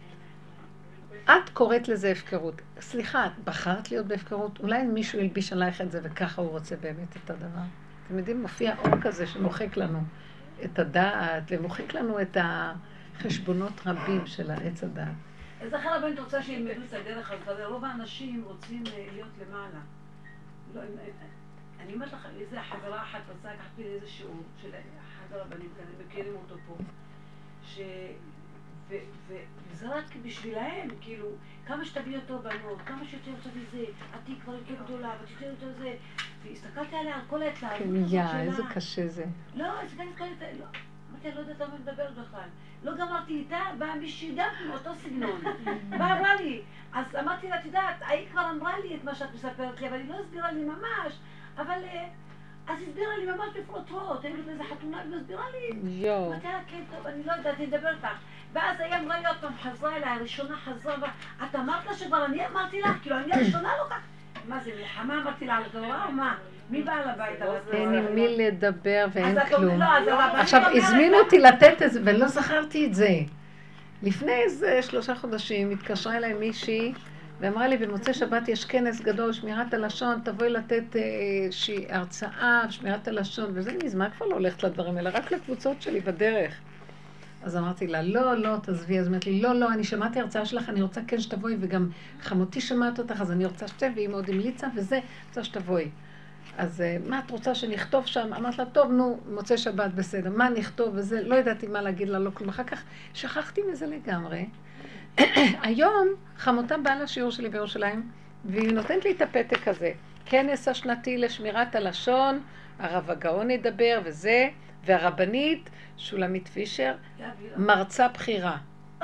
את קוראת לזה הפקרות. סליחה, את בחרת להיות בהפקרות? אולי מישהו ילביש עלייך את זה וככה הוא רוצה באמת את הדבר. אתם יודעים, מופיע אור כזה שמוחק לנו את הדעת ומוחק לנו את החשבונות רבים של העץ הדעת. אז אחר הבן רוצה שילמדו את הדרך הזאת, רוב האנשים רוצים להיות למעלה. לא, אני אומרת לך, איזה חברה אחת רצה לקחת לי איזה שיעור של אחד הרבנים, אני מכירים אותו פה, ש... ו... ו... וזה רק בשבילהם, כאילו, כמה שתביא אותו בנות, כמה שיותר תביא זה, עתיק כבר יותר גדולה, ואת יותר יותר זה, והסתכלתי עליה על כל ההתלהבות הזאת שלה. כן, יא, איזה קשה זה. לא, הסתכלתי כל ההתלהבות, לא. אמרתי, אני לא יודעת על מה מדברת בכלל. לא גמרתי איתה, באה מישהי גם מאותו סגנון. באה אמרה לי, אז אמרתי לה, את יודעת, היא כבר אמרה לי את מה שאת מספרת לי, אבל היא לא הסבירה לי ממש, אבל אז הסבירה לי ממש בפרוטרוט, היינו באיזה חתונה, היא מסבירה לי. יואו. אמרתי לה, כן, טוב, אני לא יודעת, אני אדבר איתך. ואז היא אמרה לי עוד פעם, חזרה אליי, הראשונה חזרה, את אמרת לה שכבר אני אמרתי לך, כאילו אני הראשונה לא כך. מה זה, מלחמה אמרתי לה על התורה או מה? מי בעל הבית על התורה? אין עם מי לדבר ואין אז את אומרת, כלום. לא, אז הרבנית עכשיו, אומרת הזמינו לה- אותי לתת את זה, ולא זכרתי את זה. לפני איזה שלושה חודשים התקשרה אליי מישהי, ואמרה לי, במוצאי שבת יש כנס גדול, שמירת הלשון, תבואי לתת איזושהי הרצאה, שמירת הלשון, וזה מזמן כבר לא הולכת לדברים האלה, רק לקבוצות שלי בדרך. אז אמרתי לה, לא, לא, תעזבי. אז אמרתי לי, לא, לא, אני שמעתי הרצאה שלך, אני רוצה כן שתבואי, וגם חמותי שמעת אותך, אז אני רוצה שתבואי, והיא מאוד המליצה, וזה, רוצה שתבואי. אז מה את רוצה שנכתוב שם? אמרת לה, טוב, נו, מוצאי שבת, בסדר, מה נכתוב וזה, לא ידעתי מה להגיד לה, לא כלום. אחר כך שכחתי מזה לגמרי. היום חמותה באה לשיעור שלי בירושלים, והיא נותנת לי את הפתק הזה, כנס השנתי לשמירת הלשון, הרב הגאון ידבר וזה, והרבנית שולמית פישר, מרצה בחירה.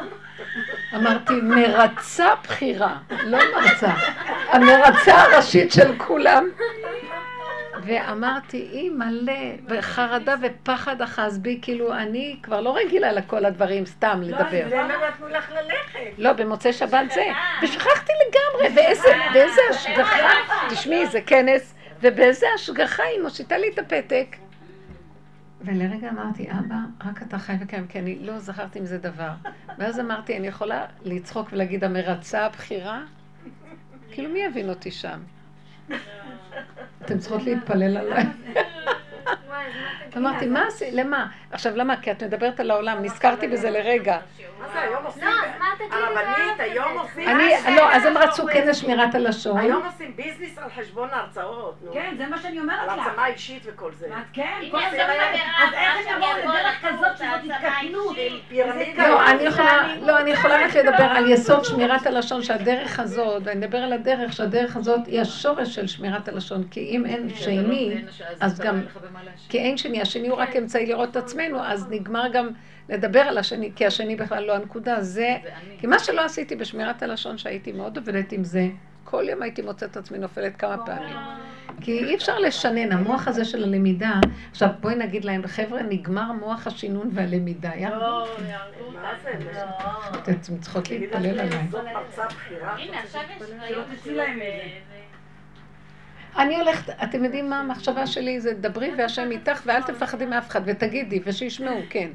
אמרתי, מרצה בחירה, לא מרצה, המרצה הראשית של כולם. ואמרתי, היא מלא, וחרדה ופחד אחז בי, כאילו אני כבר לא רגילה לכל הדברים, סתם לדבר. לא, למה נתנו לך ללכת? לא, במוצאי שבת זה. ושכחתי לגמרי, ואיזה השגחה, תשמעי, זה כנס, ובאיזה השגחה היא מושיטה לי את הפתק. ולרגע אמרתי, אבא, רק אתה חי וקיים, כי אני לא זכרתי מזה דבר. ואז אמרתי, אני יכולה לצחוק ולהגיד, המרצה הבחירה? כאילו, מי יבין אותי שם? אתם צריכות להתפלל עליי. אמרתי, מה עשי? למה? עכשיו, למה? כי את מדברת על העולם, נזכרתי בזה לרגע. מה זה, היום עושים... לא, אז מה תגידי הרבנית, היום עושים... אני, לא, אז הם רצו כנס שמירת הלשון. היום עושים ביזנס על חשבון ההרצאות, נו. כן, זה מה שאני אומרת על לך. העצמה אישית וכל זה. כן, אם כל יש זה... חברה, אז איך הם יבואו יבוא לדרך לחוץ, כזאת שזאת העצמה התקטנות? אישית. לא, אני יכולה, לא, אני יכולה רק לדבר על יסוד שמירת הלשון, שהדרך הזאת, ואני אדבר על הדרך, שהדרך הזאת היא השורש של שמירת הלשון, כי אם אין שני, אז גם, כי אין שני, השני הוא רק אמצעי לראות את עצמנו, אז נגמר גם לדבר על השני, כי השני בכלל לא הנקודה, זה, כי מה שלא עשיתי בשמירת הלשון, שהייתי מאוד עובדת עם זה, כל יום הייתי מוצאת את עצמי נופלת כמה פעמים. כי אי אפשר לשנן, המוח הזה של הלמידה, עכשיו בואי נגיד להם, חבר'ה, נגמר מוח השינון והלמידה, לא, מה זה? אתם צריכות להתפלל עליי. זאת מרצה בחירה. הנה, עכשיו יש שלא תצאי להם מזה. אני הולכת, אתם יודעים מה המחשבה שלי? זה דברי והשם איתך ואל תפחדי מאף אחד ותגידי ושישמעו, כן.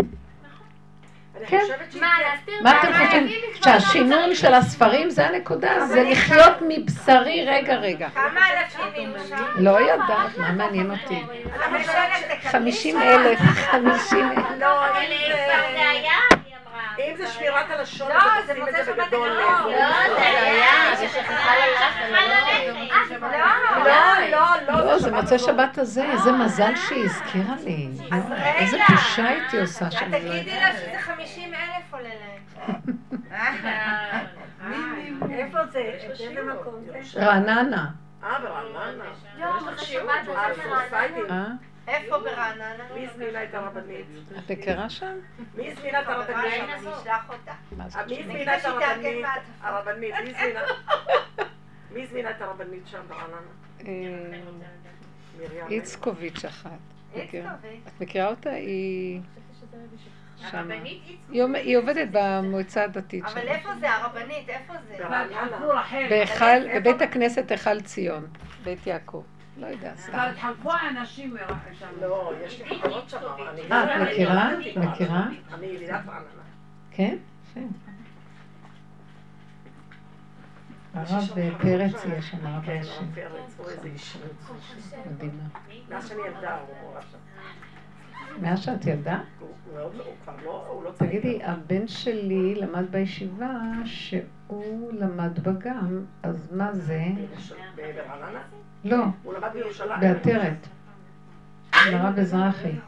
אני כן. חושבת שהיא... מה, להסתיר? מה אתם חושבים? שהשינון של הספרים זה הנקודה, זה לחיות מבשרי רגע רגע. כמה אלפים יהיו שם? לא יודעת, מה מעניין אותי? המשלת חמישים אלף, חמישים אלף. לא, אבל אם כבר זה זה... היה, היא אמרה. אם זה שמירת הלשון, לא, אז זה עושים את מוצא זה שבת בגדול. הגדול. לא, זה היה, ששכחה ללכת. לא, לא, לא. לא, זה מוצא שבת הזה, איזה מזל שהיא הזכירה לי. איזה בושה הייתי עושה שם. תגידי לה שזה חמישים אלף עולה להם. איפה זה? איזה מקום זה? רעננה. אה, ברעננה. יום, בשבת אה, הזה מרעננה. סוסייטי. אה? איפה ברעננה? מי הזמינה את הרבנית? את מכירה שם? מי הזמינה את הרבנית? אני אשלח אותה. מה זה? מי הזמינה את הרבנית? הרבנית, מי הזמינה? מי הזמינה את הרבנית שם ברעננה? אה, מרים. איצקוביץ' אחת. מכירה? איצקוביץ'. את מכירה אותה? היא... שמה. היא עובדת במועצה הדתית אבל שם. איפה זה, הרבנית, איפה זה? בהיכל- בבית הכנסת היכל ציון, בית יעקב. לא יודע, סתם. כבר התחלפו האנשים שם. לא, יש לי חברות שם. אני- אה, את מכירה? מכירה? אני ילידת רעננה. כן? יפה. הרב פרץ יש שם, הרב כן, ראשי. הרב פרץ, הוא איזה איש. מדהימה. מאז שאני ילדה הוא מורה שם. מאז שאת ילדה? הוא מאוד לא, הוא כבר לא, הוא לא צעיר. תגידי, הבן שלי למד בישיבה שהוא למד בגם, אז מה זה? ברעננה? לא, הוא למד בירושלים. בעטרת. של הרב אזרחי. אוי,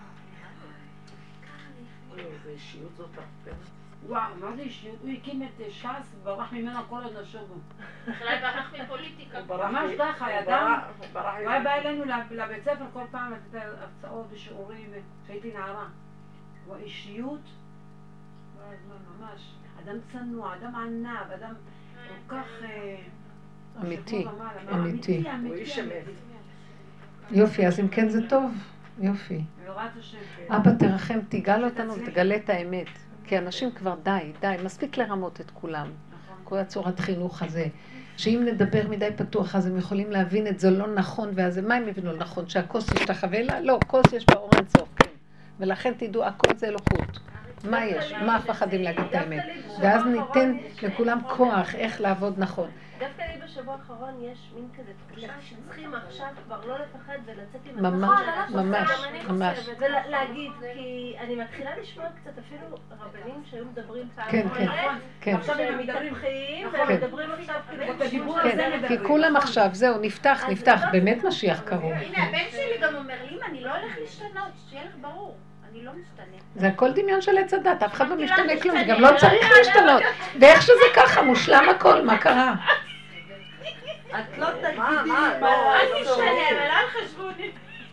איזה אישיות זאת הפרץ. וואו, מה זה אישיות? הוא הקים את ש"ס, ברח ממנה כל עוד נשובו. בכלל ברח מפוליטיקה. ממש ככה, אדם, הוא היה בא אלינו לבית ספר כל פעם לתת הרצאות ושיעורים כשהייתי נערה. הוא האישיות, ממש, אדם צנוע, אדם ענב, אדם כל כך... אמיתי, אמיתי. הוא איש אמת. יופי, אז אם כן זה טוב, יופי. בעזרת השם. אבא תרחם, תיגל אותנו ותגלה את האמת. כי אנשים כבר די, די, מספיק לרמות את כולם. כל הצורת חינוך הזה. שאם נדבר מדי פתוח, אז הם יכולים להבין את זה לא נכון, ואז מה הם הבינו נכון? שהכוס ישתחווה לה? לא, כוס יש בה אור אינסוף, כן. ולכן תדעו, הכל זה אלוקות. מה יש? מה מפחדים להגיד את האמת? ואז ניתן לכולם כוח איך לעבוד נכון. דווקא לי בשבוע האחרון יש מין כזה תחושה שצריכים עכשיו כבר לא לפחד ולצאת עם ממש, ממש, ממש. ולהגיד, כי אני מתחילה לשמוע קצת אפילו רבנים שהיו מדברים פעם. כן, כן, כן. עכשיו הם מתהפכים והם מדברים עכשיו כאילו... כן, כי כולם עכשיו, זהו, נפתח, נפתח, באמת משיח קרוב. הנה, הבן שלי גם אומר לי, אמא, אני לא הולך להשתנות, שיהיה לך ברור. אני לא משתנה. זה הכל דמיון של עץ הדת, אף אחד לא משתנה כלום, גם לא צריך להשתנות. ואיך שזה ככה, מושלם הכל, מה קרה? את לא תגידי מה, לי מה, מה לא, אל לעשות. תשתנה, אבל אל חשבוני.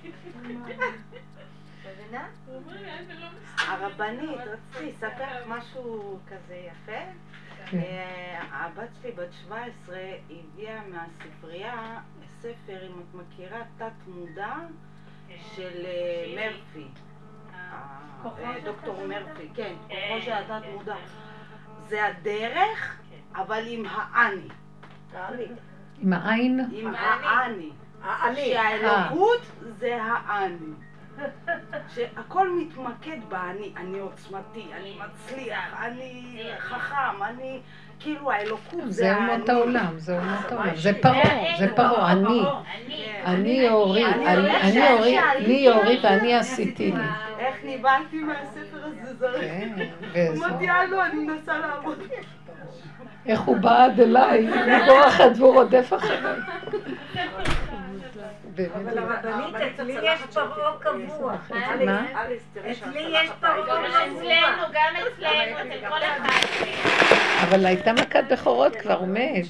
מבינה? הרבנית, רציתי לספר לך משהו כזה יפה. אה, הבת שלי בת שבע עשרה הביאה מהספרייה ספר, אם את מכירה, תת מודע של אה, מרפי. אה, דוקטור מרפי, כן, כוחו של התת מודע. זה הדרך, אבל עם האני. עם העין? עם האני. האני. שהאלוקות זה האני. שהכל מתמקד באני, אני עוצמתי, אני מצליח, אני חכם, אני... כאילו האלוקות זה זה האני. אומות העולם, זה אומות העולם. זה פרעה, זה פרעה, אני. אני אורי, אני אורי, לי אורי ואני עשיתי לי. איך ניבלתי מהספר הזה זרק. אמרתי, הלו, אני מנסה לעבוד. איך הוא בא עד אליי, מבורחת והוא רודף אחריי. אבל הרבנית, אצלי יש פרעה קבוע. מה? אצלי יש פרעה גם אצלנו, גם אצלנו, אצל כל אחד. אבל הייתה מכת בכורות כבר, הוא מת.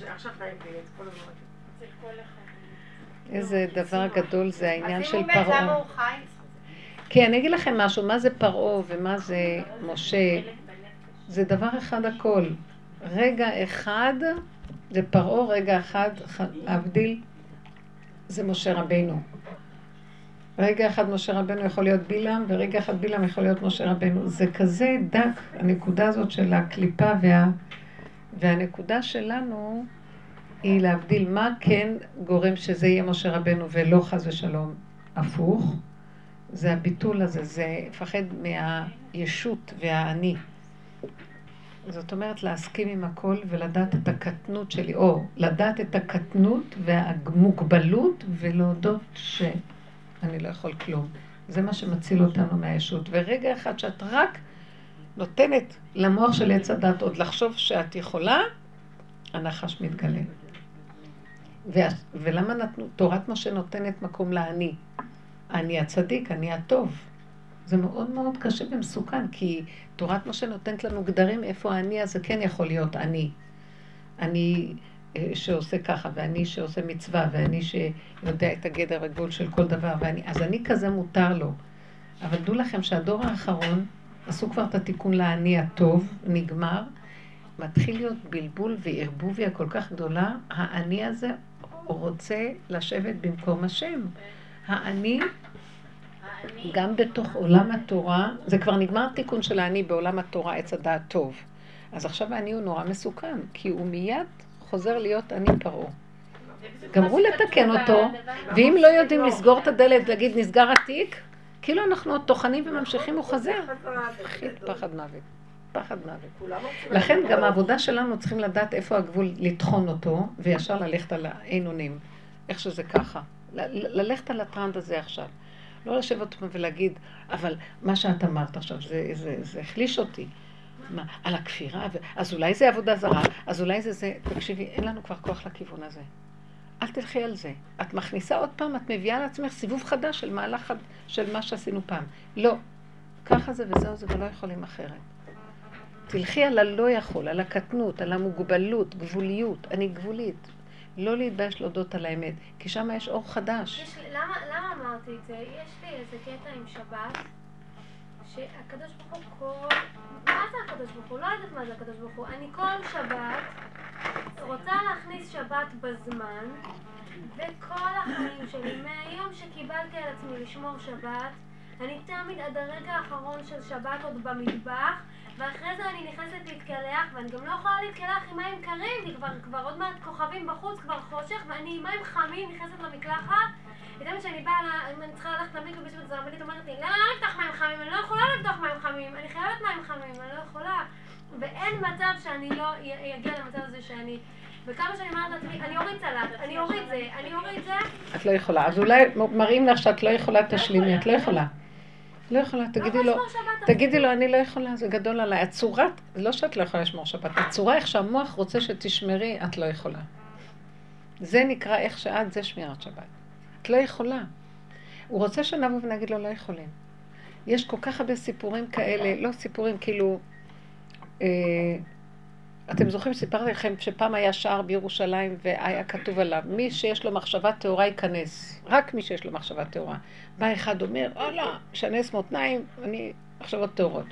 איזה דבר גדול זה העניין של אז אם הוא מת, למה פרעה. הוא חי? כן, אני אגיד לכם משהו, מה זה פרעה ומה זה משה, זה דבר אחד הכל. רגע אחד זה פרעה, רגע אחד, להבדיל, זה משה רבינו. רגע אחד משה רבינו יכול להיות בילם, ורגע אחד בילם יכול להיות משה רבינו. זה כזה דק, הנקודה הזאת של הקליפה, וה... והנקודה שלנו היא להבדיל מה כן גורם שזה יהיה משה רבינו ולא חס ושלום הפוך. זה הביטול הזה, זה לפחד מהישות והאני. זאת אומרת להסכים עם הכל ולדעת את הקטנות שלי, או לדעת את הקטנות והמוגבלות ולהודות שאני לא יכול כלום. זה מה שמציל אותנו מהישות. ורגע אחד שאת רק נותנת למוח של עץ הדת עוד לחשוב שאת יכולה, הנחש מתגלה. ו- ולמה נתנו, תורת משה נותנת מקום לאני? אני הצדיק, אני הטוב. זה מאוד מאוד קשה ומסוכן, כי תורת משה נותנת לנו גדרים איפה האני הזה כן יכול להיות אני. אני שעושה ככה, ואני שעושה מצווה, ואני שיודע את הגדר הגבול של כל דבר, ואני, אז אני כזה מותר לו. אבל דעו לכם שהדור האחרון עשו כבר את התיקון לאני הטוב, נגמר, מתחיל להיות בלבול וערבוביה כל כך גדולה, האני הזה רוצה לשבת במקום השם. האני גם בתוך עולם התורה, זה כבר נגמר תיקון של האני בעולם התורה, עץ הדעת טוב. אז עכשיו האני הוא נורא מסוכן, כי הוא מיד חוזר להיות אני פרעה. גמרו לתקן אותו, ואם לא יודעים לסגור את הדלת, להגיד נסגר התיק, כאילו אנחנו עוד טוחנים וממשיכים, הוא חזר. פחד מוות, פחד מוות. לכן גם העבודה שלנו צריכים לדעת איפה הגבול, לטחון אותו, וישר ללכת על האין אונים. איך שזה ככה. ללכת על הטרנד הזה עכשיו. לא לשבת ולהגיד, אבל מה שאת אמרת עכשיו, זה, זה, זה החליש אותי. מה, על הכפירה, ו... אז אולי זה עבודה זרה, אז אולי זה זה, תקשיבי, אין לנו כבר כוח לכיוון הזה. אל תלכי על זה. את מכניסה עוד פעם, את מביאה לעצמך סיבוב חדש של מהלך חד... של מה שעשינו פעם. לא. ככה זה וזהו זה ולא יכולים אחרת. תלכי על הלא יכול, על הקטנות, על המוגבלות, גבוליות. אני גבולית. לא להתבייש להודות על האמת, כי שם יש אור חדש. יש לי, למה, למה אמרתי את זה? יש לי איזה קטע עם שבת, שהקדוש ברוך הוא כל... מה זה הקדוש ברוך הוא? לא יודעת מה זה הקדוש ברוך הוא. אני כל שבת רוצה להכניס שבת בזמן, וכל החיים שלי, מהיום שקיבלתי על עצמי לשמור שבת, אני תמיד עד הרגע האחרון של שבת עוד במטבח, ואחרי זה אני נכנסת להתקלח, ואני גם לא יכולה להתקלח עם מים קרים, כי כבר, כבר עוד מעט כוכבים בחוץ, כבר חושך, ואני עם מים חמים נכנסת למקלחת. ותמיד שאני באה, אם אני צריכה ללכת למקלחת בשביל זה, הרבנית אומרת לי, למה לא לפתוח מים חמים? אני לא יכולה לפתוח מים חמים, אני חייבת מים חמים, אני לא יכולה. ואין מצב שאני לא אגיע למצב הזה שאני... וכמה שאני אומרת לעצמי, אני אוריד צלחת, אני אוריד זה, אני אוריד זה. את לא יכולה, אז אולי מראים לך שאת לא יכולה, תשלימי, את לא יכולה. לא יכולה, תגידי לו, תגידי לו, אני לא יכולה, זה גדול עליי. הצורה, לא שאת לא יכולה לשמור שבת, הצורה איך שהמוח רוצה שתשמרי, את לא יכולה. זה נקרא איך שאת, זה שמירת שבת. את לא יכולה. הוא רוצה שנבוא ונגיד לו, לא יכולים. יש כל כך הרבה סיפורים כאלה, לא סיפורים, כאילו, אה, אתם זוכרים שסיפרתי לכם שפעם היה שער בירושלים והיה כתוב עליו, מי שיש לו מחשבה טהורה ייכנס, רק מי שיש לו מחשבה טהורה. בא אחד אומר, או לא, שנס מותניים, אני מחשבות טהורות.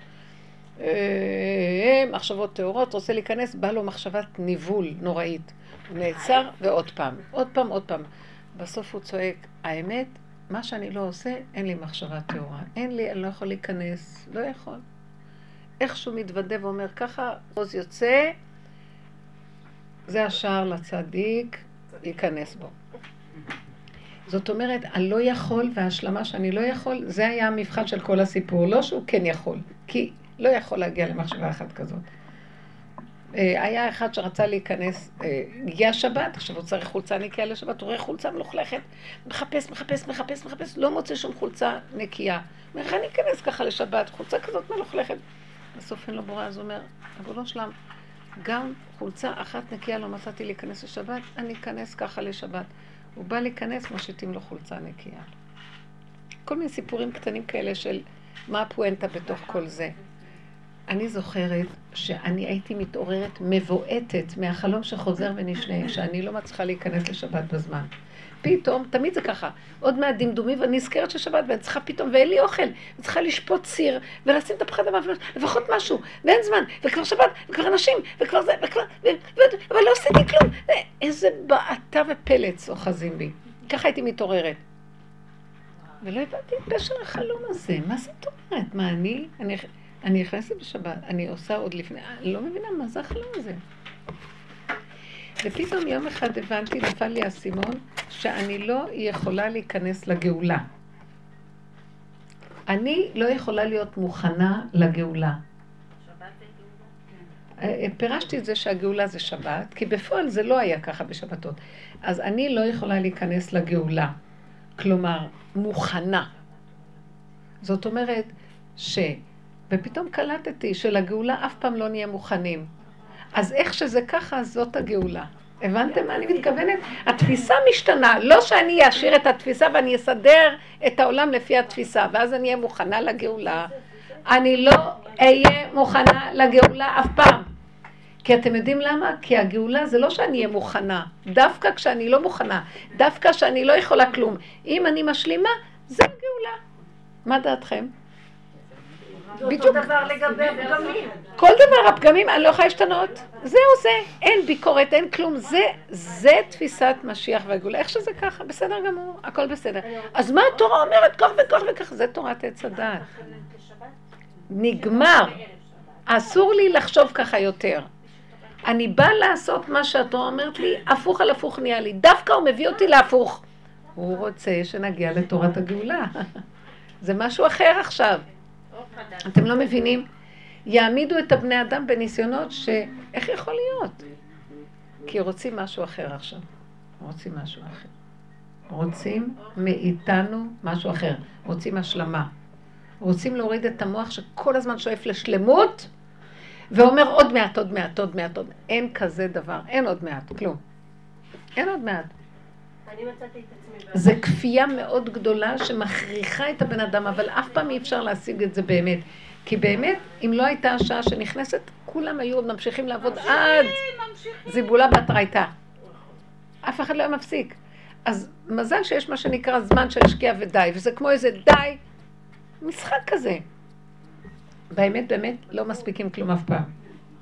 אה, מחשבות טהורות, רוצה להיכנס, בא לו מחשבת ניבול נוראית. הוא נעצר ועוד פעם, עוד פעם, עוד פעם. בסוף הוא צועק, האמת, מה שאני לא עושה, אין לי מחשבה טהורה. אין לי, אני לא יכול להיכנס, לא יכול. איכשהו מתוודה ואומר ככה, עוז יוצא, זה השער לצדיק, ייכנס בו. זאת אומרת, הלא יכול וההשלמה שאני לא יכול, זה היה המבחן של כל הסיפור. לא שהוא כן יכול, כי לא יכול להגיע למחשבה אחת כזאת. היה אחד שרצה להיכנס, הגיע שבת, עכשיו הוא צריך חולצה נקייה לשבת, הוא רואה חולצה מלוכלכת, מחפש, מחפש, מחפש, מחפש, לא מוצא שום חולצה נקייה. אומר, איך אני אכנס ככה לשבת, חולצה כזאת מלוכלכת. בסוף אין לו בורא, אז הוא אומר, אבל לא שלם, גם חולצה אחת נקייה לא מצאתי להיכנס לשבת, אני אכנס ככה לשבת. הוא בא להיכנס, מושיטים לו חולצה נקייה. כל מיני סיפורים קטנים כאלה של מה הפואנטה בתוך כל זה. אני זוכרת שאני הייתי מתעוררת מבועטת מהחלום שחוזר ונשנה, שאני לא מצליחה להיכנס לשבת בזמן. פתאום, תמיד זה ככה, עוד מהדמדומי ואני נזכרת ששבת ואני צריכה פתאום, ואין לי אוכל, אני צריכה לשפוט סיר ולשים את הפחד הבא, לפחות משהו, ואין זמן, וכבר שבת, וכבר אנשים, וכבר זה, וכבר, ו, ו, אבל לא עשיתי כלום. איזה בעתה ופלץ אוחזים בי. ככה הייתי מתעוררת. ולא הבנתי את פשר החלום הזה. מה זאת אומרת? מה אני? אני, אני נכנסת בשבת, אני עושה עוד לפני, אני לא מבינה מה זה החלום הזה. ופתאום יום אחד הבנתי, נפל לי הסימון, שאני לא יכולה להיכנס לגאולה. אני לא יכולה להיות מוכנה לגאולה. שבת זה גאולה? פירשתי את זה שהגאולה זה שבת, כי בפועל זה לא היה ככה בשבתות. אז אני לא יכולה להיכנס לגאולה. כלומר, מוכנה. זאת אומרת ש... ופתאום קלטתי שלגאולה אף פעם לא נהיה מוכנים. אז איך שזה ככה, זאת הגאולה. הבנתם מה אני מתכוונת? התפיסה משתנה. לא שאני אשאיר את התפיסה ואני אסדר את העולם לפי התפיסה, ואז אני אהיה מוכנה לגאולה. אני לא אהיה מוכנה לגאולה אף פעם. כי אתם יודעים למה? כי הגאולה זה לא שאני אהיה מוכנה. דווקא כשאני לא מוכנה. דווקא כשאני לא יכולה כלום. אם אני משלימה, זה הגאולה. מה דעתכם? אותו דבר לגבי הפגמים. כל דבר, הפגמים, אני לא יכולה להשתנות. זהו זה, אין ביקורת, אין כלום. זה, זה תפיסת משיח והגאולה. איך שזה ככה, בסדר גמור, הכל בסדר. אז מה התורה אומרת כך וכך וכך? זה תורת עץ הדעת. נגמר. אסור לי לחשוב ככה יותר. אני באה לעשות מה שהתורה אומרת לי, הפוך על הפוך נהיה לי. דווקא הוא מביא אותי להפוך. הוא רוצה שנגיע לתורת הגאולה. זה משהו אחר עכשיו. אתם לא מבינים? יעמידו את הבני אדם בניסיונות שאיך יכול להיות? כי רוצים משהו אחר עכשיו. רוצים משהו אחר. רוצים מאיתנו משהו אחר. רוצים השלמה. רוצים להוריד את המוח שכל הזמן שואף לשלמות, ואומר עוד מעט, עוד מעט, עוד מעט, עוד מעט. אין כזה דבר, אין עוד מעט, כלום. אין עוד מעט. אני מצאתי את עצמי... זה כפייה מאוד גדולה שמכריחה את הבן אדם, אבל אף פעם אי אפשר להשיג את זה באמת. כי באמת, אם לא הייתה השעה שנכנסת, כולם היו עוד ממשיכים לעבוד עד זיבולה בתרייתה. אף אחד לא היה מפסיק. אז מזל שיש מה שנקרא זמן של שקיע ודי, וזה כמו איזה די, משחק כזה. באמת, באמת, לא מספיקים כלום אף פעם.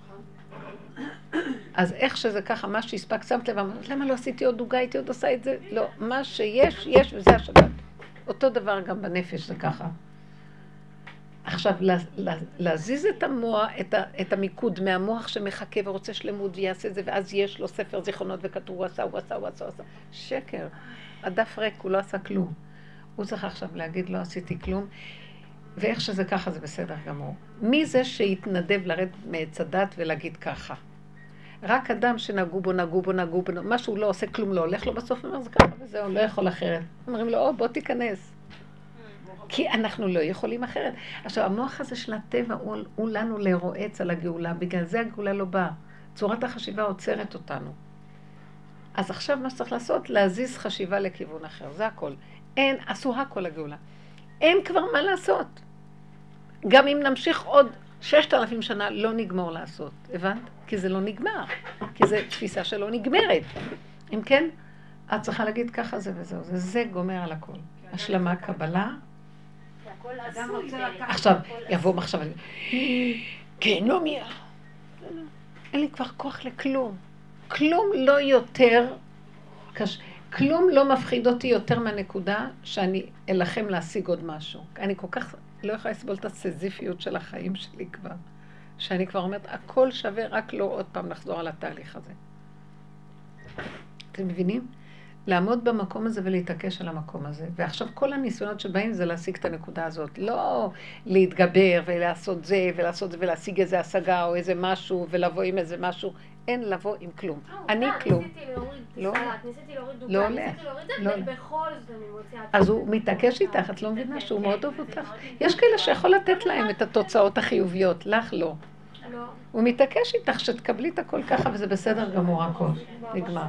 אז איך שזה ככה, מה שהספק, שמת לב, למה לא עשיתי עוד דוגה, הייתי עוד עושה את זה? לא, מה שיש, יש, וזה השבת. אותו דבר גם בנפש, זה ככה. עכשיו, להזיז את המוח, את, ה, את המיקוד מהמוח שמחכה ורוצה שלמות ויעשה את זה, ואז יש לו ספר זיכרונות וכתוב, הוא עשה, הוא עשה, הוא עשה, הוא עשה. שקר. הדף ריק, הוא לא עשה כלום. הוא צריך עכשיו להגיד, לא עשיתי כלום. ואיך שזה ככה, זה בסדר גמור. מי זה שיתנדב לרד מעץ הדת ולהגיד ככה? רק אדם שנגעו בו, נגעו בו, נגעו בו, מה שהוא לא עושה כלום, לא הולך לו בסוף, אומר, זה ככה וזהו, לא יכול אחרת. אומרים לו, או, בוא תיכנס. כי אנחנו לא יכולים אחרת. עכשיו, המוח הזה של הטבע הוא, הוא לנו לרועץ על הגאולה, בגלל זה הגאולה לא באה. צורת החשיבה עוצרת אותנו. אז עכשיו מה שצריך לעשות, להזיז חשיבה לכיוון אחר, זה הכל. אין, עשו הכל הגאולה. אין כבר מה לעשות. גם אם נמשיך עוד ששת אלפים שנה, לא נגמור לעשות. הבנת? כי זה לא נגמר. כי זה תפיסה שלא נגמרת. אם כן, את צריכה להגיד ככה זה וזהו. זה, זה גומר על הכל. השלמה, קבלה. עכשיו, יבוא מחשב. כן, לא מי... אין לי כבר כוח לכלום. כלום לא יותר... קש... כלום לא מפחיד אותי יותר מהנקודה שאני אלחם להשיג עוד משהו. אני כל כך לא יכולה לסבול את הסזיפיות של החיים שלי כבר. שאני כבר אומרת, הכל שווה, רק לא עוד פעם לחזור על התהליך הזה. אתם מבינים? לעמוד במקום הזה ולהתעקש על המקום הזה. ועכשיו כל הניסיונות שבאים זה להשיג את הנקודה הזאת. לא להתגבר ולעשות זה ולעשות זה ולהשיג איזה השגה או איזה משהו ולבוא עם איזה משהו. אין לבוא עם כלום. אני כלום. ניסיתי להוריד לא. סלט, ניסיתי להוריד לא דוגה, ניסיתי להוריד לא. זה, ובכל זאת אני מוציאה... אז הוא מתעקש איתך, את לא מבינה שהוא מאוד אוהב אותך. יש כאלה שיכול לתת להם את התוצאות החיוביות, לך לא. לא. הוא מתעקש איתך שתקבלי את הכל ככה וזה בסדר גמור הכל. נגמר.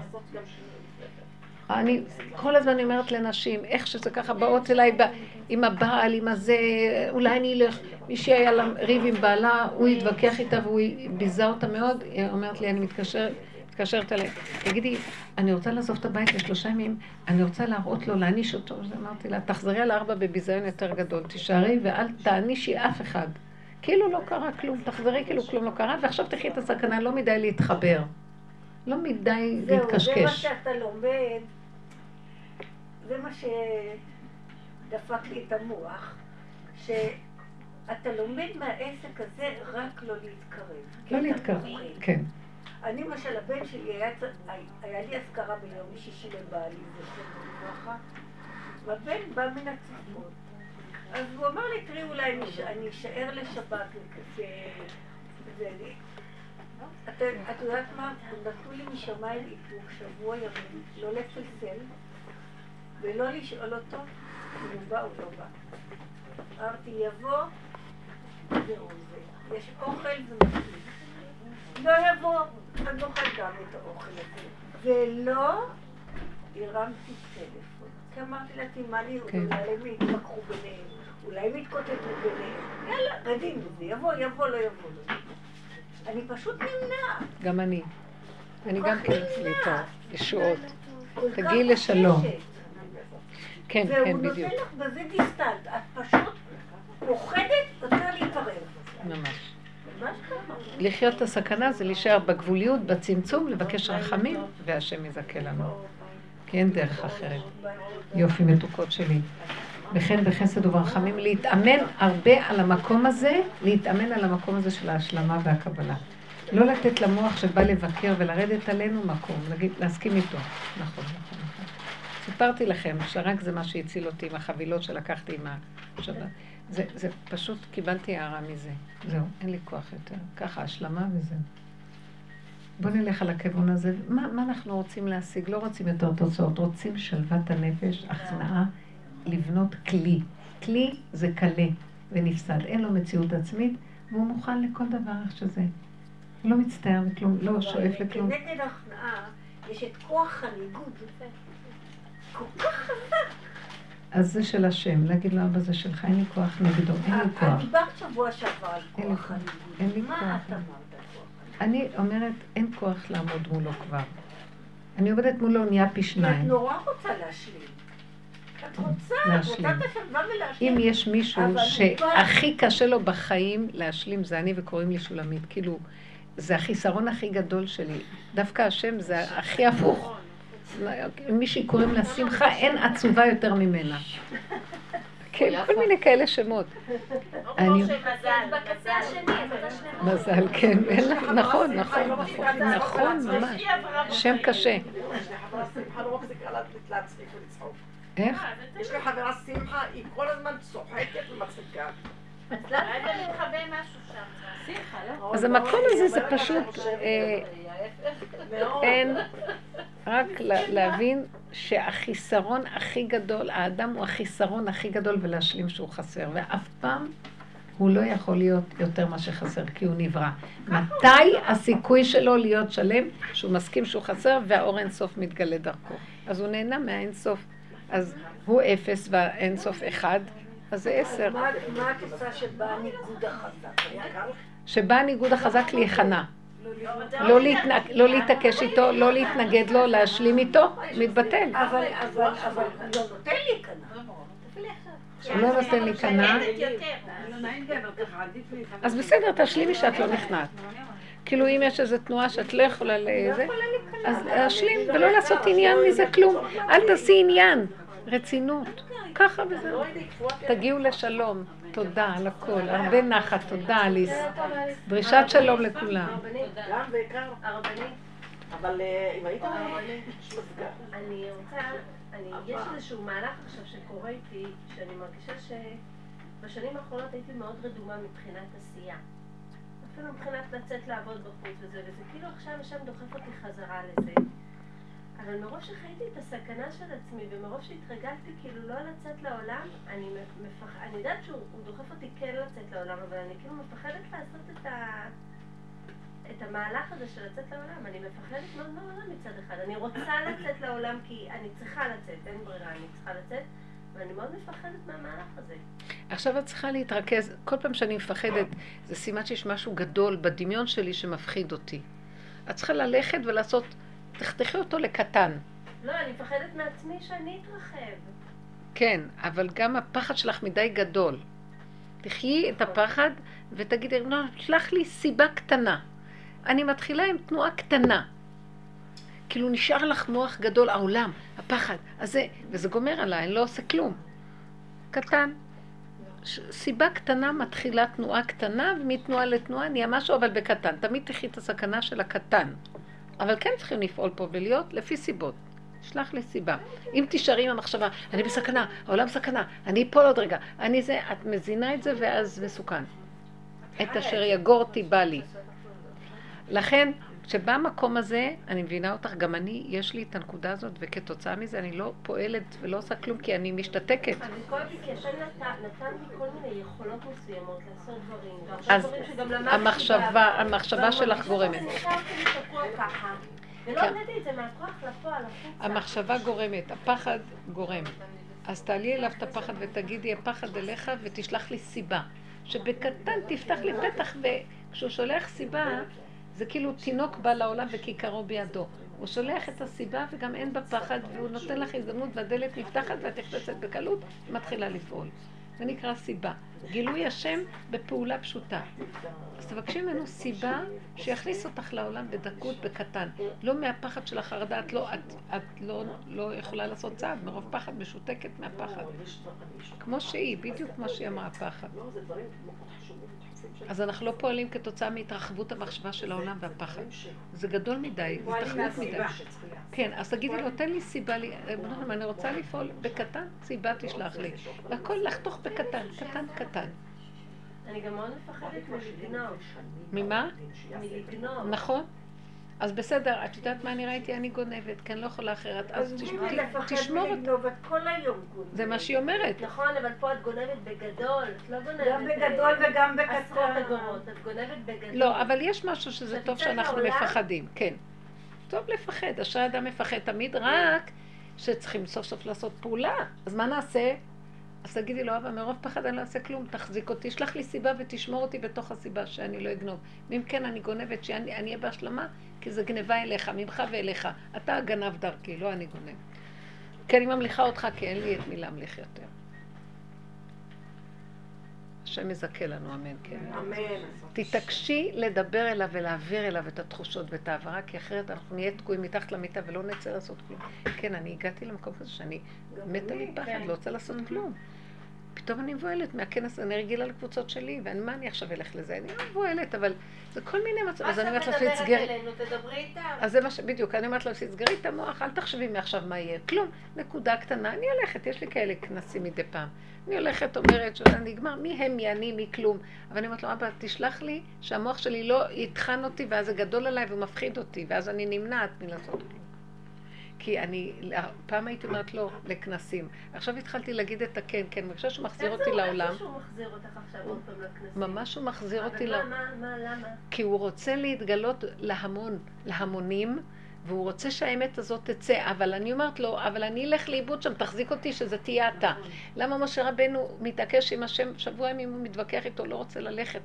אני כל הזמן אומרת לנשים, איך שזה ככה באות אליי עם הבעל, עם הזה, אולי אני אלך, מישהי היה לה ריב עם בעלה, הוא התווכח איתה והוא ביזה אותה מאוד, היא אומרת לי, אני מתקשרת, מתקשרת אליי, תגידי, אני רוצה לעזוב את הבית לשלושה ימים, אני רוצה להראות לו, להעניש אותו, אז אמרתי לה, תחזרי על ארבע בביזיון יותר גדול, תישארי ואל תענישי אף אחד. כאילו לא קרה כלום, תחזרי כאילו כלום לא קרה, ועכשיו תחי את הסכנה, לא מדי להתחבר. לא מדי להתקשקש. זהו, זה מה שאתה לומד, זה מה שדפק לי את המוח, שאתה לומד מהעסק הזה רק לא להתקרב. לא להתקרב, כן. אני למשל, הבן שלי, היה, היה לי אזכרה ביום שישי לבעלי, זכר לברכה, והבן בא מן הצפון. אז הוא אמר לי, תראי, אולי אני אשאר לשבת וכזה, וזה... את יודעת מה? נתנו לי משמיים איפוק שבוע ימים, לא לפלסל, ולא לשאול אותו אם הוא בא או לא בא. אמרתי, יבוא, זהו זה. יש אוכל ומספיק. לא יבוא, אז נאכל גם את האוכל הזה. ולא הרמתי טלפון. כי אמרתי לה, תימא לי, אולי הם יתווכחו ביניהם, אולי הם יתקוטטו ביניהם. יאללה, רדים בזה, יבוא, יבוא, לא יבוא. אני פשוט נמנע. גם אני. אני גם כן פליטה, ישועות. תגיעי לשלום. כן, כן, בדיוק. והוא נותן לך בזה דיסטנט. את פשוט פוחדת רוצה להיפרד. ממש. ממש ככה. לחיות את הסכנה זה להישאר בגבוליות, בצמצום, לבקש רחמים, והשם יזכה לנו. כי אין דרך אחרת. יופי מתוקות שלי. וכן בחסד וברחמים, להתאמן הרבה על המקום הזה, להתאמן על המקום הזה של ההשלמה והקבלה. לא לתת למוח שבא לבקר ולרדת עלינו מקום, להגיד, להסכים איתו. נכון, נכון, נכון. סיפרתי לכם שרק זה מה שהציל אותי עם החבילות שלקחתי עם השבת. זה, זה פשוט קיבלתי הערה מזה. זהו, אין לי כוח יותר. ככה, השלמה וזהו. בוא נלך על הכיוון הזה. מה, מה אנחנו רוצים להשיג? לא רוצים יותר תוצאות, רוצים שלוות הנפש, הכנעה, לבנות כלי. כלי זה קלה ונפסד. אין לו מציאות עצמית, והוא מוכן לכל דבר איך שזה. לא מצטער מכלום, לא שואף לכלום. כנגד ההכנעה יש את כוח הניגוד. כל כך חזק. אז זה של השם, להגיד לו, אבא זה שלך, אין לי כוח נגדו, אין לי כוח. אני דיברת שבוע שעבר על כוח הניגוד. אין לי כוח. מה את אמרת? אני אומרת, אין כוח לעמוד מולו כבר. אני עובדת מולו, נהיה פי שניים. את נורא רוצה להשלים. את רוצה, את רוצה את השלווה ולהשלים. אם יש מישהו שהכי קשה לו בחיים להשלים, זה אני וקוראים לי שולמית. כאילו, זה החיסרון הכי גדול שלי. דווקא השם זה הכי הפוך. מישהי קוראים לה שמחה, אין עצובה יותר ממנה. כן, כל מיני כאלה שמות. בקצה השני, מזל, כן, נכון, נכון, נכון, נכון, ממש. שם קשה. איך? יש לי חברה שמחה, היא כל הזמן צוחקת ומצחיקה. אז למה אתה מתחבא משהו שם? שמחה, לא? אז המקום הזה זה פשוט, אין, רק להבין שהחיסרון הכי גדול, האדם הוא החיסרון הכי גדול ולהשלים שהוא חסר, ואף פעם הוא לא יכול להיות יותר מה שחסר, כי הוא נברא. מתי הסיכוי שלו להיות שלם, שהוא מסכים שהוא חסר, והאור אינסוף מתגלה דרכו. אז הוא נהנה מהאינסוף, אז הוא אפס והאינסוף אחד, אז זה עשר. מה התוצאה שבא הניגוד החזק? שבא הניגוד החזק להיכנע. לא להתעקש איתו, לא להתנגד לו, להשלים איתו, מתבטל. אבל, אבל, אבל, לא נותן לי כנע. הוא לא נותן לי כנע. אז בסדר, תשלימי שאת לא נכנעת. כאילו אם יש איזו תנועה שאת לא יכולה לזה, אז להשלים ולא לעשות עניין מזה כלום. אל תעשי עניין, רצינות. ככה וזהו. תגיעו לשלום. תודה על הכל. הרבה נחת, תודה אליס. דרישת שלום לכולם. גם בעיקר. הרבנית. אבל אם היית הרבנית, יש מזגה. אני רוצה, יש איזשהו מהלך עכשיו שקורה איתי, שאני מרגישה שבשנים האחרונות הייתי מאוד רדומה מבחינת עשייה. אפילו מבחינת לצאת לעבוד בחוץ וזה, וזה כאילו עכשיו השם דוחף אותי חזרה לזה. אבל מרוב שחייתי את הסכנה של עצמי, ומרוב שהתרגלתי כאילו לא לצאת לעולם, אני מפח... אני יודעת שהוא דוחף אותי כן לצאת לעולם, אבל אני כאילו מפחדת לעשות את ה... את המהלך הזה של לצאת לעולם. אני מפחדת מאוד מהעולם מצד אחד. אני רוצה לצאת לעולם כי אני צריכה לצאת, אין ברירה, אני צריכה לצאת, ואני מאוד מפחדת מהמהלך הזה. עכשיו את צריכה להתרכז, כל פעם שאני מפחדת, זה סימן שיש משהו גדול בדמיון שלי שמפחיד אותי. את צריכה ללכת ולעשות, תחתכי אותו לקטן. לא, אני מפחדת מעצמי שאני אתרחב. כן, אבל גם הפחד שלך מדי גדול. תחיי את הפחד ותגידי, לא, שלח לי סיבה קטנה. אני מתחילה עם תנועה קטנה. כאילו נשאר לך מוח גדול, העולם, הפחד, הזה, וזה גומר עליי, אני לא עושה כלום. קטן. סיבה קטנה מתחילה תנועה קטנה, ומתנועה לתנועה נהיה משהו, אבל בקטן. תמיד תחי את הסכנה של הקטן. אבל כן צריכים לפעול פה ולהיות לפי סיבות. שלח לי סיבה. אם תישארי עם המחשבה, אני בסכנה, העולם סכנה, אני אפול עוד רגע, אני זה, את מזינה את זה ואז מסוכן. את אשר יגורתי בא לי. לכן, שבמקום הזה, אני מבינה אותך, גם אני, יש לי את הנקודה הזאת, וכתוצאה מזה אני לא פועלת ולא עושה כלום, כי אני משתתקת. אני כואב לי, כי השם נתן לי כל מיני יכולות מסוימות לעשות דברים, והרבה דברים שגם למדתי. המחשבה, המחשבה שלך גורמת. אני נשארתי לשקוע ככה, ולא הבאתי את זה מהכוח לפועל, החוצה. המחשבה גורמת, הפחד גורם. אז תעלי אליו את הפחד ותגידי, הפחד אליך ותשלח לי סיבה. שבקטן תפתח לי פתח, וכשהוא שולח סיבה, זה כאילו תינוק בא לעולם וכיכרו בידו. הוא שולח את הסיבה וגם אין בה פחד, והוא נותן לך הזדמנות והדלת נפתחת ואת נכנסת בקלות, מתחילה לפעול. זה נקרא סיבה. גילוי השם בפעולה פשוטה. אז תבקשי ממנו סיבה שיכניס אותך לעולם בדקות, בקטן. לא מהפחד של החרדה, את לא, את, את לא, לא יכולה לעשות צעד, מרוב פחד משותקת מהפחד. כמו שהיא, בדיוק כמו שהיא אמרה, הפחד. אז אנחנו לא פועלים כתוצאה מהתרחבות המחשבה של העולם והפחד. זה גדול מדי, זה תחרות מדי. כן, אז תגידי לו, תן לי סיבה, אני רוצה לפעול בקטן, סיבה תשלח לי. והכל לחתוך בקטן, קטן קטן. אני גם מאוד מפחדת מלגנוב. ממה? מלגנוב. נכון. אז בסדר, את יודעת מה אני ראיתי? אני גונבת, כי אני לא יכולה אחרת. אז תשמור אותה. כל היום גונבת. זה מה שהיא אומרת. נכון, אבל פה את גונבת בגדול. את לא גונבת... גם בגדול וגם עשרות בקטן. אגורות. את גונבת בגדול. לא, אבל יש משהו שזה טוב שאנחנו מפחדים. כן. טוב לפחד. אשר האדם מפחד תמיד, רק שצריכים סוף סוף לעשות פעולה. אז מה נעשה? אז תגידי לו, אבל מרוב פחד אני לא אעשה כלום, תחזיק אותי, שלח לי סיבה ותשמור אותי בתוך הסיבה שאני לא אגנוב. ואם כן, אני גונבת שאני אהיה בהשלמה, כי זה גנבה אליך, ממך ואליך. אתה הגנב דרכי, לא אני גונב. כי אני ממליכה אותך, כי אין לי את מי להמליך יותר. השם יזכה לנו, אמן, כן. אמן. תתעקשי לדבר אליו ולהעביר אליו את התחושות ואת העברה, כי אחרת אנחנו נהיה תקועים מתחת למיטה ולא נצא לעשות כלום. כן, אני הגעתי למקום כזה שאני מתה מפחד, לא רוצה לעשות כלום. פתאום אני מבועלת מהכנס, אני רגילה לקבוצות שלי, ומה אני עכשיו אלך לזה? אני לא מבועלת, אבל זה כל מיני מצב. מה שאת מדברת אלינו, תדברי איתם. אז זה מה ש... בדיוק, אני אומרת לה, תסגרי את המוח, אל תחשבי מעכשיו מה יהיה. כלום, נקודה קטנה, אני הולכת, יש לי כאלה כנסים מדי פעם. אני הולכת, אומרת, שזה נגמר, מי הם, מי אני, מי כלום. אבל אני אומרת לו, אבא, תשלח לי שהמוח שלי לא יתחן אותי, ואז זה גדול עליי ומפחיד אותי, ואז אני נמנעת מלעשות כלום. כי אני, פעם הייתי אומרת לא, לכנסים. עכשיו התחלתי להגיד את הכן, כן, אני חושבת שהוא מחזיר אותי לעולם. איפה שהוא מחזיר אותך עכשיו עוד פעם לכנסים? ממש הוא מחזיר אותי לעולם. אבל מה, מה, למה? כי הוא רוצה להתגלות להמון, להמונים, והוא רוצה שהאמת הזאת תצא, אבל אני אומרת לו, אבל אני אלך לאיבוד שם, תחזיק אותי שזה תהיה אתה. למה משה רבנו מתעקש עם השם, שבוע ימים הוא מתווכח איתו, לא רוצה ללכת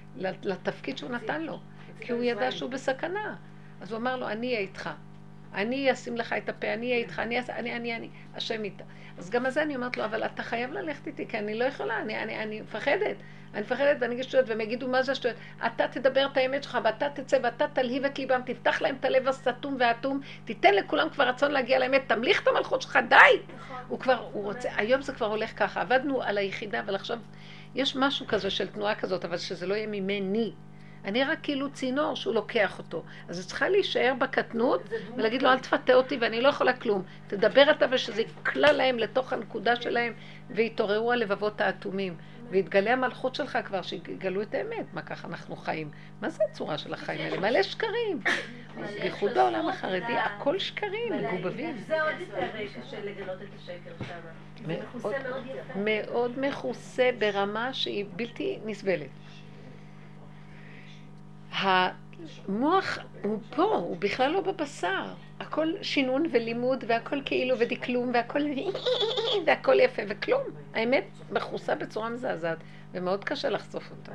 לתפקיד שהוא נתן לו, כי הוא ידע שהוא בסכנה. אז הוא אמר לו, אני אהיה איתך. אני אשים לך את הפה, אני אהיה איתך, אני, אני, אני, אני, השם איתה. אז גם הזה אני אומרת לו, אבל אתה חייב ללכת איתי, כי אני לא יכולה, אני, אני, אני מפחדת. אני מפחדת ואני אגיד שטויות, והם יגידו מה זה שטויות. אתה תדבר את האמת שלך, ואתה תצא, ואתה תלהיב את ליבם, תפתח להם את הלב הסתום והאטום, תיתן לכולם כבר רצון להגיע לאמת, תמליך את המלכות שלך, די! הוא כבר, הוא רוצה, היום זה כבר הולך ככה, עבדנו על היחידה, אבל עכשיו יש משהו כזה של תנועה כזאת, אבל שזה לא יהיה ממני. אני רק כאילו צינור שהוא לוקח אותו. אז זה צריכה להישאר בקטנות ולהגיד לו, אל תפתה אותי ואני לא יכולה כלום. תדבר אתה ושזה יקלה להם לתוך הנקודה שלהם ויתעוררו הלבבות האטומים. והתגלה המלכות שלך כבר, שיגלו את האמת, מה ככה אנחנו חיים. מה זה הצורה של החיים האלה? מלא שקרים. בייחוד בעולם החרדי, הכל שקרים, מגובבים. זה עוד יותר קשה לגלות את השקר שם. זה מכוסה מאוד יפה. מאוד מכוסה ברמה שהיא בלתי נסבלת. המוח הוא פה, הוא בכלל לא בבשר. הכל שינון ולימוד והכל כאילו ודקלום והכל והכל יפה וכלום. האמת מכוסה בצורה מזעזעת ומאוד קשה לחשוף אותה.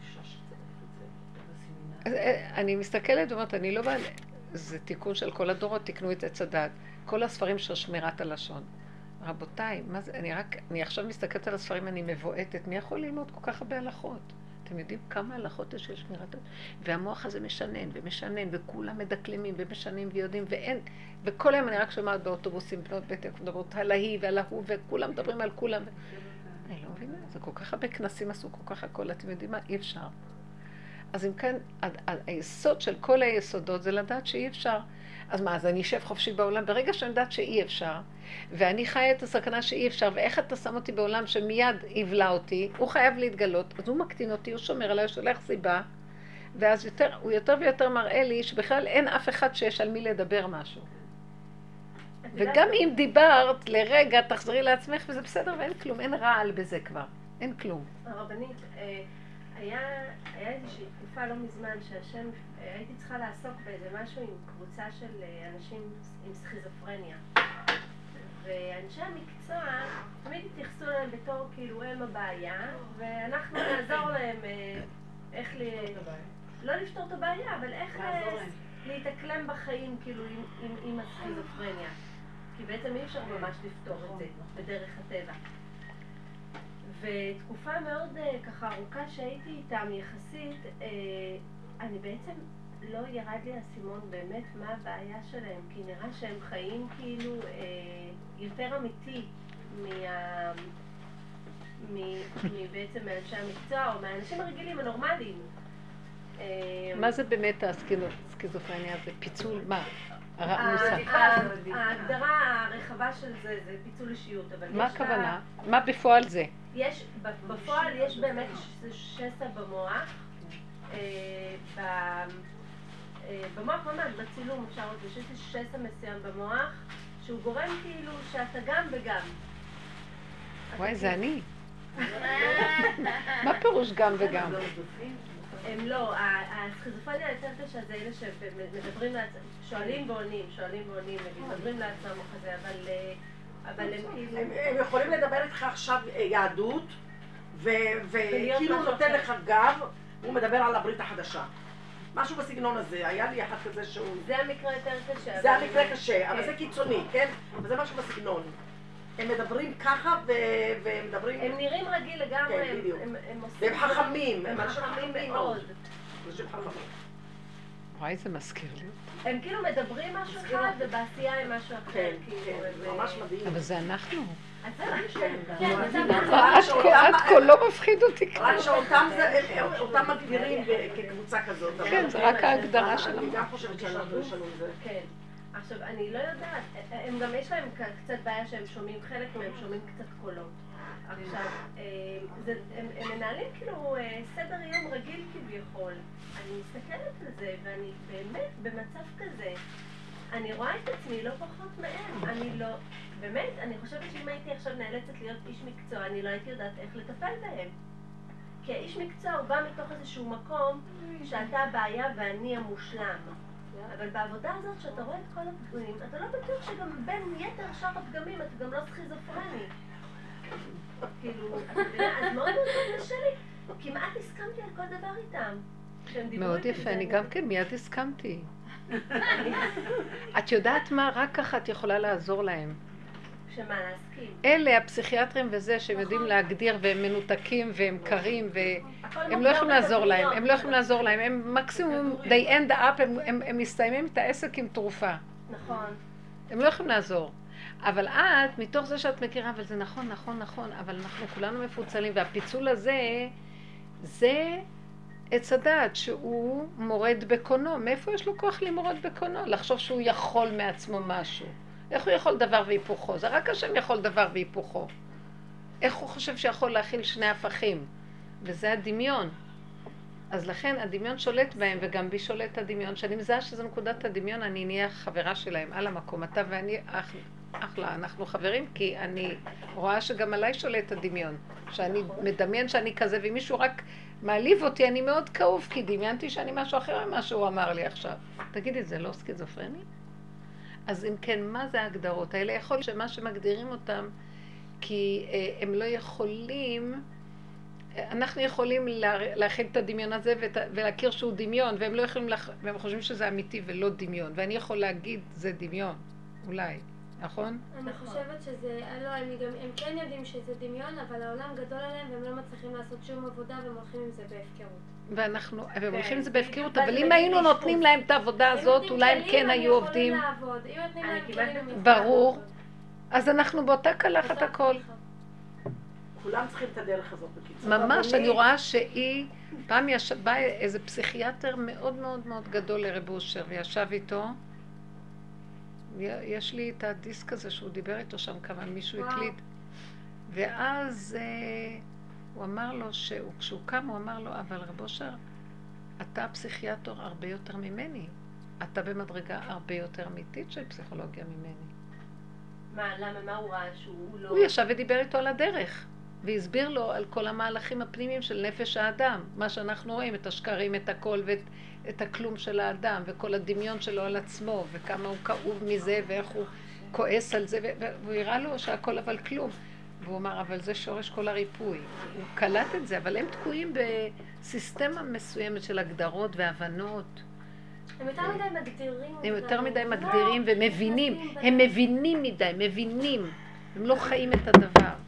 אני מסתכלת ואומרת, אני לא באה... זה תיקון של כל הדורות, תקנו את עץ הדת. כל הספרים של שמירת הלשון. רבותיי, מה זה? אני רק... אני עכשיו מסתכלת על הספרים, אני מבועטת. מי יכול ללמוד כל כך הרבה הלכות? אתם יודעים כמה הלכות יש של שמירת הלשון? והמוח הזה משנן ומשנן, וכולם מדקלמים ומשנים ויודעים, ואין... וכל היום אני רק שומעת באוטובוסים, בנות בית מדברות על ההיא ועל ההוא, וכולם מדברים על כולם. אני לא מבינה, זה כל כך הרבה כנסים עשו, כל כך הכל, אתם יודעים מה? אי אפשר. אז אם כן, היסוד של כל היסודות זה לדעת שאי אפשר. אז מה, אז אני אשב חופשי בעולם? ברגע שאני יודעת שאי אפשר, ואני חיה את הסכנה שאי אפשר, ואיך אתה שם אותי בעולם שמיד יבלע אותי, הוא חייב להתגלות, אז הוא מקטין אותי, הוא שומר עליי, הוא שולח סיבה, ואז יותר, הוא יותר ויותר מראה לי שבכלל אין אף אחד שיש על מי לדבר משהו. וגם אם דיברת לרגע, תחזרי לעצמך, וזה בסדר, ואין כלום, אין רעל בזה כבר, אין כלום. הרבנית, היה, היה איזושהי תקופה לא מזמן שהשם, הייתי צריכה לעסוק באיזה משהו עם קבוצה של אנשים עם סכיזופרניה. ואנשי המקצוע תמיד התייחסו להם בתור כאילו הם הבעיה, ואנחנו נעזור להם איך ל... לא לפתור את הבעיה, אבל איך להתאקלם בחיים כאילו עם, עם, עם הסכיזופרניה. כי בעצם אי אפשר ממש לפתור את זה בדרך הטבע. ותקופה מאוד אה, ככה ארוכה שהייתי איתם יחסית, אה, אני בעצם לא ירד לי האסימון באמת מה הבעיה שלהם, כי נראה שהם חיים כאילו אה, יותר אמיתי מה... מבעצם מאנשי המקצוע או מהאנשים הרגילים הנורמליים. מה זה באמת הסכיזופרניה? זה פיצול מה? ההגדרה הרחבה של זה זה פיצול אישיות. מה הכוונה? מה בפועל זה? יש, בפועל יש באמת שסע במוח. במוח ממש, בצילום אפשר עוד שיש שסע מסוים במוח שהוא גורם כאילו שאתה גם וגם. וואי, זה אני. מה פירוש גם וגם? הם לא, הסכיזופרניה היותר קשה זה אלה שמדברים לעצמם, שואלים ועונים, שואלים ועונים, מדברים לעצמם או כזה, אבל הם כאילו... הם יכולים לדבר איתך עכשיו יהדות, וכאילו נותן לך גב, הוא מדבר על הברית החדשה. משהו בסגנון הזה, היה לי אחד כזה שהוא... זה המקרה יותר קשה. זה המקרה קשה, אבל זה קיצוני, כן? אבל זה משהו בסגנון. הם מדברים ככה והם מדברים... הם נראים רגיל לגמרי, כן, בדיוק. הם עושים... והם חכמים, הם חכמים מאוד. אנשים חכמים. וואי, זה מזכיר לי. הם כאילו מדברים משהו אחד ובעשייה הם משהו אחר. כן, כן, ממש מדהים. אבל זה אנחנו. אז זה עד כה לא מפחיד אותי כבר. רק שאותם מגדירים כקבוצה כזאת. כן, זה רק ההגדרה שלנו. אני גם חושבת שאנחנו יש לנו את זה. כן. עכשיו, אני לא יודעת, הם גם יש להם קצת בעיה שהם שומעים, חלק מהם שומעים קצת קולות. עכשיו, הם מנהלים כאילו סדר יום רגיל כביכול. אני מסתכלת על זה, ואני באמת במצב כזה, אני רואה את עצמי לא פחות מהם. אני לא, באמת, אני חושבת שאם הייתי עכשיו נאלצת להיות איש מקצוע, אני לא הייתי יודעת איך לטפל בהם. כי האיש מקצוע הוא בא מתוך איזשהו מקום שאתה הבעיה ואני המושלם. אבל בעבודה הזאת, שאתה רואה את כל הפגמים, אתה לא בטוח שגם בין יתר שאר הפגמים אתה גם לא סכיזופרני. כאילו, אז מאוד מאוד קשה לי, כמעט הסכמתי על כל דבר איתם. מאוד יפה, אני גם כן מיד הסכמתי. את יודעת מה? רק ככה את יכולה לעזור להם. שמה, להסכים? אלה הפסיכיאטרים וזה שהם יודעים להגדיר והם מנותקים והם קרים והם לא יכולים לעזור להם, הם לא יכולים לעזור להם, הם מקסימום, they end up, הם מסתיימים את העסק עם תרופה. נכון. הם לא יכולים לעזור. אבל את, מתוך זה שאת מכירה, אבל זה נכון, נכון, נכון, אבל אנחנו כולנו מפוצלים, והפיצול הזה, זה עץ הדעת שהוא מורד בקונו. מאיפה יש לו כוח למורד בקונו? לחשוב שהוא יכול מעצמו משהו. איך הוא יכול דבר והיפוכו? זה רק השם יכול דבר והיפוכו. איך הוא חושב שיכול להכיל שני הפכים? וזה הדמיון. אז לכן הדמיון שולט בהם, וגם בי שולט הדמיון. שאני מזהה שזו נקודת הדמיון, אני נהיה חברה שלהם על המקום. אתה ואני, אח, אחלה, אנחנו חברים, כי אני רואה שגם עליי שולט הדמיון. שאני מדמיין שאני כזה, ואם מישהו רק מעליב אותי, אני מאוד כאוב, כי דמיינתי שאני משהו אחר ממה שהוא אמר לי עכשיו. תגידי, זה לא סכיזופרני? אז אם כן, מה זה ההגדרות האלה? יכול להיות שמה שמגדירים אותם, כי אה, הם לא יכולים, אנחנו יכולים לה, להכין את הדמיון הזה ות, ולהכיר שהוא דמיון, והם לא יכולים, לח... והם חושבים שזה אמיתי ולא דמיון, ואני יכול להגיד, זה דמיון, אולי, נכון? אני חושבת שזה, לא, הם, גם, הם כן יודעים שזה דמיון, אבל העולם גדול עליהם והם לא מצליחים לעשות שום עבודה והם הולכים עם זה בהפקרות. ואנחנו, והם הולכים עם זה בהפקרות, אבל אם היינו נותנים להם את העבודה הזאת, אולי הם כן היו עובדים. ברור. אז אנחנו באותה קלחת הכל. כולם צריכים את הדרך הזאת בקיצור. ממש, אני רואה שהיא, פעם בא איזה פסיכיאטר מאוד מאוד מאוד גדול לרב אושר, וישב איתו. יש לי את הדיסק הזה שהוא דיבר איתו שם כמה, מישהו הקליד. ואז הוא אמר לו, כשהוא קם הוא אמר לו, אבל רב אושר, אתה פסיכיאטר הרבה יותר ממני. אתה במדרגה הרבה יותר אמיתית של פסיכולוגיה ממני. מה, למה, מה הוא ראה שהוא לא... הוא ישב ודיבר איתו על הדרך, והסביר לו על כל המהלכים הפנימיים של נפש האדם, מה שאנחנו רואים, את השקרים, את הכל ואת את הכלום של האדם, וכל הדמיון שלו על עצמו, וכמה הוא כאוב מזה, ואיך הוא כועס על זה, והוא הראה לו שהכל אבל כלום. והוא אמר, אבל זה שורש כל הריפוי. הוא קלט את זה, אבל הם תקועים בסיסטמה מסוימת של הגדרות והבנות. הם יותר מדי מגדירים. הם יותר מדי מגדירים ומבינים. הם מבינים מדי, מבינים. הם לא חיים את הדבר.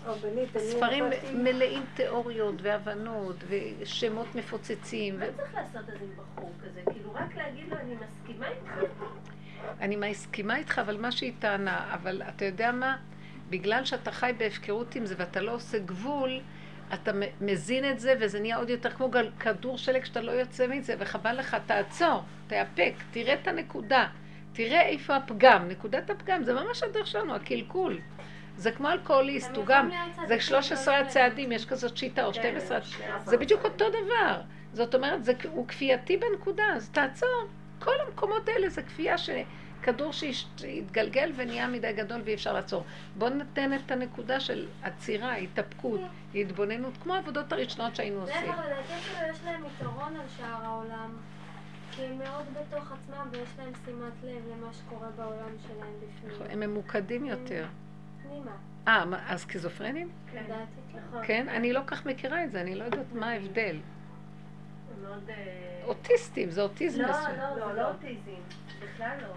ספרים מלאים תיאוריות והבנות ושמות מפוצצים. מה צריך לעשות אז עם בחור כזה? כאילו רק להגיד לו אני מסכימה איתך? אני מסכימה איתך, אבל מה שהיא טענה, אבל אתה יודע מה? בגלל שאתה חי בהפקרות עם זה ואתה לא עושה גבול, אתה מזין את זה וזה נהיה עוד יותר כמו כדור שלג שאתה לא יוצא מזה וחבל לך, תעצור, תאפק, תראה את הנקודה, תראה איפה הפגם, נקודת הפגם, זה ממש הדרך שלנו, הקלקול. זה כמו אלכוהוליסט, הוא גם, זה שלוש עשרה הצעדים, יש כזאת שיטה, או שתים עשרה, זה בדיוק אותו דבר. זאת אומרת, זה, הוא כפייתי בנקודה, אז תעצור. כל המקומות האלה זה כפייה שכדור שהתגלגל ונהיה מדי גדול ואי אפשר לעצור. בואו נתן את הנקודה של עצירה, התאפקות, התבוננות, כמו העבודות הראשונות שהיינו עושים. זה אבל לדעתי שלו יש להם יתרון על שאר העולם, כי הם מאוד בתוך עצמם ויש להם שימת לב למה שקורה בעולם שלהם בפנים. הם ממוקדים יותר. פנימה. אה, אז סכיזופרנים? כן. לדעתי, כן, אני לא כך מכירה את זה, אני לא יודעת מה ההבדל. מאוד... אוטיסטים, זה אוטיזם לא, מסוים. לא, זה לא אוטיזם, בכלל לא.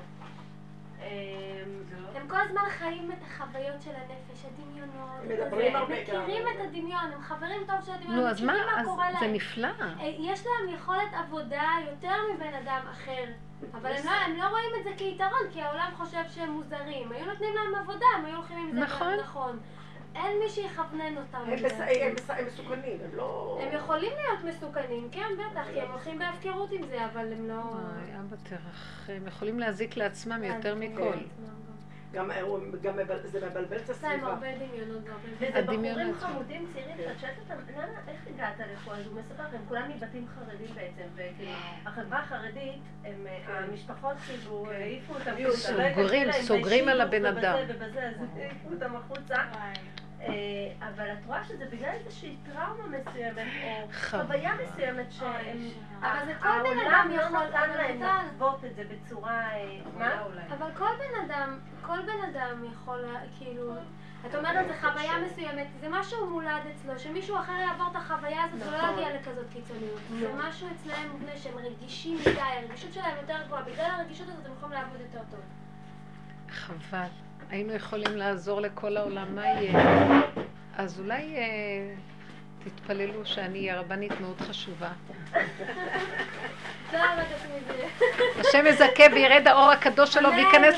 הם כל הזמן חיים את החוויות של הנפש, הדמיונות. הם מדברים הרבה גם. מכירים את הדמיון, הם חברים טוב של הדמיון. נו, אז מה? אז זה להם. נפלא. יש להם יכולת עבודה יותר מבן אדם אחר. אבל הם לא, הם לא רואים את זה כיתרון, כי העולם חושב שהם מוזרים. היו נותנים להם עבודה, הם היו הולכים עם זה נכון. נכון. אין מי שיכוונן אותם. הם, בס... הם, בס... הם מסוכנים, הם לא... הם יכולים להיות מסוכנים, כן, בטח, כי הם הולכים בהפקרות עם זה, אבל הם לא... אוי, אבא תרח, הם יכולים להזיק לעצמם יותר מכל. גם, גם זה מבלבל את הסביבה. הם הרבה דמיונות והרבה... וזה בחורים חמודים צעירים, את שואלת אותם, למה, איך הגעת לפה? אז הוא מספר, הם כולם מבתים חרדים בעצם, וכאילו, החברה החרדית, המשפחות כאילו העיפו אותם, סוגרים, סוגרים על הבן אדם. ובזה, אז העיפו אותם החוצה. אבל את רואה שזה בגלל איזושהי טראומה מסוימת, או חוויה מסוימת שהם... אבל זה כל בן אדם יכול... העולם לא נתן להם לחוות את זה בצורה... מה? אבל כל בן אדם, כל בן אדם יכול, כאילו... את אומרת, זה חוויה מסוימת, זה משהו מולד אצלו, שמישהו אחר יעבור את החוויה הזאת ולא יגיע לכזאת קיצוניות. זה משהו אצלם מובנה שהם רגישים מדי, הרגישות שלהם יותר גבוהה, בגלל הרגישות הזאת הם יכולים לעבוד יותר טוב. חבל. היינו יכולים לעזור לכל העולם, מה יהיה? אז אולי אה, תתפללו שאני אהיה רבנית מאוד חשובה. לא, אבל תעשו מזה. השם יזכה וירד האור הקדוש שלו וייכנס